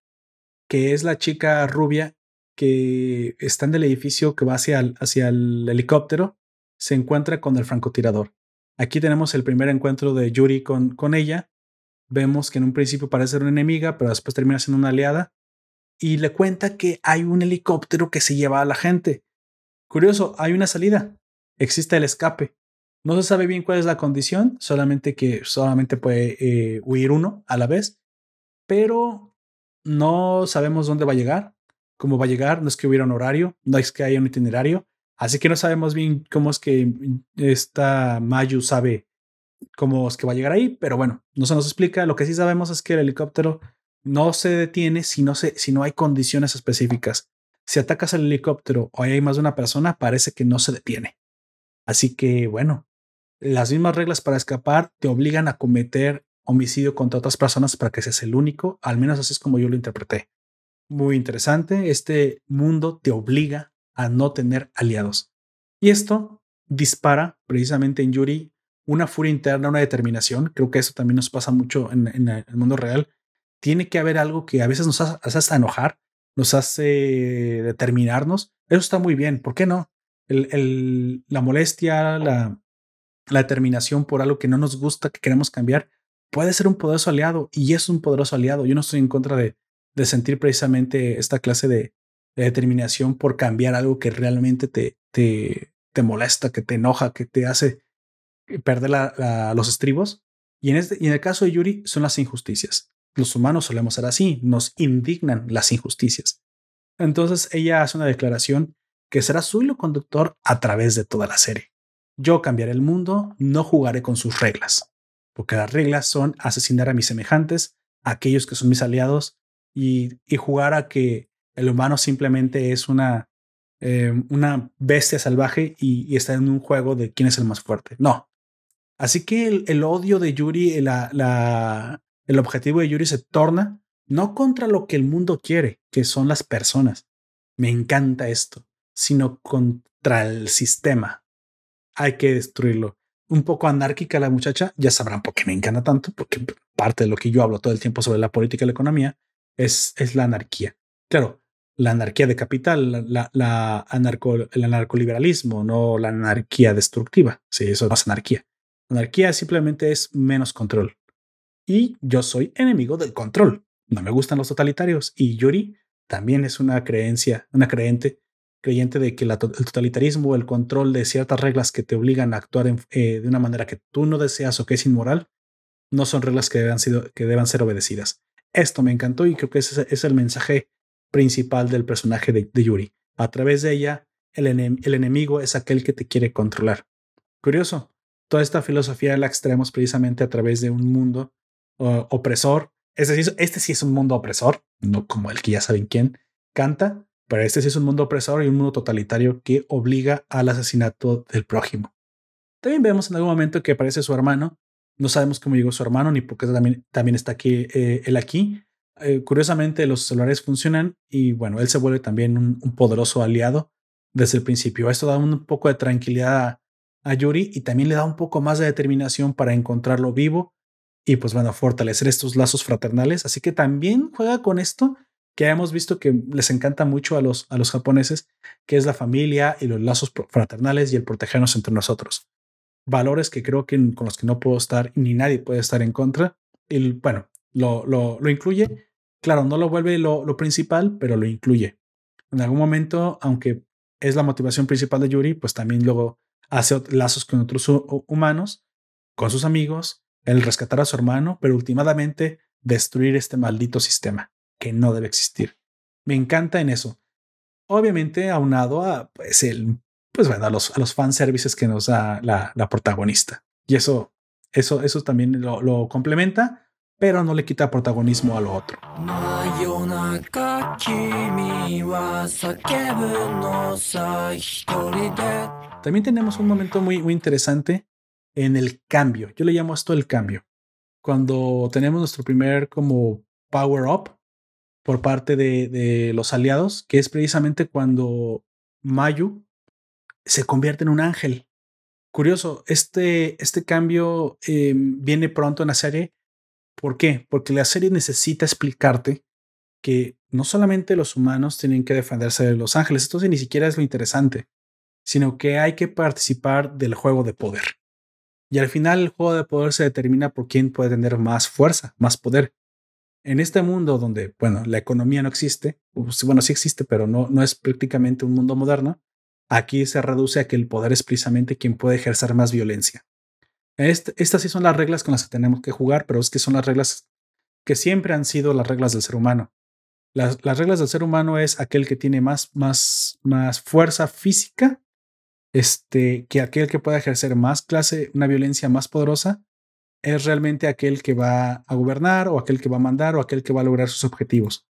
que es la chica rubia que está en el edificio que va hacia el, hacia el helicóptero, se encuentra con el francotirador. Aquí tenemos el primer encuentro de Yuri con, con ella. Vemos que en un principio parece ser una enemiga, pero después termina siendo una aliada y le cuenta que hay un helicóptero que se lleva a la gente. Curioso, hay una salida, existe el escape. No se sabe bien cuál es la condición, solamente que solamente puede eh, huir uno a la vez, pero no sabemos dónde va a llegar, cómo va a llegar, no es que hubiera un horario, no es que haya un itinerario, así que no sabemos bien cómo es que esta Mayu sabe cómo es que va a llegar ahí, pero bueno, no se nos explica. Lo que sí sabemos es que el helicóptero no se detiene si no, se, si no hay condiciones específicas. Si atacas al helicóptero o hay más de una persona, parece que no se detiene. Así que bueno, las mismas reglas para escapar te obligan a cometer homicidio contra otras personas para que seas el único. Al menos así es como yo lo interpreté. Muy interesante. Este mundo te obliga a no tener aliados. Y esto dispara precisamente en Yuri una furia interna, una determinación. Creo que eso también nos pasa mucho en, en el mundo real. Tiene que haber algo que a veces nos hace, hace hasta enojar, nos hace determinarnos. Eso está muy bien. ¿Por qué no? El, el, la molestia, la, la determinación por algo que no nos gusta, que queremos cambiar, puede ser un poderoso aliado y es un poderoso aliado. Yo no estoy en contra de, de sentir precisamente esta clase de, de determinación por cambiar algo que realmente te, te, te molesta, que te enoja, que te hace perder la, la, los estribos. Y en, este, y en el caso de Yuri son las injusticias. Los humanos solemos ser así, nos indignan las injusticias. Entonces ella hace una declaración que será su hilo conductor a través de toda la serie. Yo cambiaré el mundo, no jugaré con sus reglas, porque las reglas son asesinar a mis semejantes, a aquellos que son mis aliados, y, y jugar a que el humano simplemente es una, eh, una bestia salvaje y, y está en un juego de quién es el más fuerte. No. Así que el, el odio de Yuri, la, la, el objetivo de Yuri se torna no contra lo que el mundo quiere, que son las personas. Me encanta esto, sino contra el sistema. Hay que destruirlo. Un poco anárquica la muchacha, ya sabrán por qué me encanta tanto, porque parte de lo que yo hablo todo el tiempo sobre la política y la economía es, es la anarquía. Claro, la anarquía de capital, la, la, la anarco, el anarcoliberalismo, no la anarquía destructiva. Sí, eso no es anarquía. Anarquía simplemente es menos control. Y yo soy enemigo del control. No me gustan los totalitarios. Y Yuri también es una creencia, una creente, creyente de que la, el totalitarismo, el control de ciertas reglas que te obligan a actuar en, eh, de una manera que tú no deseas o que es inmoral, no son reglas que deban, sido, que deban ser obedecidas. Esto me encantó y creo que ese es el mensaje principal del personaje de, de Yuri. A través de ella, el, enem, el enemigo es aquel que te quiere controlar. Curioso, toda esta filosofía la extraemos precisamente a través de un mundo uh, opresor. Es decir, este sí es un mundo opresor, no como el que ya saben quién canta, pero este sí es un mundo opresor y un mundo totalitario que obliga al asesinato del prójimo. También vemos en algún momento que aparece su hermano. No sabemos cómo llegó su hermano ni por qué también, también está aquí eh, él aquí. Eh, curiosamente, los celulares funcionan y bueno, él se vuelve también un, un poderoso aliado desde el principio. Esto da un poco de tranquilidad a, a Yuri y también le da un poco más de determinación para encontrarlo vivo y pues bueno, fortalecer estos lazos fraternales. Así que también juega con esto que hemos visto que les encanta mucho a los, a los japoneses, que es la familia y los lazos fraternales y el protegernos entre nosotros. Valores que creo que con los que no puedo estar ni nadie puede estar en contra. Y bueno, lo, lo, lo incluye. Claro, no lo vuelve lo, lo principal, pero lo incluye. En algún momento, aunque es la motivación principal de Yuri, pues también luego hace lazos con otros humanos con sus amigos, el rescatar a su hermano, pero últimamente destruir este maldito sistema que no debe existir. Me encanta en eso. Obviamente aunado a pues el pues bueno, a los a los fanservices que nos da la, la protagonista. Y eso eso eso también lo, lo complementa, pero no le quita protagonismo a lo otro. También tenemos un momento muy, muy interesante en el cambio. Yo le llamo esto el cambio. Cuando tenemos nuestro primer como power up por parte de, de los aliados, que es precisamente cuando Mayu se convierte en un ángel. Curioso, este, este cambio eh, viene pronto en la serie. ¿Por qué? Porque la serie necesita explicarte que no solamente los humanos tienen que defenderse de los ángeles, esto ni siquiera es lo interesante, sino que hay que participar del juego de poder. Y al final el juego de poder se determina por quién puede tener más fuerza, más poder. En este mundo donde, bueno, la economía no existe, pues, bueno, sí existe, pero no, no es prácticamente un mundo moderno, aquí se reduce a que el poder es precisamente quien puede ejercer más violencia. Este, estas sí son las reglas con las que tenemos que jugar, pero es que son las reglas que siempre han sido las reglas del ser humano. Las, las reglas del ser humano es aquel que tiene más, más, más fuerza física, este, que aquel que pueda ejercer más clase, una violencia más poderosa, es realmente aquel que va a gobernar o aquel que va a mandar o aquel que va a lograr sus objetivos.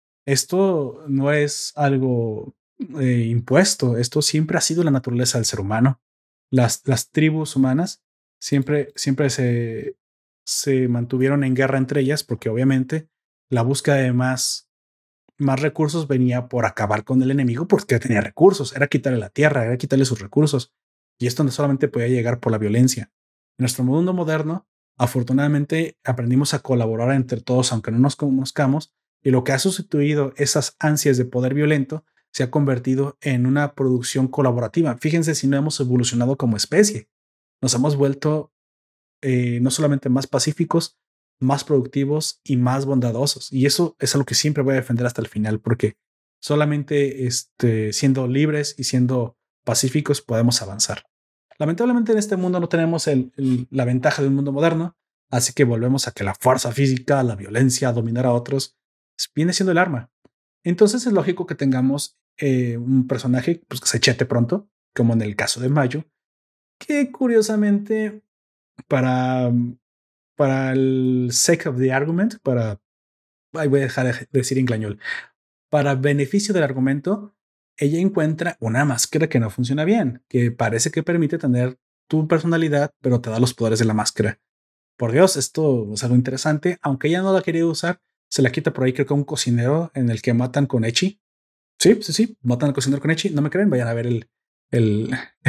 Esto no es algo eh, impuesto, esto siempre ha sido la naturaleza del ser humano. Las, las tribus humanas siempre, siempre se, se mantuvieron en guerra entre ellas porque obviamente la búsqueda de más, más recursos venía por acabar con el enemigo porque tenía recursos, era quitarle la tierra, era quitarle sus recursos. Y esto no solamente podía llegar por la violencia. En nuestro mundo moderno, afortunadamente aprendimos a colaborar entre todos, aunque no nos conozcamos, y lo que ha sustituido esas ansias de poder violento se ha convertido en una producción colaborativa. Fíjense si no hemos evolucionado como especie. Nos hemos vuelto eh, no solamente más pacíficos, más productivos y más bondadosos. Y eso es algo que siempre voy a defender hasta el final, porque solamente este, siendo libres y siendo pacíficos podemos avanzar. Lamentablemente en este mundo no tenemos el, el, la ventaja de un mundo moderno, así que volvemos a que la fuerza física, la violencia, dominar a otros, viene siendo el arma. Entonces es lógico que tengamos eh, un personaje pues, que se chete pronto, como en el caso de Mayu, que curiosamente para, para el sake of the argument, para, ay, voy a dejar de decir inglañol, para beneficio del argumento, ella encuentra una máscara que no funciona bien, que parece que permite tener tu personalidad, pero te da los poderes de la máscara. Por Dios, esto es algo interesante. Aunque ella no la quería usar, se la quita por ahí, creo que un cocinero en el que matan con Echi. Sí, sí, sí, matan al cocinero con Echi. No me creen, vayan a ver el, el,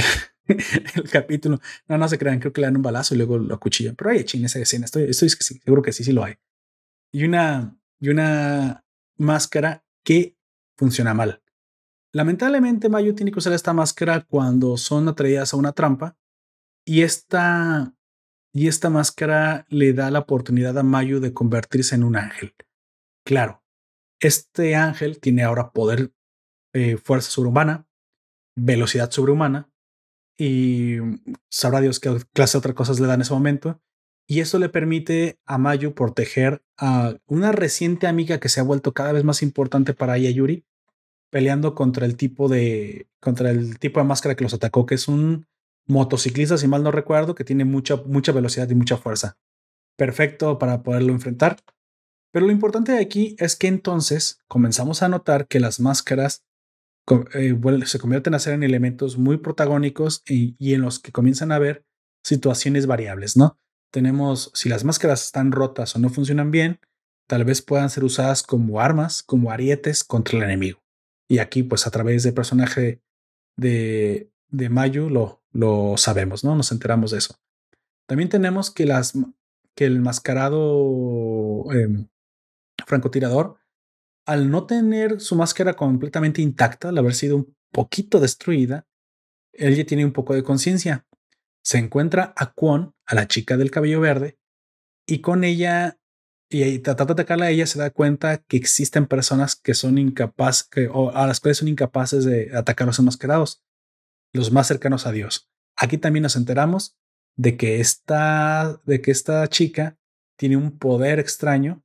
el capítulo. No, no se crean, creo que le dan un balazo y luego lo acuchillan. Pero hay Echi en esa escena, estoy, estoy seguro que sí, sí lo hay. Y una, y una máscara que funciona mal. Lamentablemente, Mayu tiene que usar esta máscara cuando son atraídas a una trampa y esta, y esta máscara le da la oportunidad a Mayu de convertirse en un ángel. Claro, este ángel tiene ahora poder, eh, fuerza sobrehumana, velocidad sobrehumana y sabrá Dios qué clase de otras cosas le da en ese momento. Y eso le permite a Mayu proteger a una reciente amiga que se ha vuelto cada vez más importante para ella, Yuri, peleando contra el tipo de contra el tipo de máscara que los atacó, que es un motociclista, si mal no recuerdo, que tiene mucha, mucha velocidad y mucha fuerza. Perfecto para poderlo enfrentar. Pero lo importante de aquí es que entonces comenzamos a notar que las máscaras eh, bueno, se convierten a ser en elementos muy protagónicos y, y en los que comienzan a haber situaciones variables, ¿no? Tenemos, si las máscaras están rotas o no funcionan bien, tal vez puedan ser usadas como armas, como arietes contra el enemigo. Y aquí, pues a través del personaje de, de Mayu lo, lo sabemos, ¿no? Nos enteramos de eso. También tenemos que, las, que el mascarado eh, francotirador, al no tener su máscara completamente intacta, al haber sido un poquito destruida, él ya tiene un poco de conciencia. Se encuentra a Kwon, a la chica del cabello verde, y con ella, y tratando de atacarla a ella, se da cuenta que existen personas que son incapaces, que, o a las cuales son incapaces de atacar a los enmascarados, los más cercanos a Dios. Aquí también nos enteramos de que esta, de que esta chica tiene un poder extraño.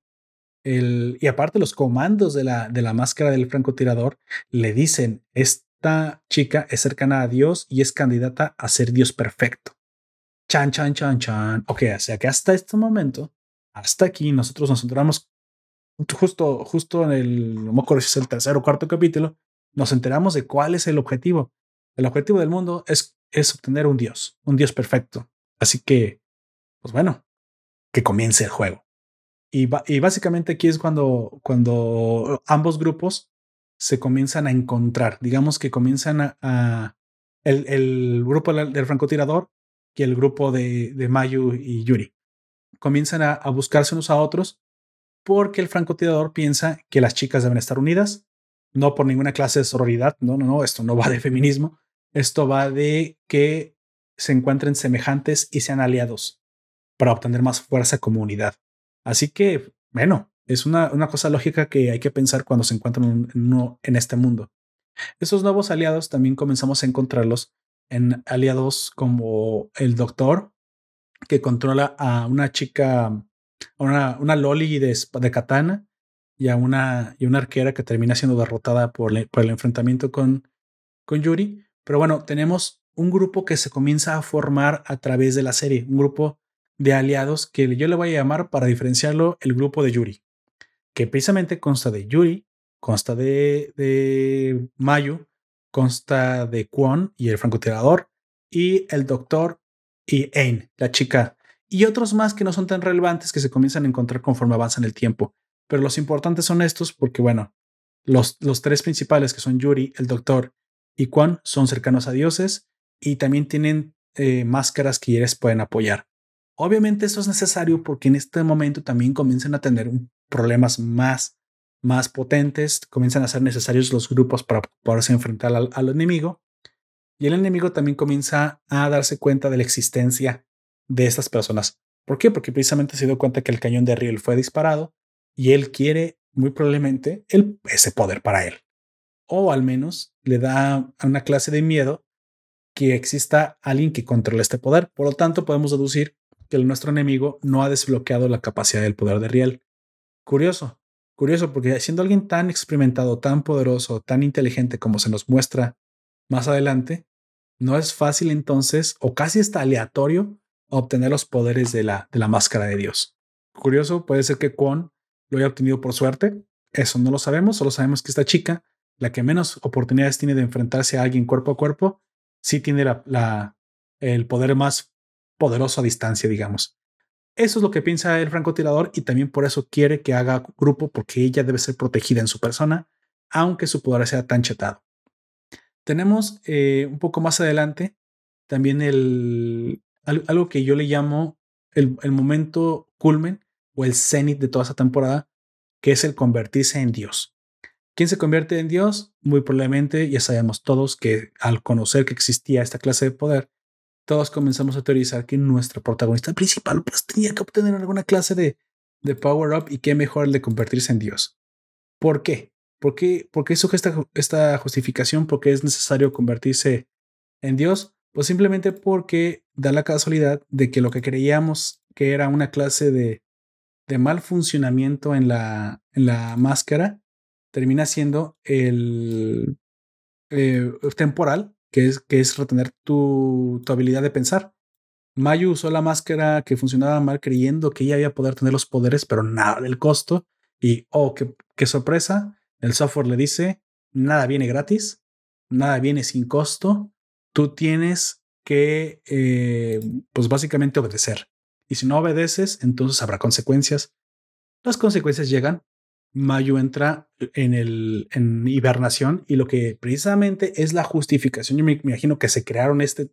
El, y aparte los comandos de la, de la máscara del francotirador le dicen, esta chica es cercana a Dios y es candidata a ser Dios perfecto. Chan, chan, chan, chan. Ok, o sea que hasta este momento, hasta aquí, nosotros nos enteramos justo, justo en el, no me acuerdo si es el tercer o cuarto capítulo, nos enteramos de cuál es el objetivo. El objetivo del mundo es, es obtener un Dios, un Dios perfecto. Así que, pues bueno, que comience el juego. Y, y básicamente aquí es cuando, cuando ambos grupos se comienzan a encontrar. Digamos que comienzan a, a el, el, grupo del francotirador y el grupo de, de Mayu y Yuri comienzan a, a buscarse unos a otros porque el francotirador piensa que las chicas deben estar unidas, no por ninguna clase de sororidad. No, no, no, esto no va de feminismo. Esto va de que se encuentren semejantes y sean aliados para obtener más fuerza como unidad. Así que, bueno, es una, una cosa lógica que hay que pensar cuando se encuentran en, uno, en este mundo. Esos nuevos aliados también comenzamos a encontrarlos en aliados como el doctor, que controla a una chica, a una, una loli de, de katana y a una, y una arquera que termina siendo derrotada por, le, por el enfrentamiento con, con Yuri. Pero bueno, tenemos un grupo que se comienza a formar a través de la serie, un grupo de aliados que yo le voy a llamar, para diferenciarlo, el grupo de Yuri, que precisamente consta de Yuri, consta de, de Mayu, consta de Kwon y el francotirador, y el doctor y Ain, la chica, y otros más que no son tan relevantes, que se comienzan a encontrar conforme avanza el tiempo. Pero los importantes son estos porque, bueno, los, los tres principales, que son Yuri, el doctor y Kwon, son cercanos a dioses y también tienen eh, máscaras que ellos pueden apoyar. Obviamente esto es necesario porque en este momento también comienzan a tener problemas más, más potentes, comienzan a ser necesarios los grupos para poderse enfrentar al, al enemigo, y el enemigo también comienza a darse cuenta de la existencia de estas personas. ¿Por qué? Porque precisamente se dio cuenta que el cañón de Riel fue disparado y él quiere muy probablemente el, ese poder para él. O al menos le da una clase de miedo que exista alguien que controle este poder. Por lo tanto, podemos deducir que el, nuestro enemigo no ha desbloqueado la capacidad del poder de Riel. Curioso, curioso, porque siendo alguien tan experimentado, tan poderoso, tan inteligente como se nos muestra más adelante, no es fácil entonces, o casi está aleatorio, obtener los poderes de la, de la máscara de Dios. Curioso, puede ser que Kwon lo haya obtenido por suerte. Eso no lo sabemos, solo sabemos que esta chica, la que menos oportunidades tiene de enfrentarse a alguien cuerpo a cuerpo, sí tiene la, la, el poder más poderoso a distancia, digamos. Eso es lo que piensa el francotirador y también por eso quiere que haga grupo, porque ella debe ser protegida en su persona, aunque su poder sea tan chetado. Tenemos eh, un poco más adelante también el, algo que yo le llamo el, el momento culmen o el cenit de toda esa temporada, que es el convertirse en Dios. ¿Quién se convierte en Dios? Muy probablemente, ya sabemos todos que al conocer que existía esta clase de poder, todos comenzamos a teorizar que nuestra protagonista principal pues tenía que obtener alguna clase de, de power up, y qué mejor el de convertirse en Dios. ¿Por qué? ¿Por qué, ¿Por qué surge esta, esta justificación? ¿Por qué es necesario convertirse en Dios? Pues simplemente porque da la casualidad de que lo que creíamos que era una clase de, de mal funcionamiento en la, en la máscara termina siendo el eh, temporal, que es, que es retener tu, tu habilidad de pensar. Mayu usó la máscara que funcionaba mal creyendo que ella iba a poder tener los poderes, pero nada del costo. Y, oh, qué, qué sorpresa, el software le dice, nada viene gratis, nada viene sin costo, tú tienes que, eh, pues básicamente obedecer. Y si no obedeces, entonces habrá consecuencias. Las consecuencias llegan. Mayu entra en, el, en hibernación, y lo que precisamente es la justificación, yo me, me imagino que se crearon este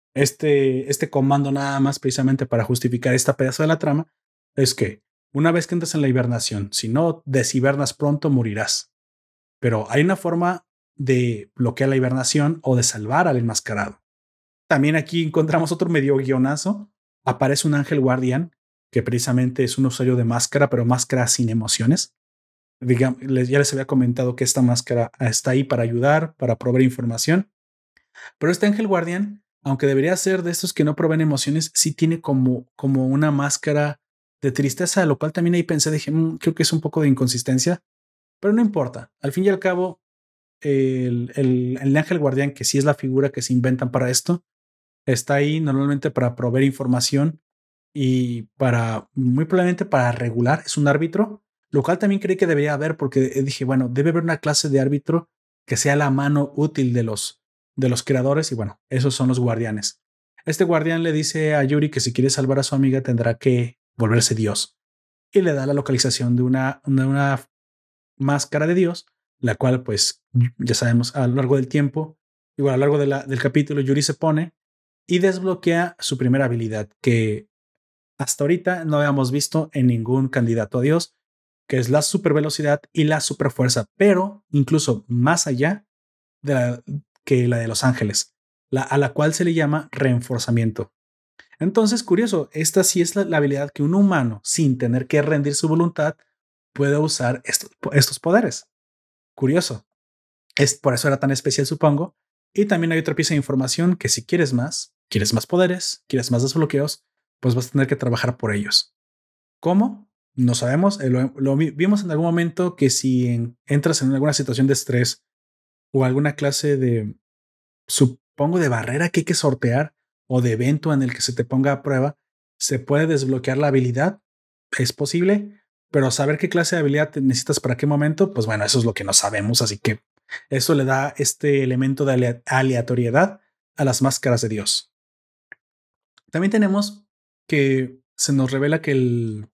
este, este comando nada más precisamente para justificar esta pedazo de la trama, es que una vez que entras en la hibernación, si no deshibernas pronto, morirás. Pero hay una forma de bloquear la hibernación o de salvar al enmascarado. También aquí encontramos otro medio guionazo. Aparece un ángel guardián, que precisamente es un usuario de máscara, pero máscara sin emociones. Digamos, ya les había comentado que esta máscara está ahí para ayudar, para proveer información. Pero este ángel guardián aunque debería ser de estos que no proveen emociones, sí tiene como, como una máscara de tristeza, lo cual también ahí pensé, dije, mmm, creo que es un poco de inconsistencia, pero no importa. Al fin y al cabo, el, el, el ángel guardián, que sí es la figura que se inventan para esto, está ahí normalmente para proveer información y para, muy probablemente para regular, es un árbitro, lo cual también creí que debería haber, porque dije, bueno, debe haber una clase de árbitro que sea la mano útil de los, de los creadores, y bueno, esos son los guardianes. Este guardián le dice a Yuri que si quiere salvar a su amiga tendrá que volverse Dios, y le da la localización de una, de una máscara de Dios, la cual pues ya sabemos a lo largo del tiempo, igual a lo largo de la, del capítulo, Yuri se pone y desbloquea su primera habilidad, que hasta ahorita no habíamos visto en ningún candidato a Dios, que es la super velocidad y la super fuerza, pero incluso más allá de la, que la de los ángeles, la, a la cual se le llama reenforzamiento. Entonces, curioso, esta sí es la, la habilidad que un humano, sin tener que rendir su voluntad, puede usar estos, estos poderes. Curioso. Es por eso era tan especial, supongo. Y también hay otra pieza de información que si quieres más, quieres más poderes, quieres más desbloqueos, pues vas a tener que trabajar por ellos. ¿Cómo? No sabemos. Eh, lo, lo vimos en algún momento que si en, entras en alguna situación de estrés o alguna clase de, supongo, de barrera que hay que sortear o de evento en el que se te ponga a prueba, se puede desbloquear la habilidad. Es posible, pero saber qué clase de habilidad necesitas para qué momento, pues bueno, eso es lo que no sabemos. Así que eso le da este elemento de aleatoriedad a las máscaras de Dios. También tenemos que se nos revela que el,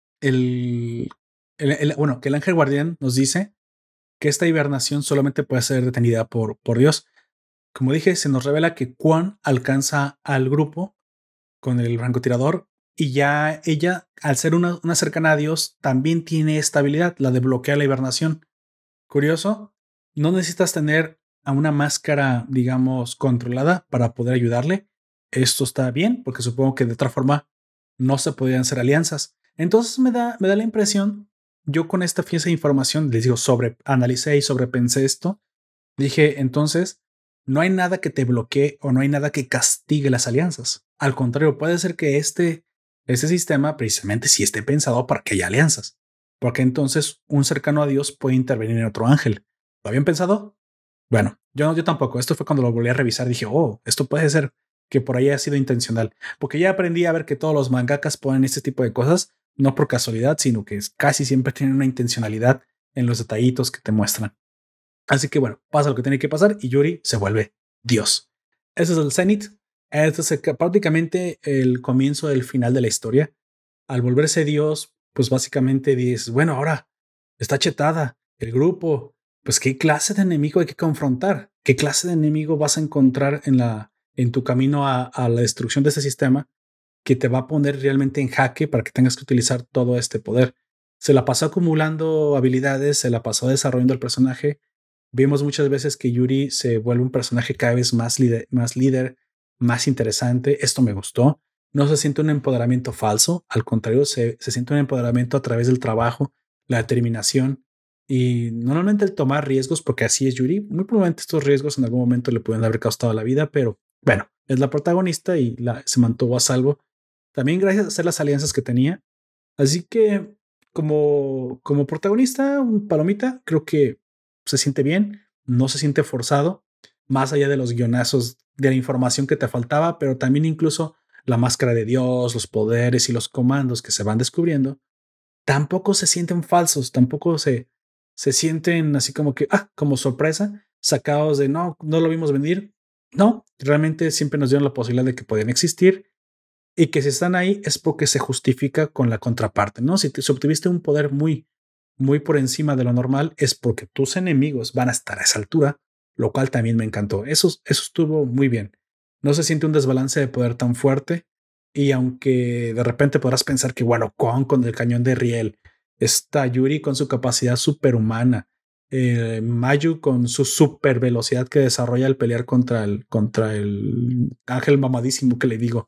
el, el, el bueno, que el ángel guardián nos dice que esta hibernación solamente puede ser detenida por, por Dios. Como dije, se nos revela que Quan alcanza al grupo con el francotirador y ya ella, al ser una, una cercana a Dios, también tiene esta habilidad, la de bloquear la hibernación. Curioso, no necesitas tener a una máscara, digamos, controlada para poder ayudarle. Esto está bien, porque supongo que de otra forma no se podrían hacer alianzas. Entonces me da, me da la impresión, yo con esta pieza de información, les digo, sobre analicé y sobrepensé esto, dije, entonces, no hay nada que te bloquee o no hay nada que castigue las alianzas. Al contrario, puede ser que este, este sistema precisamente sí esté pensado para que haya alianzas, porque entonces un cercano a Dios puede intervenir en otro ángel. ¿Lo habían pensado? Bueno, yo, yo tampoco. Esto fue cuando lo volví a revisar. Dije, oh, esto puede ser que por ahí ha sido intencional, porque ya aprendí a ver que todos los mangakas ponen este tipo de cosas, no por casualidad, sino que casi siempre tienen una intencionalidad en los detallitos que te muestran. Así que bueno, pasa lo que tiene que pasar y Yuri se vuelve Dios. Ese es el Zenith. Este es prácticamente el comienzo del final de la historia. Al volverse Dios, pues básicamente dices, bueno, ahora está chetada el grupo. Pues qué clase de enemigo hay que confrontar, qué clase de enemigo vas a encontrar en la en tu camino a, a la destrucción de ese sistema que te va a poner realmente en jaque para que tengas que utilizar todo este poder. Se la pasó acumulando habilidades, se la pasó desarrollando el personaje. Vimos muchas veces que Yuri se vuelve un personaje cada vez más líder, más líder, más interesante. Esto me gustó. No se siente un empoderamiento falso, al contrario, se, se siente un empoderamiento a través del trabajo, la determinación y normalmente el tomar riesgos, porque así es Yuri. Muy probablemente estos riesgos en algún momento le pueden haber costado la vida, pero bueno, es la protagonista y la, se mantuvo a salvo. También gracias a hacer las alianzas que tenía. Así que como, como protagonista, un palomita, creo que se siente bien, no se siente forzado, más allá de los guionazos de la información que te faltaba, pero también incluso la máscara de Dios, los poderes y los comandos que se van descubriendo, tampoco se sienten falsos, tampoco se, se sienten así como que, ah, como sorpresa, sacados de no, no lo vimos venir. No, realmente siempre nos dieron la posibilidad de que podían existir y que si están ahí es porque se justifica con la contraparte, ¿no? Si, te, si obtuviste un poder muy, muy por encima de lo normal, es porque tus enemigos van a estar a esa altura, lo cual también me encantó. Eso, eso estuvo muy bien. No se siente un desbalance de poder tan fuerte y aunque de repente podrás pensar que, bueno, Kong con el cañón de riel, está Yuri con su capacidad superhumana, eh, Mayu con su super velocidad que desarrolla al pelear contra el, contra el ángel mamadísimo que le digo,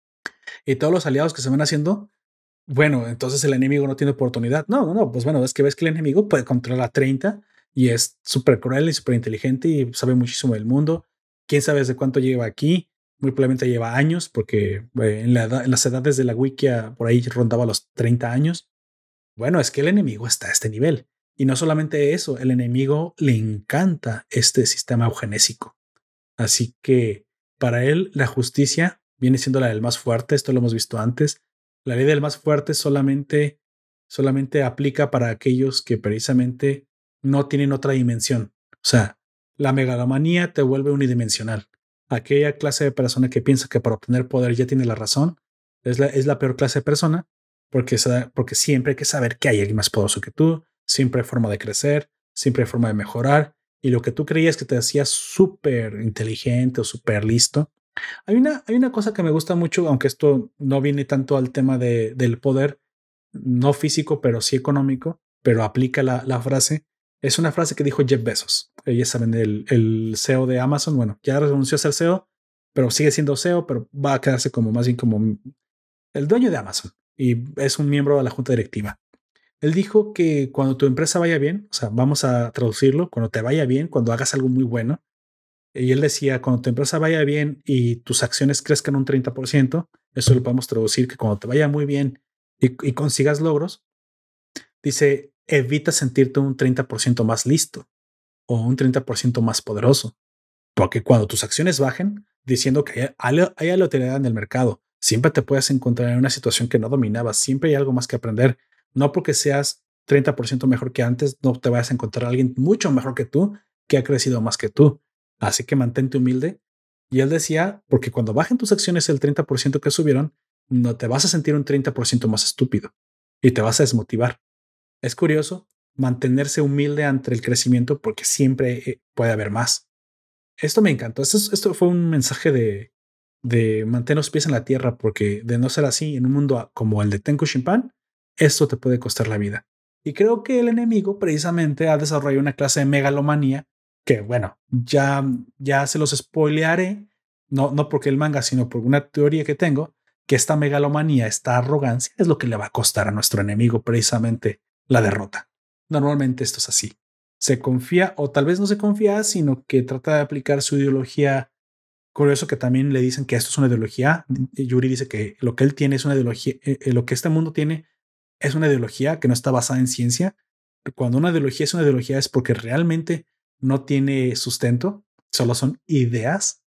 y todos los aliados que se van haciendo, bueno, entonces el enemigo no tiene oportunidad. No, no, no, pues bueno, es que ves que el enemigo puede controlar a treinta y es súper cruel y súper inteligente y sabe muchísimo del mundo. Quién sabe desde cuánto lleva aquí. muy probablemente lleva años, porque eh, en, la edad, en las edades de la Wikia por ahí rondaba los treinta años. Bueno, es que el enemigo está a este nivel. Y no solamente eso, el enemigo le encanta este sistema eugenésico. Así que para él la justicia viene siendo la del más fuerte. Esto lo hemos visto antes. La ley del más fuerte solamente, solamente aplica para aquellos que precisamente no tienen otra dimensión. O sea, la megalomanía te vuelve unidimensional. Aquella clase de persona que piensa que para obtener poder ya tiene la razón es la, es la peor clase de persona, porque, porque siempre hay que saber que hay alguien más poderoso que tú, siempre hay forma de crecer, siempre hay forma de mejorar, y lo que tú creías que te hacía súper inteligente o súper listo. Hay una, hay una cosa que me gusta mucho, aunque esto no viene tanto al tema de, del poder, no físico, pero sí económico, pero aplica la, la frase. Es una frase que dijo Jeff Bezos. Ya saben, el, el C E O de Amazon. Bueno, ya renunció a ser C E O, pero sigue siendo C E O, pero va a quedarse como más bien como el dueño de Amazon y es un miembro de la junta directiva. Él dijo que cuando tu empresa vaya bien, o sea, vamos a traducirlo, cuando te vaya bien, cuando hagas algo muy bueno, y él decía, cuando tu empresa vaya bien y tus acciones crezcan un treinta por ciento, eso lo podemos traducir que cuando te vaya muy bien y, y consigas logros, dice, evita sentirte un treinta por ciento más listo o un treinta por ciento más poderoso. Porque cuando tus acciones bajen, diciendo que hay, hay aleatoriedad en el mercado, siempre te puedes encontrar en una situación que no dominabas, siempre hay algo más que aprender. No porque seas treinta por ciento mejor que antes, no te vayas a encontrar a alguien mucho mejor que tú, que ha crecido más que tú. Así que mantente humilde. Y él decía, porque cuando bajen tus acciones el treinta por ciento que subieron, no te vas a sentir un treinta por ciento más estúpido y te vas a desmotivar. Es curioso mantenerse humilde ante el crecimiento porque siempre puede haber más. Esto me encantó. Esto, esto fue un mensaje de, de mantén los pies en la tierra, porque de no ser así, en un mundo como el de Tenku Shinpan, esto te puede costar la vida. Y creo que el enemigo precisamente ha desarrollado una clase de megalomanía que, bueno, ya, ya se los spoilearé, no, no porque el manga, sino por una teoría que tengo, que esta megalomanía, esta arrogancia es lo que le va a costar a nuestro enemigo precisamente la derrota. Normalmente esto es así. Se confía, o tal vez no se confía, sino que trata de aplicar su ideología. Curioso que también le dicen que esto es una ideología. Yuri dice que lo que él tiene es una ideología, eh, lo que este mundo tiene es una ideología que no está basada en ciencia. Cuando una ideología es una ideología es porque realmente no tiene sustento, solo son ideas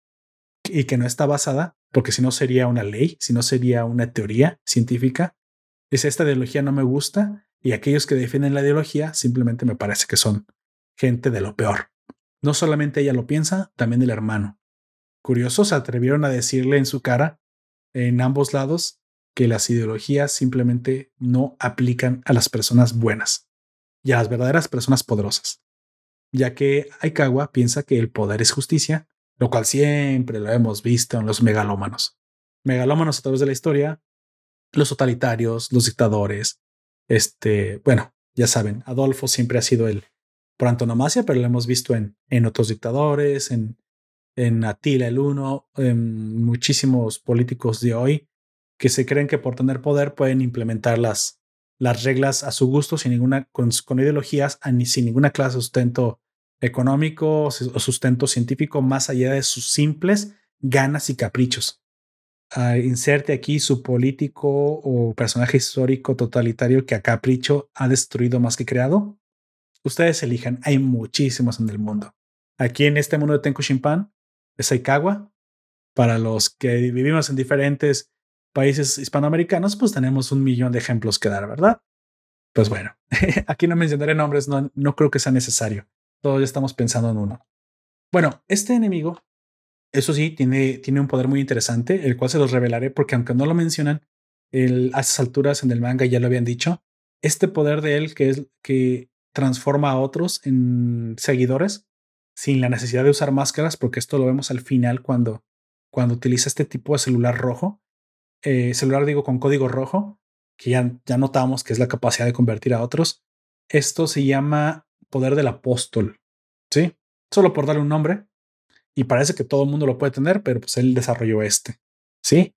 y que no está basada, porque si no sería una ley, si no sería una teoría científica. Dice, esta ideología no me gusta y aquellos que defienden la ideología simplemente me parece que son gente de lo peor. No solamente ella lo piensa, también el hermano. Curiosos se atrevieron a decirle en su cara, en ambos lados, que las ideologías simplemente no aplican a las personas buenas y a las verdaderas personas poderosas, ya que Aikawa piensa que el poder es justicia, lo cual siempre lo hemos visto en los megalómanos. Megalómanos a través de la historia, los totalitarios, los dictadores, este, bueno, ya saben, Adolfo siempre ha sido el por antonomasia, pero lo hemos visto en, en otros dictadores, en, en Atila el Uno, en muchísimos políticos de hoy que se creen que por tener poder pueden implementar las, las reglas a su gusto sin ninguna, con, con ideologías, ni sin ninguna clase de sustento económico o sustento científico más allá de sus simples ganas y caprichos. Uh, inserte aquí su político o personaje histórico totalitario que a capricho ha destruido más que creado. Ustedes elijan, hay muchísimos en el mundo. Aquí en este mundo de Tenku Shinpan es Aikawa. Para los que vivimos en diferentes países hispanoamericanos, pues tenemos un millón de ejemplos que dar, ¿verdad? Pues bueno, aquí no mencionaré nombres, no, no creo que sea necesario. Todos ya estamos pensando en uno. Bueno, este enemigo, eso sí, tiene, tiene un poder muy interesante, el cual se los revelaré porque aunque no lo mencionan, el, a esas alturas en el manga ya lo habían dicho, este poder de él que es que transforma a otros en seguidores sin la necesidad de usar máscaras, porque esto lo vemos al final cuando, cuando utiliza este tipo de celular rojo, eh, celular digo con código rojo, que ya, ya notamos que es la capacidad de convertir a otros. Esto se llama poder del apóstol, ¿sí? Solo por darle un nombre. Y parece que todo el mundo lo puede tener, pero pues él desarrolló este, ¿sí?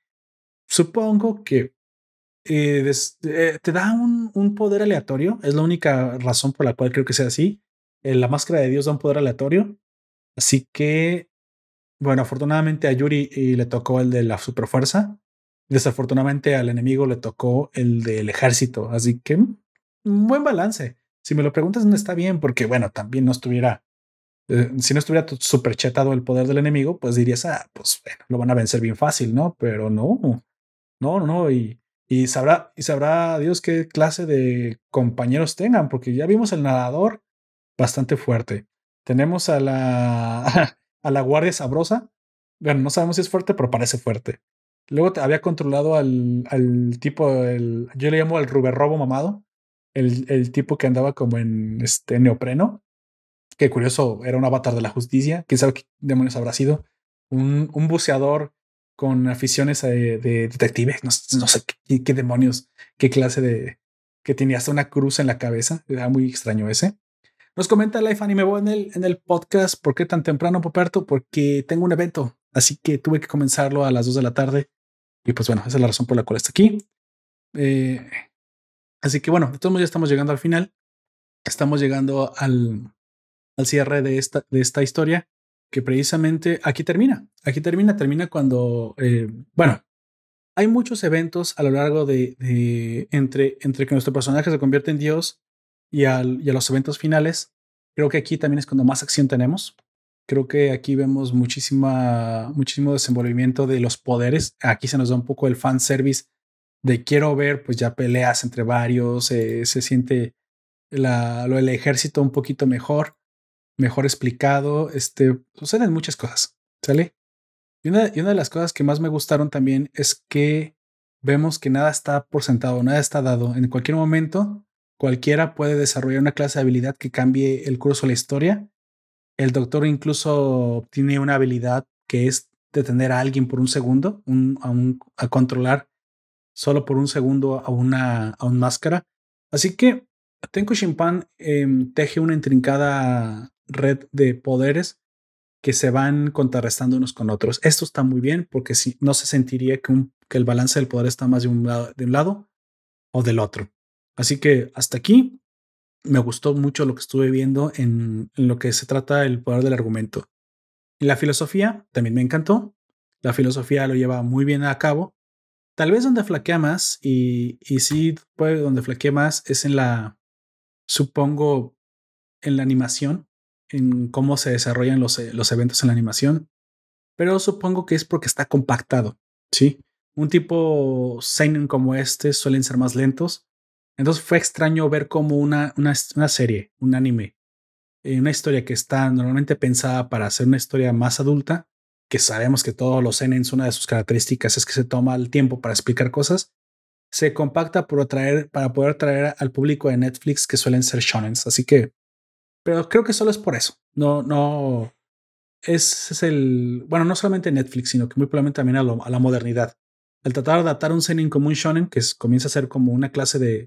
Supongo que eh, des, eh, te da un, un poder aleatorio, es la única razón por la cual creo que sea así. Eh, la máscara de Dios da un poder aleatorio, así que Bueno, afortunadamente a Yuri y le tocó el de la superfuerza. Desafortunadamente al enemigo le tocó el del ejército. Así que un buen balance. Si me lo preguntas, no está bien, porque bueno, también no estuviera, eh, si no estuviera súper chetado el poder del enemigo, pues dirías, ah, pues bueno, lo van a vencer bien fácil, ¿no? Pero no, no, no, no. Y, y sabrá, y sabrá Dios qué clase de compañeros tengan, porque ya vimos el nadador bastante fuerte. Tenemos a la, a la guardia sabrosa. Bueno, no sabemos si es fuerte, pero parece fuerte. Luego te- había controlado al, al tipo, el, yo le llamo el Ruberrobo mamado, el, el tipo que andaba como en este neopreno, que curioso, era un avatar de la justicia. Quién sabe qué demonios habrá sido. Un, un buceador con aficiones de, de detective. No, no sé qué, qué demonios, qué clase de, que tenía hasta una cruz en la cabeza. Era muy extraño ese. Nos comenta Life Anime Bo en el, en el podcast. ¿Por qué tan temprano, Poperto? Porque tengo un evento, así que tuve que comenzarlo a las dos de la tarde. Y pues bueno, esa es la razón por la cual está aquí. Eh, así que bueno, de todos modos ya estamos llegando al final. Estamos llegando al, al cierre de esta, de esta historia, que precisamente aquí termina. Aquí termina, termina cuando, eh, bueno, hay muchos eventos a lo largo de, de entre, entre que nuestro personaje se convierte en Dios y, al, y a los eventos finales. Creo que aquí también es cuando más acción tenemos. Creo que aquí vemos muchísima, muchísimo desenvolvimiento de los poderes. Aquí se nos da un poco el fan service de quiero ver pues ya peleas entre varios, eh, se siente la, lo del ejército un poquito mejor, mejor explicado. Este, suceden muchas cosas, ¿sale? Y una, y una de las cosas que más me gustaron también es que vemos que nada está por sentado, nada está dado. En cualquier momento, cualquiera puede desarrollar una clase de habilidad que cambie el curso de la historia. El doctor incluso tiene una habilidad que es detener a alguien por un segundo, un, a, un, a controlar solo por un segundo a una, a un máscara. Así que Tenku Shinpan eh, teje una intrincada red de poderes que se van contrarrestando unos con otros. Esto está muy bien porque si no se sentiría que, un, que el balance del poder está más de un, lado, de un lado o del otro. Así que hasta aquí me gustó mucho lo que estuve viendo en, en lo que se trata el poder del argumento. Y la filosofía también me encantó. La filosofía lo lleva muy bien a cabo. Tal vez donde flaquea más y, y sí, puede, donde flaquea más es en la, supongo, en la animación, en cómo se desarrollan los, los eventos en la animación, pero supongo que es porque está compactado, ¿sí? Un tipo seinen como este suelen ser más lentos, entonces fue extraño ver como una, una, una serie, un anime, eh, una historia que está normalmente pensada para ser una historia más adulta, que sabemos que todos los seinen, una de sus características es que se toma el tiempo para explicar cosas, se compacta por atraer, para poder traer al público de Netflix que suelen ser shonens. Así que, pero creo que solo es por eso. No, no es, es el, bueno, no solamente Netflix, sino que muy probablemente también a, lo, a la modernidad. Al tratar de adaptar un seinen como un shonen, que es, comienza a ser como una clase de,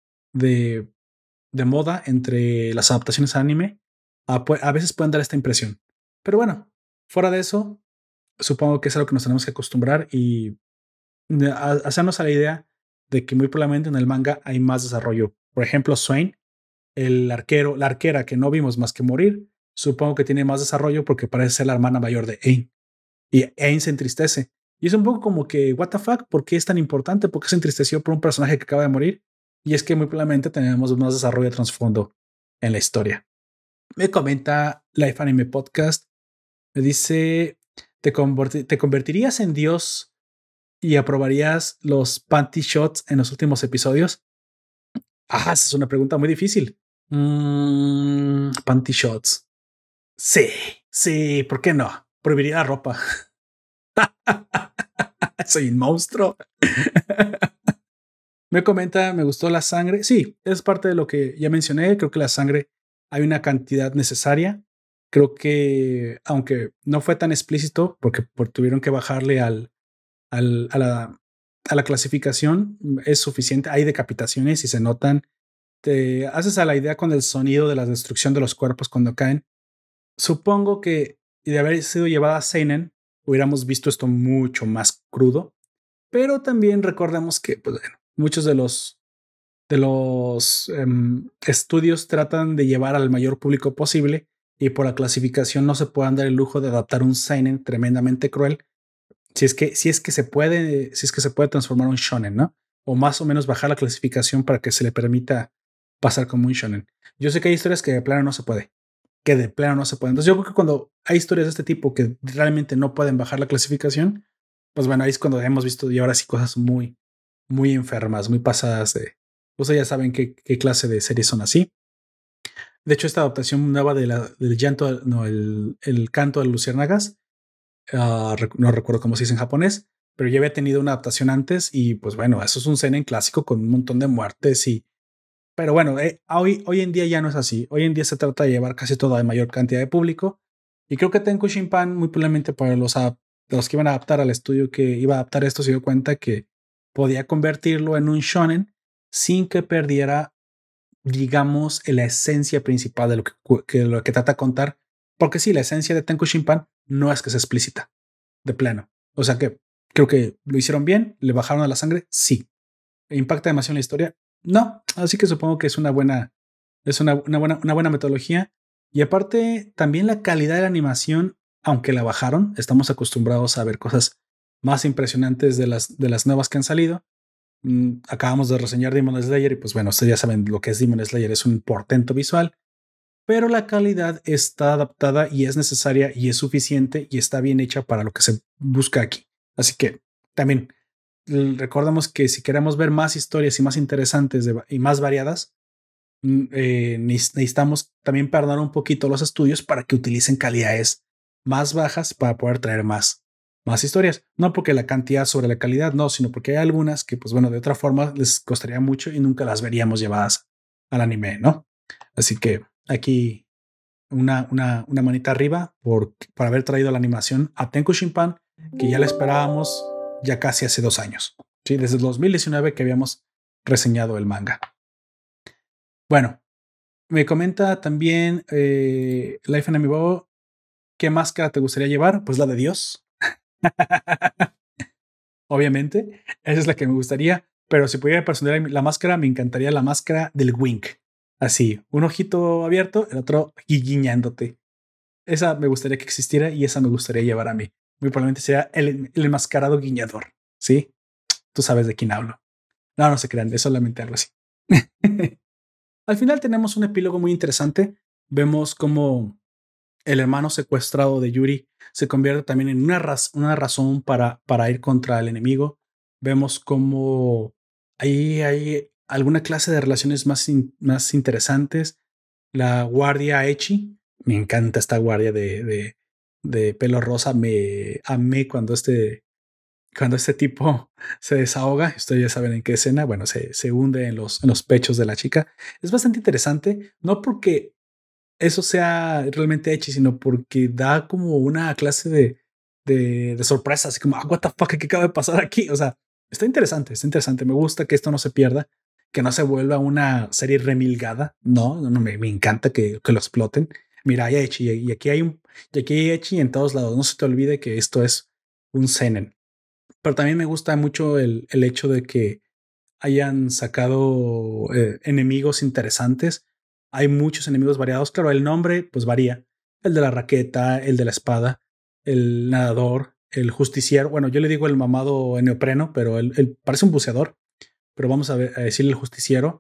de, de moda entre las adaptaciones a anime, a, a veces pueden dar esta impresión. Pero bueno, fuera de eso, supongo que es algo que nos tenemos que acostumbrar y a, hacernos a la idea de que muy probablemente en el manga hay más desarrollo. Por ejemplo, Swain, el arquero, la arquera que no vimos más que morir, supongo que tiene más desarrollo porque parece ser la hermana mayor de Ain. Y Ain se entristece. Y es un poco como que, what the fuck, ¿por qué es tan importante? ¿Por qué se entristeció por un personaje que acaba de morir? Y es que muy probablemente tenemos más desarrollo de trasfondo en la historia. Me comenta Life Anime Podcast, me dice, ¿te, converti te convertirías en Dios y aprobarías los panty shots en los últimos episodios? Ah, esa es una pregunta muy difícil. Mm, panty shots. Sí, sí, ¿por qué no? Prohibiría la ropa. Soy un monstruo. Me comenta, me gustó la sangre. Sí, es parte de lo que ya mencioné. Creo que la sangre hay una cantidad necesaria. Creo que, aunque no fue tan explícito, porque, porque tuvieron que bajarle al, al, a, la, a la clasificación, es suficiente. Hay decapitaciones y se notan. Te haces a la idea con el sonido de la destrucción de los cuerpos cuando caen. Supongo que de haber sido llevada a Seinen, hubiéramos visto esto mucho más crudo, pero también recordemos que pues, bueno, muchos de los, de los um, estudios tratan de llevar al mayor público posible y por la clasificación no se puedan dar el lujo de adaptar un seinen tremendamente cruel. Si es que, si es que se puede, si es que se puede transformar un shonen, ¿no? O más o menos bajar la clasificación para que se le permita pasar como un shonen. Yo sé que hay historias que de plano no se puede, que de plano no se puede. Entonces yo creo que cuando hay historias de este tipo que realmente no pueden bajar la clasificación, pues bueno, ahí es cuando hemos visto y ahora sí cosas muy, muy enfermas, muy pasadas de, ustedes ya saben qué, qué clase de series son así. De hecho, esta adaptación nueva de la, del llanto, no, el, el canto de luciérnagas, uh, no recuerdo cómo se dice en japonés, pero ya había tenido una adaptación antes y pues bueno, eso es un seinen clásico con un montón de muertes y, pero bueno, eh, hoy, hoy en día ya no es así. Hoy en día se trata de llevar casi toda la mayor cantidad de público y creo que Tenku Shinpan muy probablemente para los, a, los que iban a adaptar al estudio que iba a adaptar esto se dio cuenta que podía convertirlo en un shonen sin que perdiera, digamos, la esencia principal de lo que, que, lo que trata de contar. Porque sí, la esencia de Tenku Shinpan no es que sea explícita, de plano. O sea que creo que lo hicieron bien, le bajaron a la sangre, sí. ¿Impacta demasiado en la historia? No. Así que supongo que es una buena, es una, una, buena, una buena metodología. Y aparte, también la calidad de la animación, aunque la bajaron, estamos acostumbrados a ver cosas más impresionantes de las, de las nuevas que han salido. Mm, acabamos de reseñar Demon Slayer y pues bueno, ustedes ya saben lo que es Demon Slayer, es un portento visual, pero la calidad está adaptada y es necesaria y es suficiente y está bien hecha para lo que se busca aquí. Así que también recordemos que si queremos ver más historias y más interesantes de, y más variadas, eh, necesitamos también perdonar un poquito los estudios para que utilicen calidades más bajas para poder traer más, más historias. No porque la cantidad sobre la calidad, no, sino porque hay algunas que, pues bueno, de otra forma les costaría mucho y nunca las veríamos llevadas al anime, ¿no? Así que aquí una, una, una manita arriba por, por haber traído la animación a Tenku Shinpan, que ya la esperábamos ya casi hace dos años. Sí, desde el dos mil diecinueve que habíamos reseñado el manga. Bueno, me comenta también eh, Life and Amiibo, ¿qué máscara te gustaría llevar? Pues la de Dios. Obviamente, esa es la que me gustaría, pero si pudiera personalizar la máscara, me encantaría la máscara del Wink. Así, un ojito abierto, el otro guiñándote. Esa me gustaría que existiera y esa me gustaría llevar a mí. Muy probablemente sea el, el enmascarado guiñador. ¿Sí? Tú sabes de quién hablo. No, no se crean, es solamente algo así. Al final tenemos un epílogo muy interesante. Vemos cómo el hermano secuestrado de Yuri se convierte también en una, raz una razón para, para ir contra el enemigo. Vemos cómo ahí hay alguna clase de relaciones más, in más interesantes. La guardia Echi, me encanta esta guardia de, de, de pelo rosa. Me amé cuando este cuando este tipo se desahoga. Ustedes ya saben en qué escena. Bueno, se, se hunde en los, en los pechos de la chica. Es bastante interesante, no porque eso sea realmente hecho, sino porque da como una clase de, de, de sorpresa, así como, ah, what the fuck, ¿qué acaba de pasar aquí? O sea, está interesante, está interesante. Me gusta que esto no se pierda, que no se vuelva una serie remilgada. No, no, no me, me encanta que, que lo exploten. Mira, hay Echi y aquí hay un, y aquí hay Echi en todos lados. No se te olvide que esto es un seinen. Pero también me gusta mucho el, el hecho de que hayan sacado eh, enemigos interesantes. Hay muchos enemigos variados. Claro, el nombre pues varía. El de la raqueta, el de la espada, el nadador, el justiciero. Bueno, yo le digo el mamado neopreno, pero él, él parece un buceador. Pero vamos a, ver, a decirle el justiciero.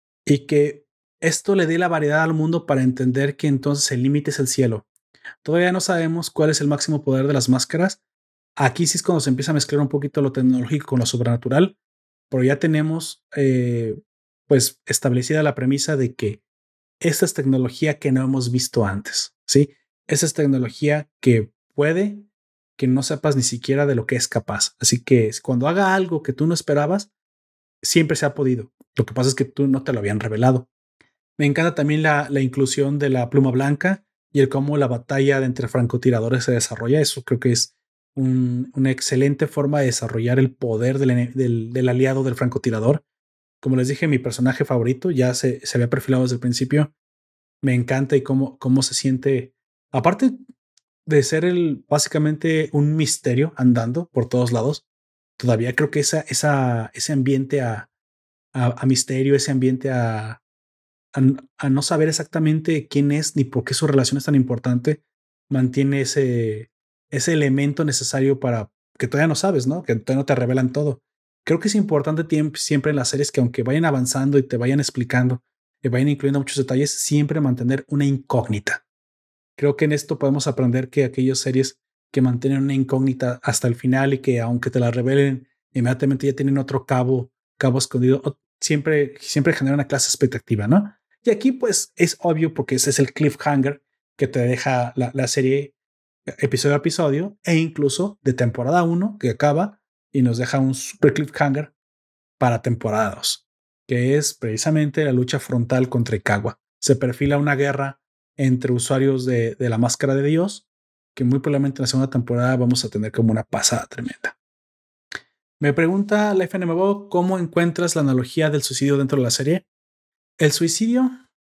Y que esto le dé la variedad al mundo para entender que entonces el límite es el cielo. Todavía no sabemos cuál es el máximo poder de las máscaras. Aquí sí es cuando se empieza a mezclar un poquito lo tecnológico con lo sobrenatural, pero ya tenemos eh, pues establecida la premisa de que esta es tecnología que no hemos visto antes, ¿sí? Esa es tecnología que puede que no sepas ni siquiera de lo que es capaz. Así que cuando haga algo que tú no esperabas, siempre se ha podido. Lo que pasa es que tú no te lo habían revelado. Me encanta también la, la inclusión de la pluma blanca y el cómo la batalla de entre francotiradores se desarrolla. Eso creo que es un, una excelente forma de desarrollar el poder del, del, del, aliado del francotirador. Como les dije, mi personaje favorito ya se, se había perfilado desde el principio. Me encanta y cómo, cómo se siente, aparte de ser el, básicamente un misterio andando por todos lados, todavía creo que esa, esa, ese ambiente a, a, a misterio, ese ambiente a a, a no saber exactamente quién es ni por qué su relación es tan importante, mantiene ese, ese elemento necesario para que todavía no sabes, ¿no? Que todavía no te revelan todo. Creo que es importante siempre en las series que aunque vayan avanzando y te vayan explicando y vayan incluyendo muchos detalles, siempre mantener una incógnita. Creo que en esto podemos aprender que aquellas series que mantienen una incógnita hasta el final y que aunque te la revelen, inmediatamente ya tienen otro cabo, cabo escondido, siempre, siempre genera una clase de expectativa, ¿no? Y aquí pues es obvio porque ese es el cliffhanger que te deja la, la serie episodio a episodio e incluso de temporada uno que acaba y nos deja un super cliffhanger para temporada dos, que es precisamente la lucha frontal contra Ikawa. Se perfila una guerra entre usuarios de, de la Máscara de Dios, que muy probablemente en la segunda temporada vamos a tener como una pasada tremenda. Me pregunta Life N M O, ¿cómo encuentras la analogía del suicidio dentro de la serie? El suicidio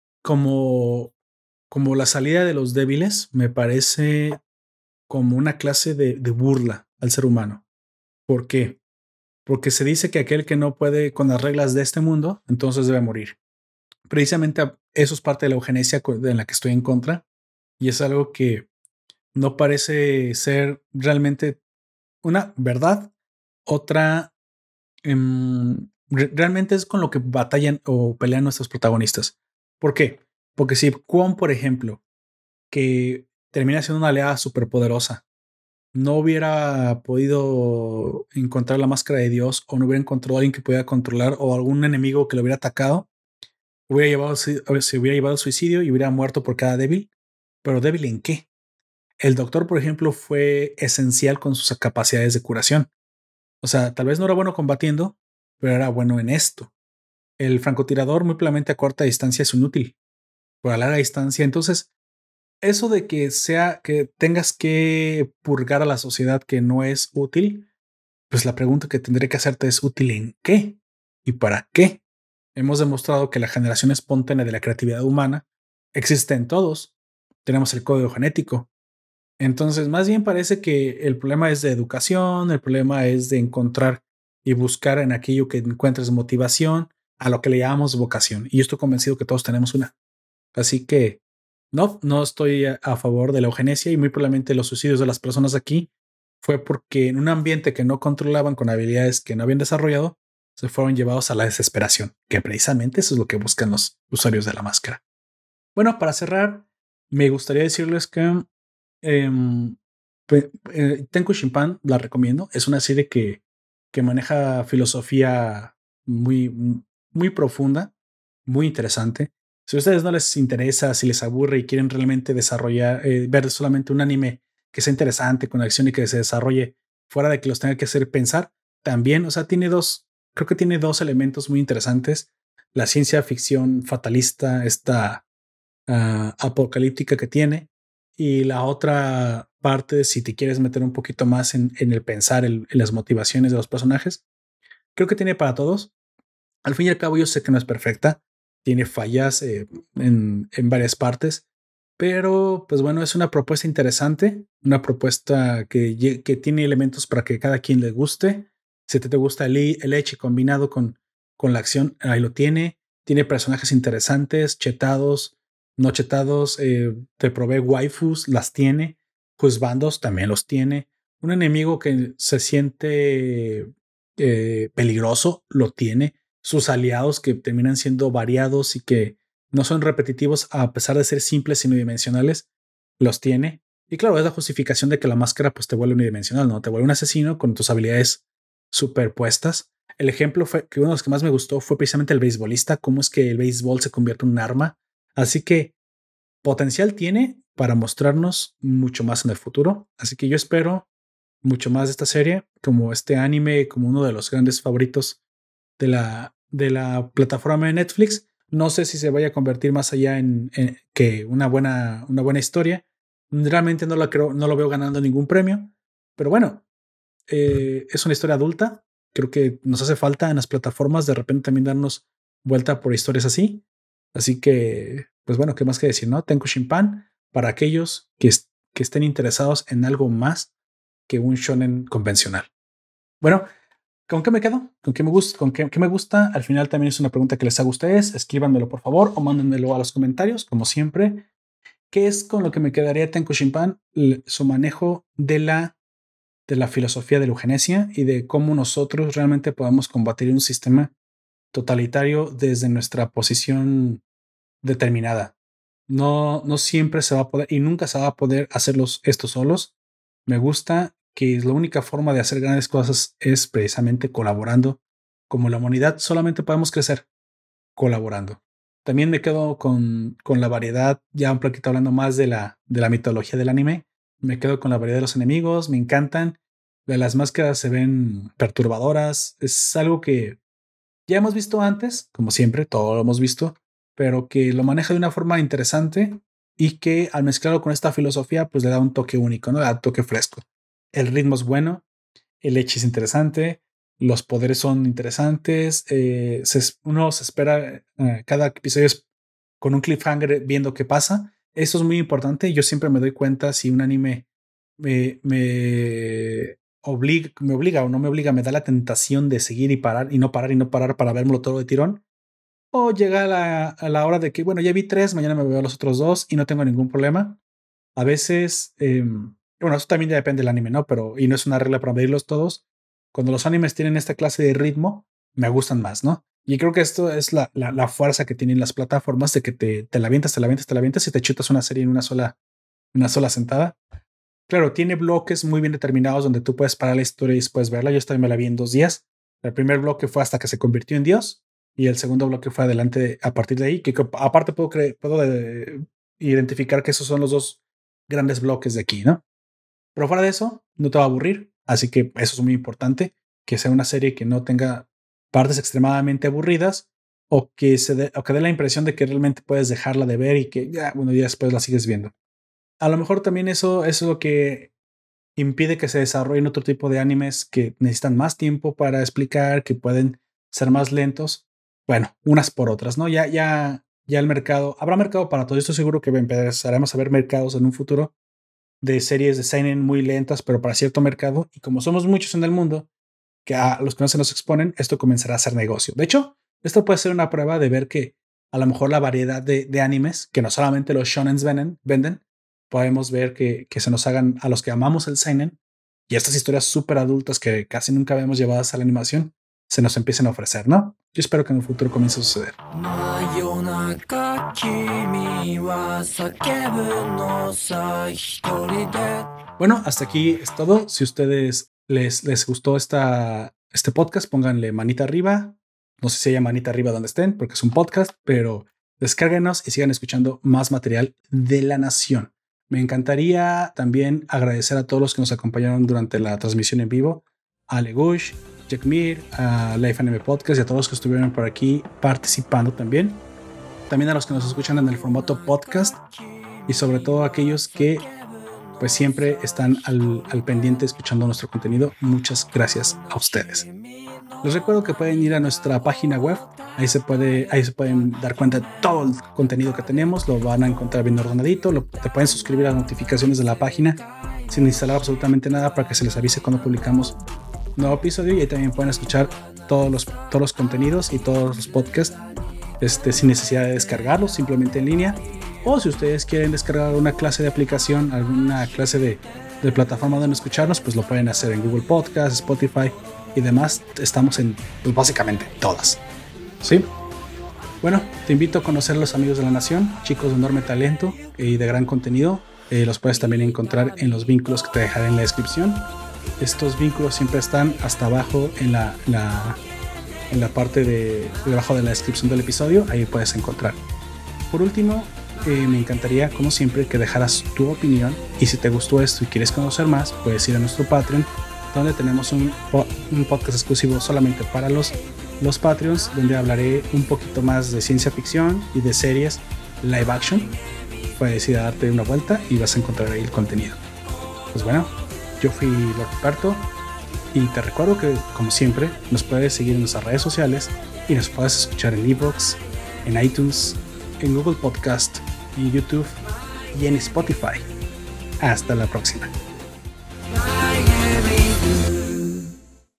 como, como la salida de los débiles me parece como una clase de, de burla al ser humano. ¿Por qué? Porque se dice que aquel que no puede con las reglas de este mundo, entonces debe morir. Precisamente eso es parte de la eugenesia en la que estoy en contra y es algo que no parece ser realmente una verdad. Otra, um, re realmente es con lo que batallan o pelean nuestros protagonistas. ¿Por qué? Porque si Kwon, por ejemplo, que termina siendo una aliada superpoderosa, no hubiera podido encontrar la máscara de Dios o no hubiera encontrado a alguien que pudiera controlar o algún enemigo que lo hubiera atacado, hubiera llevado, se hubiera llevado al suicidio y hubiera muerto por cada débil. ¿Pero débil en qué? El doctor, por ejemplo, fue esencial con sus capacidades de curación. O sea, tal vez no era bueno combatiendo, pero era bueno en esto. El francotirador muy probablemente a corta distancia es inútil, pero a larga distancia. Entonces, eso de que sea que tengas que purgar a la sociedad que no es útil, pues la pregunta que tendré que hacerte es ¿útil en qué? ¿Y para qué? Hemos demostrado que la generación espontánea de la creatividad humana existe en todos. Tenemos el código genético. Entonces, más bien parece que el problema es de educación, el problema es de encontrar y buscar en aquello que encuentres motivación, a lo que le llamamos vocación. Y yo estoy convencido que todos tenemos una. Así que no, no estoy a favor de la eugenesia y muy probablemente los suicidios de las personas aquí fue porque en un ambiente que no controlaban con habilidades que no habían desarrollado, se fueron llevados a la desesperación, que precisamente eso es lo que buscan los usuarios de la máscara. Bueno, para cerrar, me gustaría decirles que eh, eh, Tenku Shinpan la recomiendo. Es una serie que, que maneja filosofía muy, muy profunda, muy interesante. Si a ustedes no les interesa, si les aburre y quieren realmente desarrollar, eh, ver solamente un anime que sea interesante, con acción y que se desarrolle fuera de que los tenga que hacer pensar, también, o sea, tiene dos, creo que tiene dos elementos muy interesantes. La ciencia ficción fatalista, esta uh, apocalíptica que tiene, y la otra parte, si te quieres meter un poquito más en, en el pensar, en, en las motivaciones de los personajes, creo que tiene para todos. Al fin y al cabo, yo sé que no es perfecta, tiene fallas eh, en, en varias partes, pero pues bueno, es una propuesta interesante, una propuesta que, que tiene elementos para que cada quien le guste. Si te, te gusta el, el leche combinado con, con la acción, ahí lo tiene. Tiene personajes interesantes, chetados, no chetados. Eh, te provee waifus, las tiene. Juzbandos también los tiene. Un enemigo que se siente eh, peligroso, lo tiene. Sus aliados que terminan siendo variados y que no son repetitivos a pesar de ser simples y unidimensionales, los tiene. Y claro, es la justificación de que la máscara pues te vuelve unidimensional, ¿no? Te vuelve un asesino con tus habilidades superpuestas. El ejemplo fue que uno de los que más me gustó fue precisamente el beisbolista, cómo es que el béisbol se convierte en un arma. Así que potencial tiene para mostrarnos mucho más en el futuro. Así que yo espero mucho más de esta serie, como este anime, como uno de los grandes favoritos de la, de la plataforma de Netflix. No sé si se vaya a convertir más allá en, en que una buena, una buena historia. Realmente no, la creo, no lo veo ganando ningún premio, pero bueno, eh, es una historia adulta. Creo que nos hace falta en las plataformas de repente también darnos vuelta por historias así. Así que, pues bueno, qué más que decir, ¿no? Tenku Shinpan para aquellos que, est que estén interesados en algo más que un shonen convencional. Bueno, ¿Con qué me quedo? ¿Con qué me gusta? ¿Con qué, qué me gusta? Al final también es una pregunta que les hago a ustedes. Escríbanmelo, por favor, o mándenmelo a los comentarios, como siempre. ¿Qué es con lo que me quedaría Tenku Shinpan? Su manejo de la, de la filosofía de la eugenesia y de cómo nosotros realmente podemos combatir un sistema totalitario desde nuestra posición determinada. No, no siempre se va a poder y nunca se va a poder hacerlos esto solos. Me gusta que la única forma de hacer grandes cosas es precisamente colaborando. Como la humanidad solamente podemos crecer colaborando. También me quedo con, con la variedad, ya un poquito hablando más de la, de la mitología del anime. Me quedo con la variedad de los enemigos, me encantan. Las máscaras se ven perturbadoras. Es algo que ya hemos visto antes, como siempre, todo lo hemos visto, pero que lo maneja de una forma interesante y que al mezclarlo con esta filosofía, pues le da un toque único, ¿no? Le da un toque fresco. El ritmo es bueno, el hecho es interesante, los poderes son interesantes, eh, se, uno se espera eh, cada episodio es con un cliffhanger viendo qué pasa. Eso es muy importante. Yo siempre me doy cuenta si un anime me, me obliga, me obliga o no me obliga, me da la tentación de seguir y parar y no parar y no parar para verlo todo de tirón. O llega a la, a la hora de que, bueno, ya vi tres, mañana me veo a los otros dos y no tengo ningún problema. A veces, eh, bueno, eso también ya depende del anime, ¿no? Pero, y no es una regla para medirlos todos. Cuando los animes tienen esta clase de ritmo, me gustan más, ¿no? Y creo que esto es la, la, la fuerza que tienen las plataformas de que te, te la avientas, te la avientas, te la avientas y te chutas una serie en una sola, una sola sentada. Claro, tiene bloques muy bien determinados donde tú puedes parar la historia y después verla. Yo esta me la vi en dos días. El primer bloque fue hasta que se convirtió en Dios y el segundo bloque fue adelante a partir de ahí, que aparte puedo, creer, puedo de, identificar que esos son los dos grandes bloques de aquí, ¿no? Pero fuera de eso, no te va a aburrir. Así que eso es muy importante, que sea una serie que no tenga partes extremadamente aburridas o que, se dé, o que dé la impresión de que realmente puedes dejarla de ver y que ya, bueno, ya después la sigues viendo. A lo mejor también eso, eso es lo que impide que se desarrollen otro tipo de animes que necesitan más tiempo para explicar, que pueden ser más lentos. Bueno, unas por otras, ¿no? Ya, ya, ya el mercado, habrá mercado para todo. Yo estoy seguro que empezaremos a ver mercados en un futuro de series de seinen muy lentas, pero para cierto mercado. Y como somos muchos en el mundo, que a los que no se nos exponen, esto comenzará a ser negocio. De hecho, esto puede ser una prueba de ver que a lo mejor la variedad de, de animes, que no solamente los shonens venden, venden podemos ver que, que se nos hagan a los que amamos el seinen y estas historias súper adultas que casi nunca vemos llevadas a la animación, se nos empiecen a ofrecer, ¿no? Yo espero que en el futuro comience a suceder. Bueno, hasta aquí es todo. Si ustedes les, les gustó esta, este podcast, pónganle manita arriba. No sé si haya manita arriba donde estén, porque es un podcast, pero descárguenos y sigan escuchando más material de La Nación. Me encantaría también agradecer a todos los que nos acompañaron durante la transmisión en vivo, a Ale Gush, Jack Mir, a Life Anime Podcast y a todos los que estuvieron por aquí participando también. También a los que nos escuchan en el formato podcast y sobre todo a aquellos que pues siempre están al, al pendiente escuchando nuestro contenido. Muchas gracias a ustedes. Les recuerdo que pueden ir a nuestra página web. Ahí se puede, ahí se pueden dar cuenta de todo el contenido que tenemos. Lo van a encontrar bien ordenadito. Lo, te pueden suscribir a las notificaciones de la página sin instalar absolutamente nada para que se les avise cuando publicamos un nuevo episodio. Y ahí también pueden escuchar todos los, todos los contenidos y todos los podcasts este, sin necesidad de descargarlos, simplemente en línea. O si ustedes quieren descargar una clase de aplicación, alguna clase de, de plataforma donde escucharnos, pues lo pueden hacer en Google Podcast, Spotify y demás. Estamos en, pues básicamente todas. ¿Sí? Bueno, te invito a conocer a los amigos de La Nación, chicos de enorme talento y de gran contenido. Eh, los puedes también encontrar en los vínculos que te dejaré en la descripción. Estos vínculos siempre están hasta abajo en la, la, en la parte de debajo de la descripción del episodio. Ahí puedes encontrar. Por último, Eh, me encantaría, como siempre, que dejaras tu opinión y si te gustó esto y quieres conocer más, puedes ir a nuestro Patreon, donde tenemos un, un podcast exclusivo solamente para los, los Patreons, donde hablaré un poquito más de ciencia ficción y de series live action. Puedes ir a darte una vuelta y vas a encontrar ahí el contenido. Pues bueno, yo fui Lord Roberto y te recuerdo que, como siempre, nos puedes seguir en nuestras redes sociales y nos puedes escuchar en iVoox, en iTunes, en Google Podcast, en YouTube y en Spotify. Hasta la próxima.